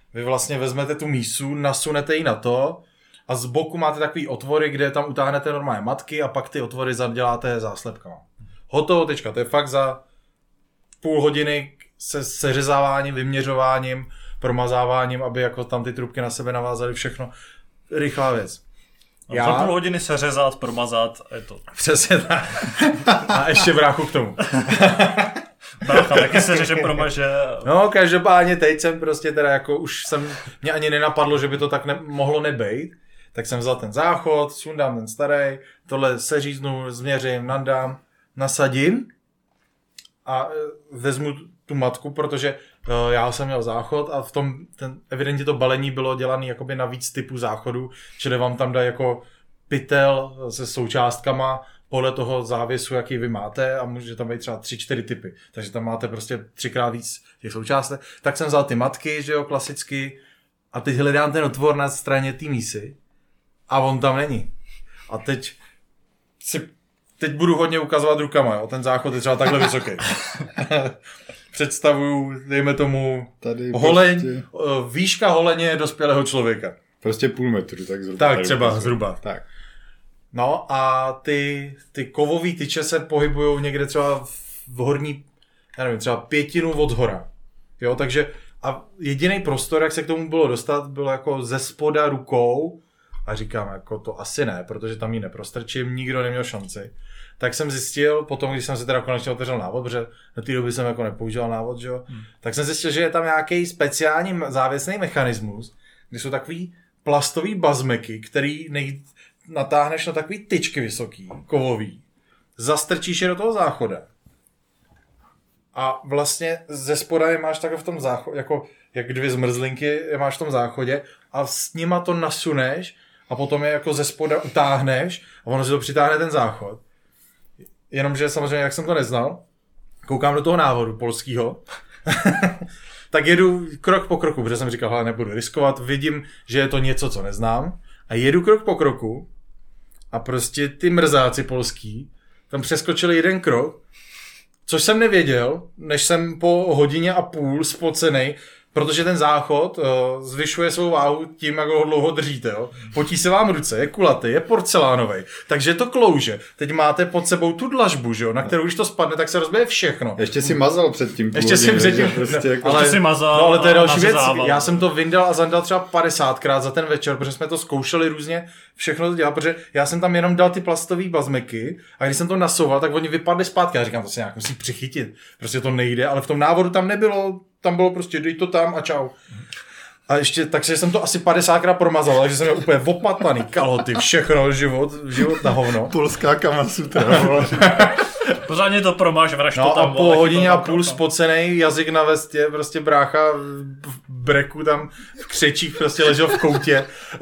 vy vlastně vezmete tu mísu, nasunete ji na to a z boku máte takový otvory, kde tam utáhnete normálně matky a pak ty otvory zaděláte záslepkama. Hotovo, tečka. To je fakt za půl hodiny se seřezáváním, vyměřováním, promazáváním, aby jako tam ty trubky na sebe navázaly, všechno. Rychlá věc. Já... Za půl hodiny seřezat, promazat, je to. Přesně tak. A ještě bráchu k tomu. Brácha taky se řeže promaže. No, každopádně teď jsem prostě teda jako už jsem, mě ani nenapadlo, že by to tak ne, mohlo nebejt. Tak jsem vzal ten záchod, sundám ten starý, tohle seříznu, změřím, nandám, nasadím a vezmu tu matku, protože uh, já jsem měl záchod a v tom, ten, evidentně to balení bylo dělané jakoby na víc typů záchodu, čili vám tam dají jako pytel se součástkama podle toho závěsu, jaký vy máte a může tam být třeba tři, čtyři typy. Takže tam máte prostě třikrát víc těch součástek. Tak jsem vzal ty matky, že jo, klasicky a teď hledám ten otvor na straně té mísy a on tam není. A teď si teď budu hodně ukazovat rukama, jo, ten záchod je třeba takhle vysoký. Představuju, dejme tomu, tady holeň, prostě... výška holeně dospělého člověka. Prostě půl metru, tak zhruba. Tak třeba metru. Zhruba. Tak. No a ty, ty kovový tyče se pohybujou někde třeba v horní, já nevím, třeba pětinu od zhora. Jo, takže a jediný prostor, jak se k tomu bylo dostat, bylo jako ze spoda rukou a říkám, jako to asi ne, protože tam ji neprostrčím, nikdo neměl šanci. Tak jsem zjistil, potom, když jsem si teda konečně otevřel návod, protože na té doby jsem jako nepoužíval návod, že jo, hmm. tak jsem zjistil, že je tam nějaký speciální závěsný mechanismus, kdy jsou takový plastový bazmeky, který nej... natáhneš na takový tyčky vysoký, kovový, zastrčíš je do toho záchoda a vlastně ze spoda je máš takhle v tom záchodě, jako jak dvě zmrzlinky je máš v tom záchodě a s nima to nasuneš a potom je jako ze spoda utáhneš a ono si to přitáhne ten záchod. Jenomže samozřejmě, jak jsem to neznal, koukám do toho návodu polskýho, tak jedu krok po kroku, protože jsem říkal, hele, nebudu riskovat, vidím, že je to něco, co neznám a jedu krok po kroku a prostě ty mrzáci polský tam přeskočili jeden krok, což jsem nevěděl, než jsem po hodině a půl spocenej, protože ten záchod uh, zvyšuje svou váhu tím, jak ho dlouho držíte. Jo? Potí se vám ruce, je kulatý, je porcelánový, takže to klouže. Teď máte pod sebou tu dlažbu, že jo? Na kterou, když to spadne, tak se rozbije všechno. Ještě si mazal předtím. Ještě si předtím. Prostě jako... ale, Ještě si mazal, no, ale to je další věc. Nazával. Já jsem to vyndal a zandal třeba padesátkrát za ten večer, protože jsme to zkoušeli různě všechno to dělat, protože já jsem tam jenom dal ty plastové bazmeky a když jsem to nasouval, tak oni vypadli zpátky. Já říkám, to se nějak musí přichytit. Prostě to nejde, ale v tom návodu tam nebylo. Tam bylo prostě, dej to tam a čau. A ještě, takže jsem to asi padesátkrát promazal, takže jsem měl úplně opatlaný kalhoty, všechno, život, život na hovno. Polská kamasutra. Pořádně to promáš, vraž to no tam. A po hodině a půl spocenej, jazyk na vestě, prostě brácha v breku tam v křečích prostě ležel v koutě.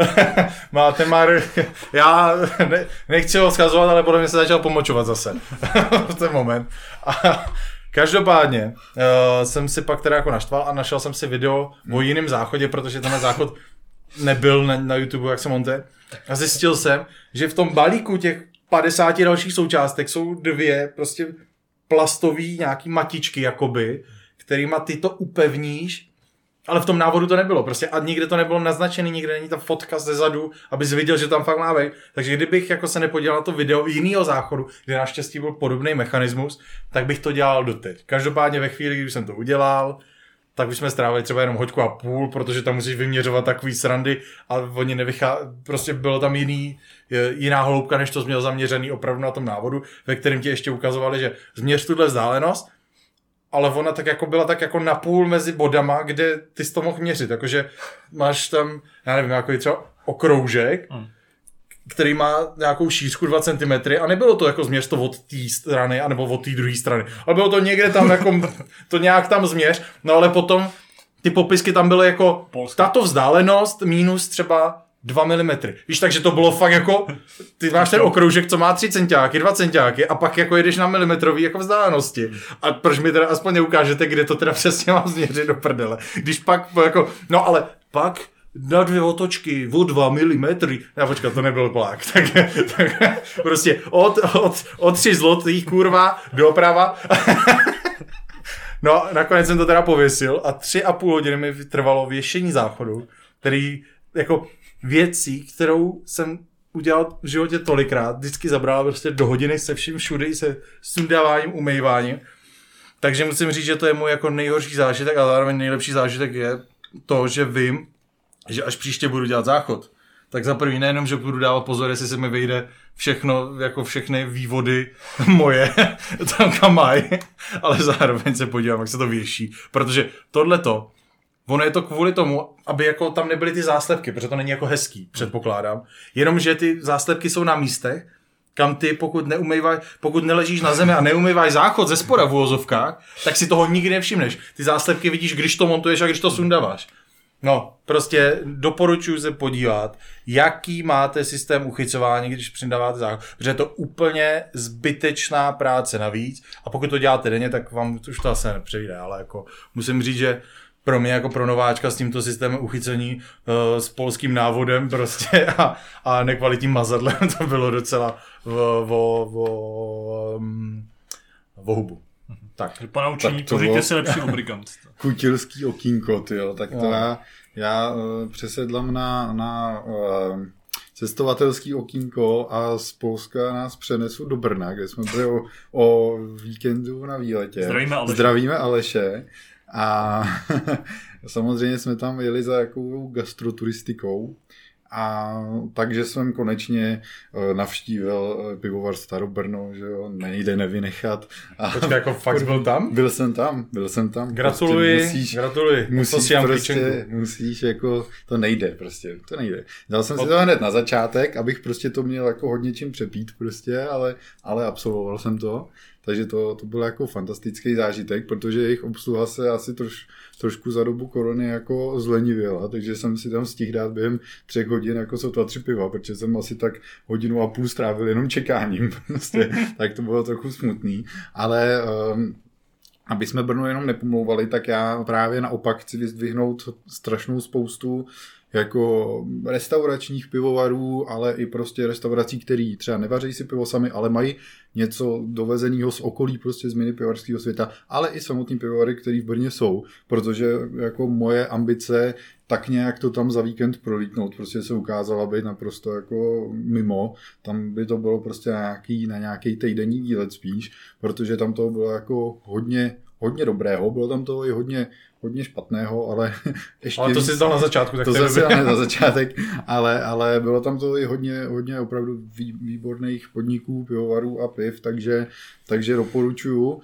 Máte mar, já ne, nechci ho schazovat, ale podle mě se začal pomočovat zase v ten moment. A každopádně uh, jsem si pak teda jako naštval a našel jsem si video o jiném záchodě, protože ten záchod nebyl na, na YouTube, jak se montuje. A zjistil jsem, že v tom balíku těch padesáti dalších součástek jsou dvě prostě plastový nějaký matičky jakoby, kterýma ty to upevníš, ale v tom návodu to nebylo prostě a nikde to nebylo naznačený, nikde není ta fotka ze zadu, abys viděl, že tam fakt má být. Takže kdybych jako se nepodíval na to video jinýho záchodu, kde naštěstí byl podobný mechanismus, tak bych to dělal doteď. Každopádně ve chvíli, když jsem to udělal, tak bychom strávili třeba jenom hoďku a půl, protože tam musíš vyměřovat takový srandy a oni nevychá... prostě bylo tam jiný, jiná hloubka, než to jsi měl zaměřený opravdu na tom návodu, ve kterém ti ještě ukazovali, že změř tuhle vzdálenost, ale ona tak jako byla tak jako napůl mezi bodama, kde ty jsi to mohl měřit, jakože máš tam, já nevím, jako třeba okroužek, hmm. který má nějakou šířku dva centimetry a nebylo to jako změř to od té strany, anebo od té druhé strany, ale bylo to někde tam jako, to nějak tam změř, no ale potom ty popisky tam byly jako Polska. Tato vzdálenost minus třeba dva milimetry. Víš, takže to bylo fakt jako, ty máš ten okroužek, co má tři centiáky, dva centiáky a pak jako jedeš na milimetrový jako vzdálenosti. A proč mi teda aspoň neukážete, kde to teda přesně mám změřit do prdele. Když pak jako, no ale pak na dvě otočky, o dva milimetry. Já počkat, to nebyl Polák. Tak, tak prostě od, od, od tři zlotých, kurva, doprava. No, nakonec jsem to teda pověsil a tři a půl hodiny mi trvalo věšení záchodu, který jako věcí, kterou jsem udělal v životě tolikrát, vždycky zabral prostě do hodiny se vším všude, se sundáváním, umýváním. Takže musím říct, že to je můj jako nejhorší zážitek a zároveň nejlepší zážitek je to, že vím, že až příště budu dělat záchod, tak za první nejenom, že budu dávat pozor, jestli se mi vyjde všechno, jako všechny vývody moje, tam kam mají, ale zároveň se podívám, jak se to věší, protože tohleto, ono je to kvůli tomu, aby jako tam nebyly ty záslepky, protože to není jako hezký, předpokládám, jenomže ty záslepky jsou na místech, kam ty, pokud neumývaj, pokud neležíš na zemi a neumýváš záchod ze spoda v uvozovkách, tak si toho nikdy nevšimneš. Ty záslepky vidíš, když to montuješ a když to sundáváš. No, prostě doporučuji se podívat, jaký máte systém uchycování, když přindáváte záchod, protože je to úplně zbytečná práce navíc a pokud to děláte denně, tak vám už to asi nepřejde, ale jako musím říct, že pro mě jako pro nováčka s tímto systémem uchycení uh, s polským návodem prostě a, a nekvalitním mazadlem to bylo docela vo, vo, um, vo hubu. Tak. Po naučení pořiďte si lepší lubrikant. Kutilský okýnko, tyjo, tak to no. já, já uh, přesedlám na, na uh, cestovatelský okýnko a z Polska nás přenesu do Brna, kde jsme byli o, o víkendu na výletě. Zdravíme Aleše. Zdravíme Aleše. A samozřejmě jsme tam jeli za jakou gastroturistikou a takže jsem konečně navštívil pivovar Starobrno, že jo, nejde nevynechat. A počkej, jako fakt byl tam? Byl jsem tam, byl jsem tam. Gratuluji, prostě musíš, gratuluji. Musíš prostě, musíš jako, to nejde prostě, to nejde. Dal jsem si to hned na začátek, abych prostě to měl jako hodně čím přepít prostě, ale, ale absolvoval jsem to. Takže to, to byl jako fantastický zážitek, protože jejich obsluha se asi troš, trošku za dobu korony jako zlenivěla, takže jsem si tam stihl dát během třech hodin jako sotva tři piva, protože jsem asi tak hodinu a půl strávil jenom čekáním, prostě, tak to bylo trochu smutný, ale um, aby jsme Brno jenom nepomlouvali, tak já právě naopak chci vyzdvihnout strašnou spoustu jako restauračních pivovarů, ale i prostě restaurací, který třeba nevaří si pivo sami, ale mají něco dovezeného z okolí, prostě z mini pivovarského světa, ale i samotný pivovary, který v Brně jsou, protože jako moje ambice tak nějak to tam za víkend prolítnout, prostě se ukázala být naprosto jako mimo, tam by to bylo prostě na nějaký, na nějaký týdenní výlet spíš, protože tam to bylo jako hodně hodně dobrého, bylo tam toho i hodně, hodně špatného, ale ještě... Ale to si zdal na začátku, tak to to zase ne na začátek, ale, ale bylo tam toho i hodně, hodně opravdu výborných podniků, pivovarů a piv, takže, takže doporučuju.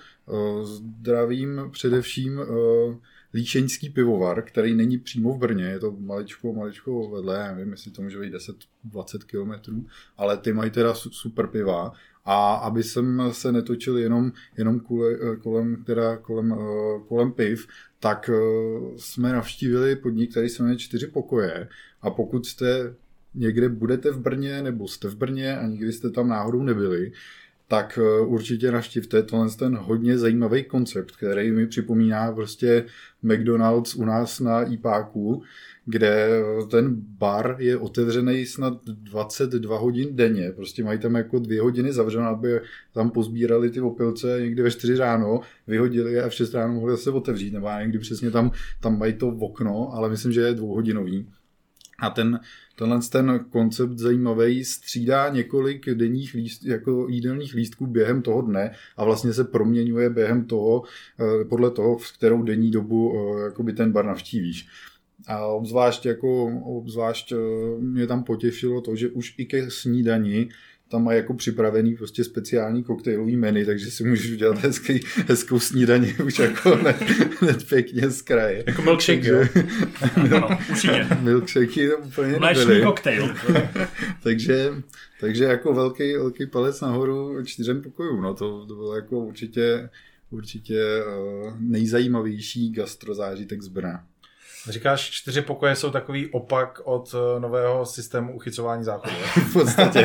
Zdravím především Líšeňský pivovar, který není přímo v Brně, je to maličko, maličko vedle, nevím, jestli to může být deset dvacet kilometrů, ale ty mají teda super piva. A aby jsem se netočil jenom, jenom kule, kolem, teda kolem, kolem piv, tak jsme navštívili podnik, který se jmenuje Čtyři pokoje. A pokud jste někde budete v Brně, nebo jste v Brně a nikdy jste tam náhodou nebyli, tak určitě navštivte tenhle ten hodně zajímavý koncept, který mi připomíná prostě McDonald's u nás na Ipáku, kde ten bar je otevřený snad dvacet dva hodin denně. Prostě mají tam jako dvě hodiny zavřeno, aby tam pozbírali ty opilce někdy ve čtyři ráno, vyhodili a v šest ráno mohli zase otevřít, nebo někdy přesně tam, tam mají to okno, ale myslím, že je dvouhodinový. A ten, tenhle ten koncept zajímavý střídá několik denních líst, jako jídelných lístků během toho dne a vlastně se proměňuje během toho, podle toho, v kterou denní dobu jakoby ten bar navštívíš. A obzvlášť, jako, obzvlášť mě tam potěšilo to, že už i ke snídani tam mají jako připravený prostě speciální koktejlový menu, takže si můžeš udělat hezký, hezkou snídani už jako hned, hned pěkně z kraje. Jako milkshake, jo? Ano, určitě. Milkshakey to úplně nebyly. koktejl. takže, takže jako velký, velký palec nahoru čtyřem pokojům, no to, to bylo jako určitě, určitě nejzajímavější gastrozážitek z Brna. Říkáš, čtyři pokoje jsou takový opak od nového systému uchycování záchodu. V podstatě.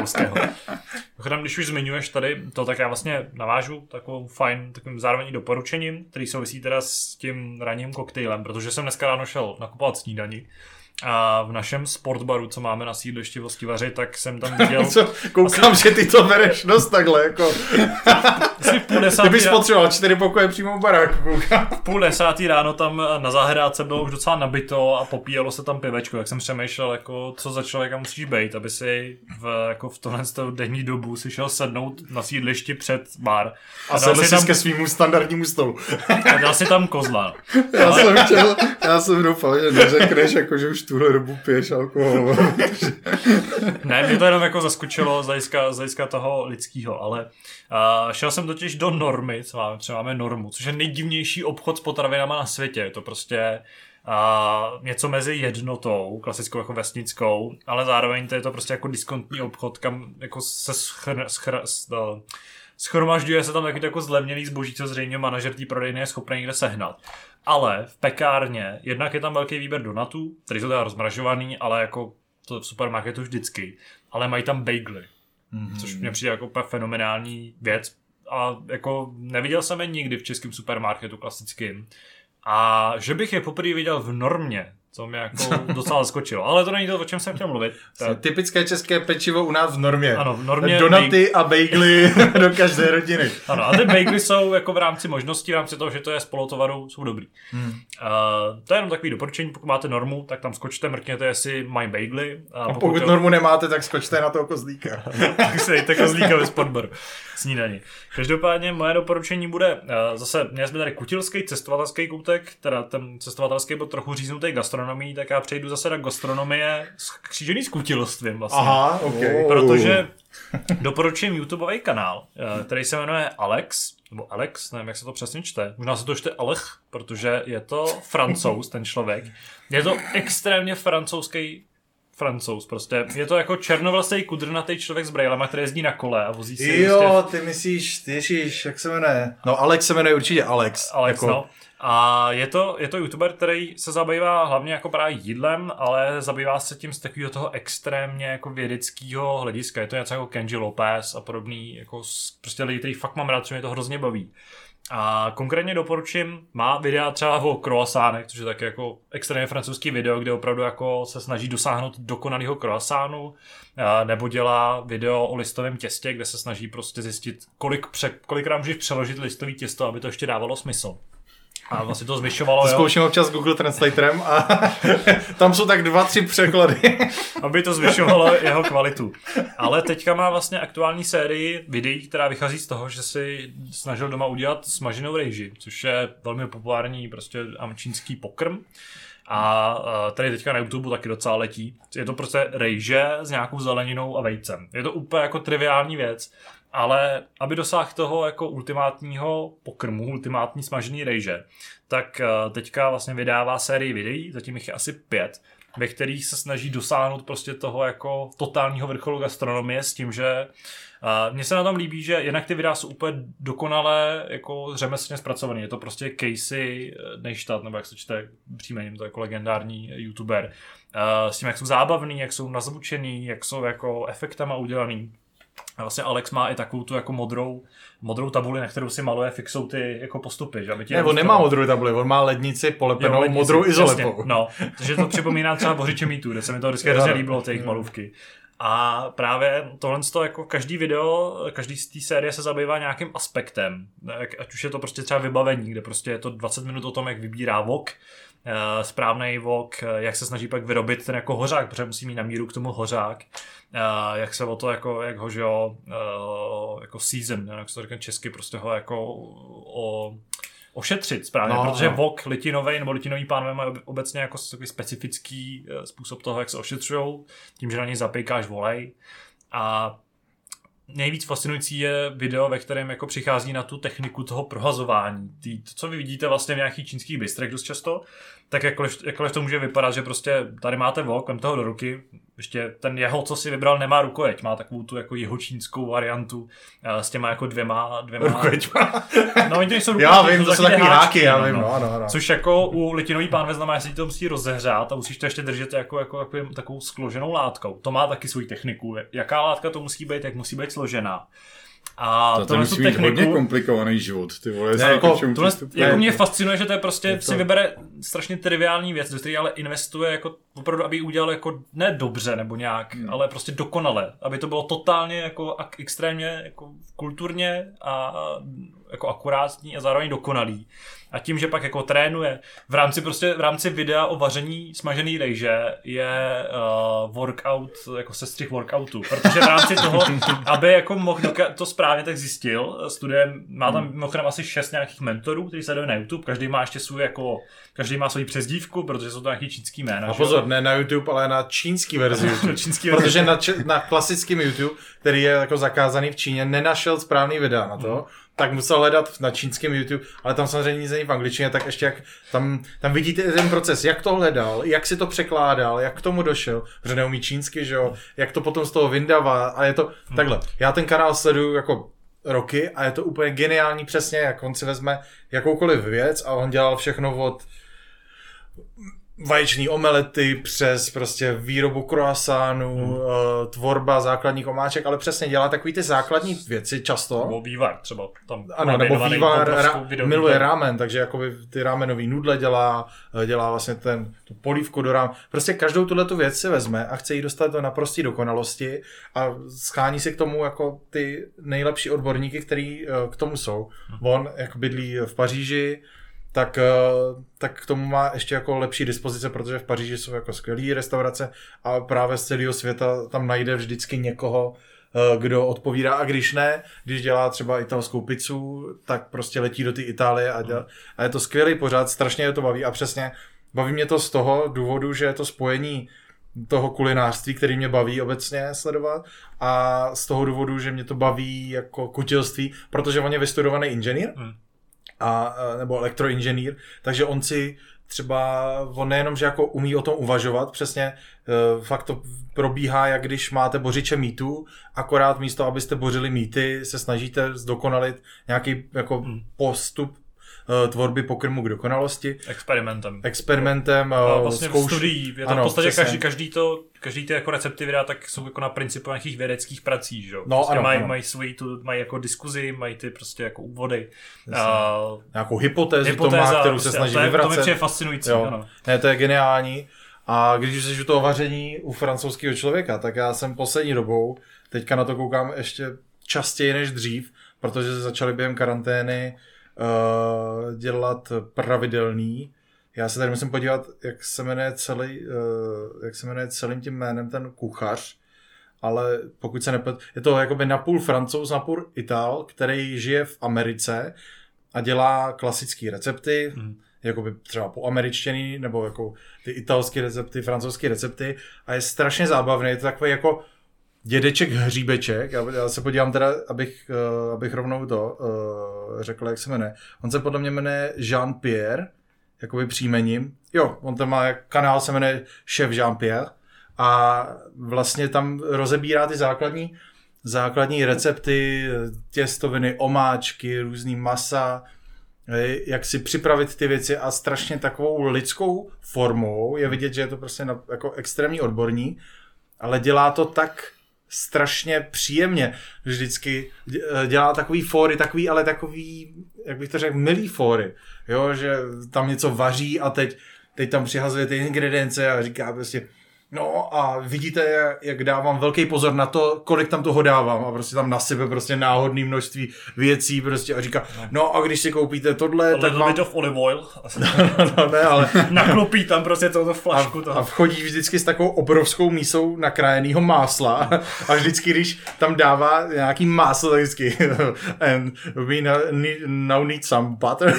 Chodem, když už zmiňuješ tady to, tak já vlastně navážu takovou fajn, takovým zároveň doporučením, který souvisí teda s tím ranním koktejlem, protože jsem dneska ráno šel nakupovat snídani A v našem sportbaru, co máme na sídlišti v Hostivaři, tak jsem tam viděl... Co? Koukám, asi... že ty to bereš dost takhle, jako... Asi v půl desátý... Ty bys potřeboval čtyři pokoje přímo v baráku, koukám. V půl desátý ráno tam na zahrádce bylo už docela nabito a popíjelo se tam pivečko, tak jsem přemýšlel, jako, co za člověka musíš být, aby si v, jako v tohle denní dobu si šel sednout na sídlišti před bar. A, a sedl si tam... ke svýmu standardnímu stolu. A dal si tam kozla. Já ale... jsem chtěl, já jsem doufal, že neřekneš, jako, že už tuhle dobu piješ alkohol. Ne, mě to jenom jako zaskočilo z hlediska, z hlediska toho lidského, ale uh, šel jsem totiž do Normy, co máme, třeba máme Normu, což je nejdivnější obchod s potravinama na světě. Je to prostě uh, něco mezi Jednotou, klasickou jako vesnickou, ale zároveň to je to prostě jako diskontní obchod, kam jako se schr, schr, schr, schromažďuje se tam taky jako zlevněný zboží, co zřejmě manažer té prodejny je schopný někde sehnat. Ale v pekárně, jednak je tam velký výběr donutů, který jsou teda rozmražovaný, ale jako to v supermarketu vždycky, ale mají tam bagely, mm-hmm. což mě přijde jako fenomenální věc a jako neviděl jsem je nikdy v českém supermarketu klasickým a že bych je poprvé viděl v Normě, co mě jako docela zaskočilo, ale to není to, o čem jsem chtěl mluvit. Tak... Typické české pečivo u nás v Normě. Ano, v Normě. Donaty a bagely do každé rodiny. Ano, a ty bagely jsou jako v rámci možností, v rámci toho, že to je z polotovaru, jsou dobrý. Hmm. Uh, to je jenom takový doporučení, pokud máte Normu, tak tam skočte, mrkněte, jestli mají bagely. A, a pokud, pokud to... Normu nemáte, tak skočte na toho kozlíka. Tak se dejte kozlíka ve sportbaru. Snídaní. Každopádně moje doporučení bude, uh, zase měli jsme tady kutilský cestovatelský koutek, teda ten cestovatelský byl trochu říznutý gastronomií, tak já přejdu zase do gastronomie křížený s kutilstvím vlastně. Aha, okay. Protože doporučím YouTubeový kanál, uh, který se jmenuje Alex, nebo Alex, nevím, jak se to přesně čte. Možná se to čte Alech, protože je to Francouz, ten člověk. Je to extrémně francouzský Francouz, prostě. Je to jako černovlasej kudrnatý člověk s brejlema, který jezdí na kole a vozí si... Jo, prostě... ty myslíš, ty ježíš, jak se jmenuje? No Alex se jmenuje určitě Alex. Alex, jako... no. A je to, je to youtuber, který se zabývá hlavně jako právě jídlem, ale zabývá se tím z takového toho extrémně jako vědeckého hlediska. Je to něco jako Kenji Lopez a podobný, jako prostě lidi, který fakt mám rád, že mě to hrozně baví. A konkrétně doporučím, má videa třeba o croissánech, což je taky jako extrémně francouzský video, kde opravdu jako se snaží dosáhnout dokonalého croissánu, nebo dělá video o listovém těstě, kde se snaží prostě zjistit, kolik pře- kolikrát můžeš přeložit listový těsto, aby to ještě dávalo smysl. A vlastně to zvyšovalo, to zkouším občas Google Translatorem a tam jsou tak dva, tři překlady. Aby to zvyšovalo jeho kvalitu. Ale teďka má vlastně aktuální sérii videí, která vychází z toho, že si snažil doma udělat smaženou rejži, což je velmi populární prostě čínský pokrm. A tady teďka na YouTube taky docela letí. Je to prostě rejže s nějakou zeleninou a vejcem. Je to úplně jako triviální věc. Ale aby dosáhl toho jako ultimátního pokrmu, ultimátní smažený rejže, tak teďka vlastně vydává sérii videí, zatím jich je asi pět, ve kterých se snaží dosáhnout prostě toho jako totálního vrcholu gastronomie s tím, že uh, mně se na tom líbí, že jednak ty videa jsou úplně dokonale jako řemeslně zpracovaný. Je to prostě Casey Neistat, nebo jak se čte příjmením, to jako legendární youtuber. Uh, s tím, jak jsou zábavný, jak jsou nazvučený, jak jsou jako efektama udělaný. A vlastně Alex má i takovou tu jako modrou, modrou tabuli, na kterou si maluje fixou ty jako postupy. Že? Aby ne, on nemá modrou tabuli, on má lednici polepenou jo, lednici, modrou izolepou. No, takže to připomíná třeba Bořiče mýtů, kde se mi to vždycky hrozně líbilo, ty jejich malůvky. A právě tohle to jako každý video, každý z té série se zabývá nějakým aspektem. Ať už je to prostě třeba vybavení, kde prostě je to dvacet minut o tom, jak vybírá wok, správnej wok, jak se snaží pak vyrobit ten jako hořák, protože musí mít na míru k tomu hořák. Jak se o to jako, jak ho, že jo, jako season, jak se to říká česky, prostě ho jako o, ošetřit správně, no, protože no. Wok litinovej nebo litinový pánve mají obecně jako takový specifický způsob toho, jak se ošetřujou, tím, že na něj zapejkáš volej. A nejvíc fascinující je video, ve kterém jako přichází na tu techniku toho prohazování. Tý, to, co vy vidíte vlastně v nějakých čínských bistrech dost často, tak jakkoliv, jakkoliv to může vypadat, že prostě tady máte wok, vemte ho do ruky, ještě ten jeho, co si vybral, nemá rukojeť, má takovou tu jako jihočínskou variantu s těma jako dvěma... dvěma... Rukojeť má. No, oni to jsou rukojeť, já vím, to jsou takový háky, já vím, no, no, no. Což jako u litinový pánve znamená, že si to musí rozehřát a musíš to ještě držet jako, jako, jako takovou skloženou látkou. To má taky svou techniku. Jaká látka to musí být, jak musí být složená. A to, to musí mít hodně komplikovaný život, ty vole. Ne, jako, tohle, jako mě fascinuje, že to je prostě, to... si vybere strašně triviální věc, do které ale investuje jako opravdu, aby ji udělal jako ne dobře nebo nějak, hmm. ale prostě dokonale, aby to bylo totálně jako extrémně jako kulturně a jako akurátní a zároveň dokonalý. A tím, že pak jako trénuje v rámci prostě v rámci videa o vaření smažený rejže je uh, workout, jako sestřih workoutu, protože v rámci toho, aby jako mohl doka- to správně tak zjistil, studiem má tam mimochodem asi šest nějakých mentorů, kteří sleduje na YouTube, každý má ještě svůj jako, každý má svůj přezdívku, protože jsou to nějaký čínský jména. A pozor, ne na YouTube, ale na čínský verzi YouTube. čínský verzi. Protože na, č- na klasickém YouTube, který je jako zakázaný v Číně, nenašel správný videa na to. Hmm. Tak musel hledat na čínském YouTube, ale tam samozřejmě nic není v angličtině, tak ještě jak tam, tam vidíte ten proces, jak to hledal, jak si to překládal, jak k tomu došel, protože neumí čínsky, že jo, jak to potom z toho vyndává a je to hmm. takhle. Já ten kanál sleduju jako roky a je to úplně geniální přesně, jak on si vezme jakoukoliv věc a on dělal všechno od vaječný omelety přes prostě výrobu croissantů, hmm. tvorba základních omáček, ale přesně dělá takový ty základní věci často. Nebo vývar třeba. Tam ano, nebo vývar, ra- miluje rámen, takže jakoby ty rámenový nudle dělá, dělá vlastně ten, tu polívku do rámen. Prostě každou tuhletu věc si vezme a chce jí dostat do naprosté dokonalosti a schání si k tomu jako ty nejlepší odborníky, který k tomu jsou. Hmm. On jak bydlí v Paříži, tak, tak k tomu má ještě jako lepší dispozice, protože v Paříži jsou jako skvělý restaurace a právě z celého světa tam najde vždycky někoho, kdo odpovídá a když ne, když dělá třeba italskou pizzu, tak prostě letí do té Itálie a, dělá, a je to skvělý pořád, strašně je to baví a přesně baví mě to z toho důvodu, že je to spojení toho kulinářství, který mě baví obecně sledovat a z toho důvodu, že mě to baví jako kutilství, protože on je vystudovaný inženýr, hmm. a, nebo elektroinženýr, takže on si třeba, on nejenom, že jako umí o tom uvažovat, přesně fakt to probíhá, jak když máte bořiče mýtů, akorát místo, abyste bořili mýty, se snažíte zdokonalit nějaký jako hmm. postup tvorby pokrmu k dokonalosti. Experimentem. Experimentem. A vlastně zkouš... v studií. Je to ano, v podstatě každý, každý, to, každý ty jako recepty videa tak jsou jako na principu nějakých vědeckých prací, že jo? No, prostě ano, mají, ano. mají svoji tu, mají jako diskuzi, mají ty prostě jako úvody. A... Nějakou hypotézu hypotéza, to má, kterou se snaží to je, vyvracet. To mi přijde fascinující, jo. Ano. Ne, to je geniální. A když jsi u toho vaření u francouzského člověka, tak já jsem poslední dobou, teďka na to koukám ještě častěji než dřív, protože se začaly během karantény Uh, dělat pravidelný. Já se tady musím podívat, jak se jmenuje celý, uh, jak se jmenuje celým tím jménem ten kuchař, ale pokud se neplet, je to jakoby napůl Francouz, napůl Itál, který žije v Americe a dělá klasické recepty, hmm. jakoby třeba poameričtěný, nebo jako ty italské recepty, francouzské recepty a je strašně zábavný, je to takový jako dědeček hříbeček, já se podívám teda, abych, uh, abych rovnou to uh, řekl, jak se jmenuje. On se podle mě jmenuje Jean-Pierre, jakoby příjmením. Jo, on tam má kanál, se jmenuje Chef Jean-Pierre a vlastně tam rozebírá ty základní, základní recepty, těstoviny, omáčky, různý masa, jak si připravit ty věci a strašně takovou lidskou formou. Je vidět, že je to prostě na, jako extrémní odborník, ale dělá to tak strašně příjemně. Vždycky dělá takový fóry, takový, ale takový, jak bych to řekl, milý fóry. Jo, že tam něco vaří a teď, teď tam přihazuje ty ingredience a říká prostě, no a vidíte, jak dávám velký pozor na to, kolik tam toho dávám a prostě tam nasype prostě náhodné množství věcí prostě a říká, no a když si koupíte tohle, tak vám... bit of olive oil. no, ne, ale... Naklopí tam prostě toto flašku. A, toho. a vchodí vždycky s takovou obrovskou mísou nakrájenýho másla a vždycky, když tam dává nějaký máslo, tak vždycky and we now need some butter.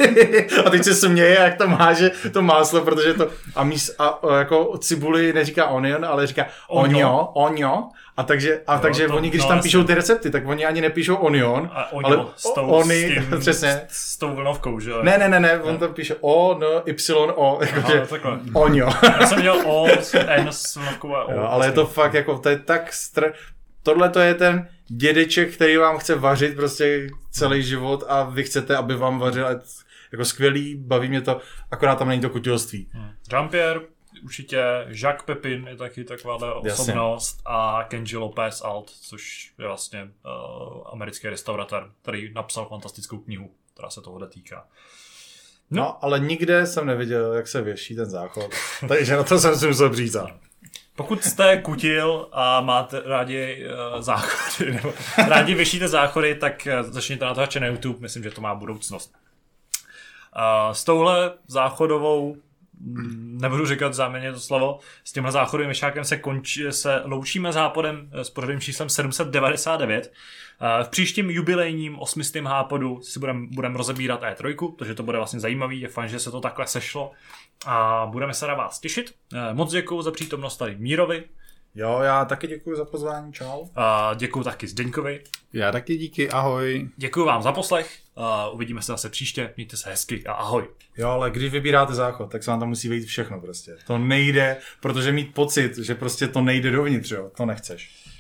A teď se směje, jak tam háže to máslo, protože to a, mís, a, a jako cibuli neříká onion, ale říká onio, onio. A takže, a jo, takže to, oni, když no, tam píšou ty recepty, tak oni ani nepíšou onion, a onio, ale s tou, oni, s tím, přesně. S, s tou vlnovkou, že jo? Ne, ne, ne, ne, on tam píše o, no, y, o, jakože onio. Já jsem měl o, n s vlnovkou a o. Jo, ale je to fakt jako, to je tak str... Tohle to je ten dědeček, který vám chce vařit prostě celý život a vy chcete, aby vám vařil jako skvělý, baví mě to, akorát tam není to kutilství. Hmm. Jean-Pierre určitě Jacques Pepin je taky taková osobnost a Kenji Lopez Alt, což je vlastně uh, americký restauratér, který napsal fantastickou knihu, která se toho týká. No. no, ale nikde jsem neviděl, jak se věší ten záchod, takže na to jsem si musel břízat. Pokud jste kutil a máte rádi uh, záchody, nebo rádi věšíte záchody, tak uh, začněte natáčet na YouTube, myslím, že to má budoucnost. Uh, s touhle záchodovou, nebudu říkat záměrně to slovo, s tímhle záchodovým věšákem se, končí, se loučíme zápodem s pořadovým číslem sedm set devadesát devět. Uh, v příštím jubilejním osmistém hápodu si budeme budem rozebírat E tři, takže to bude vlastně zajímavý, je fajn, že se to takhle sešlo a budeme se na vás těšit. Uh, moc děkuju za přítomnost tady Mírovi. Jo, já taky děkuji za pozvání, čau. Uh, děkuju taky Zdeňkovi. Já taky díky, ahoj. Děkuju vám za poslech, uh, uvidíme se zase příště, mějte se hezky a ahoj. Jo, ale když vybíráte záchod, tak se vám tam musí vejít všechno prostě. To nejde, protože mít pocit, že prostě to nejde dovnitř, jo, to nechceš.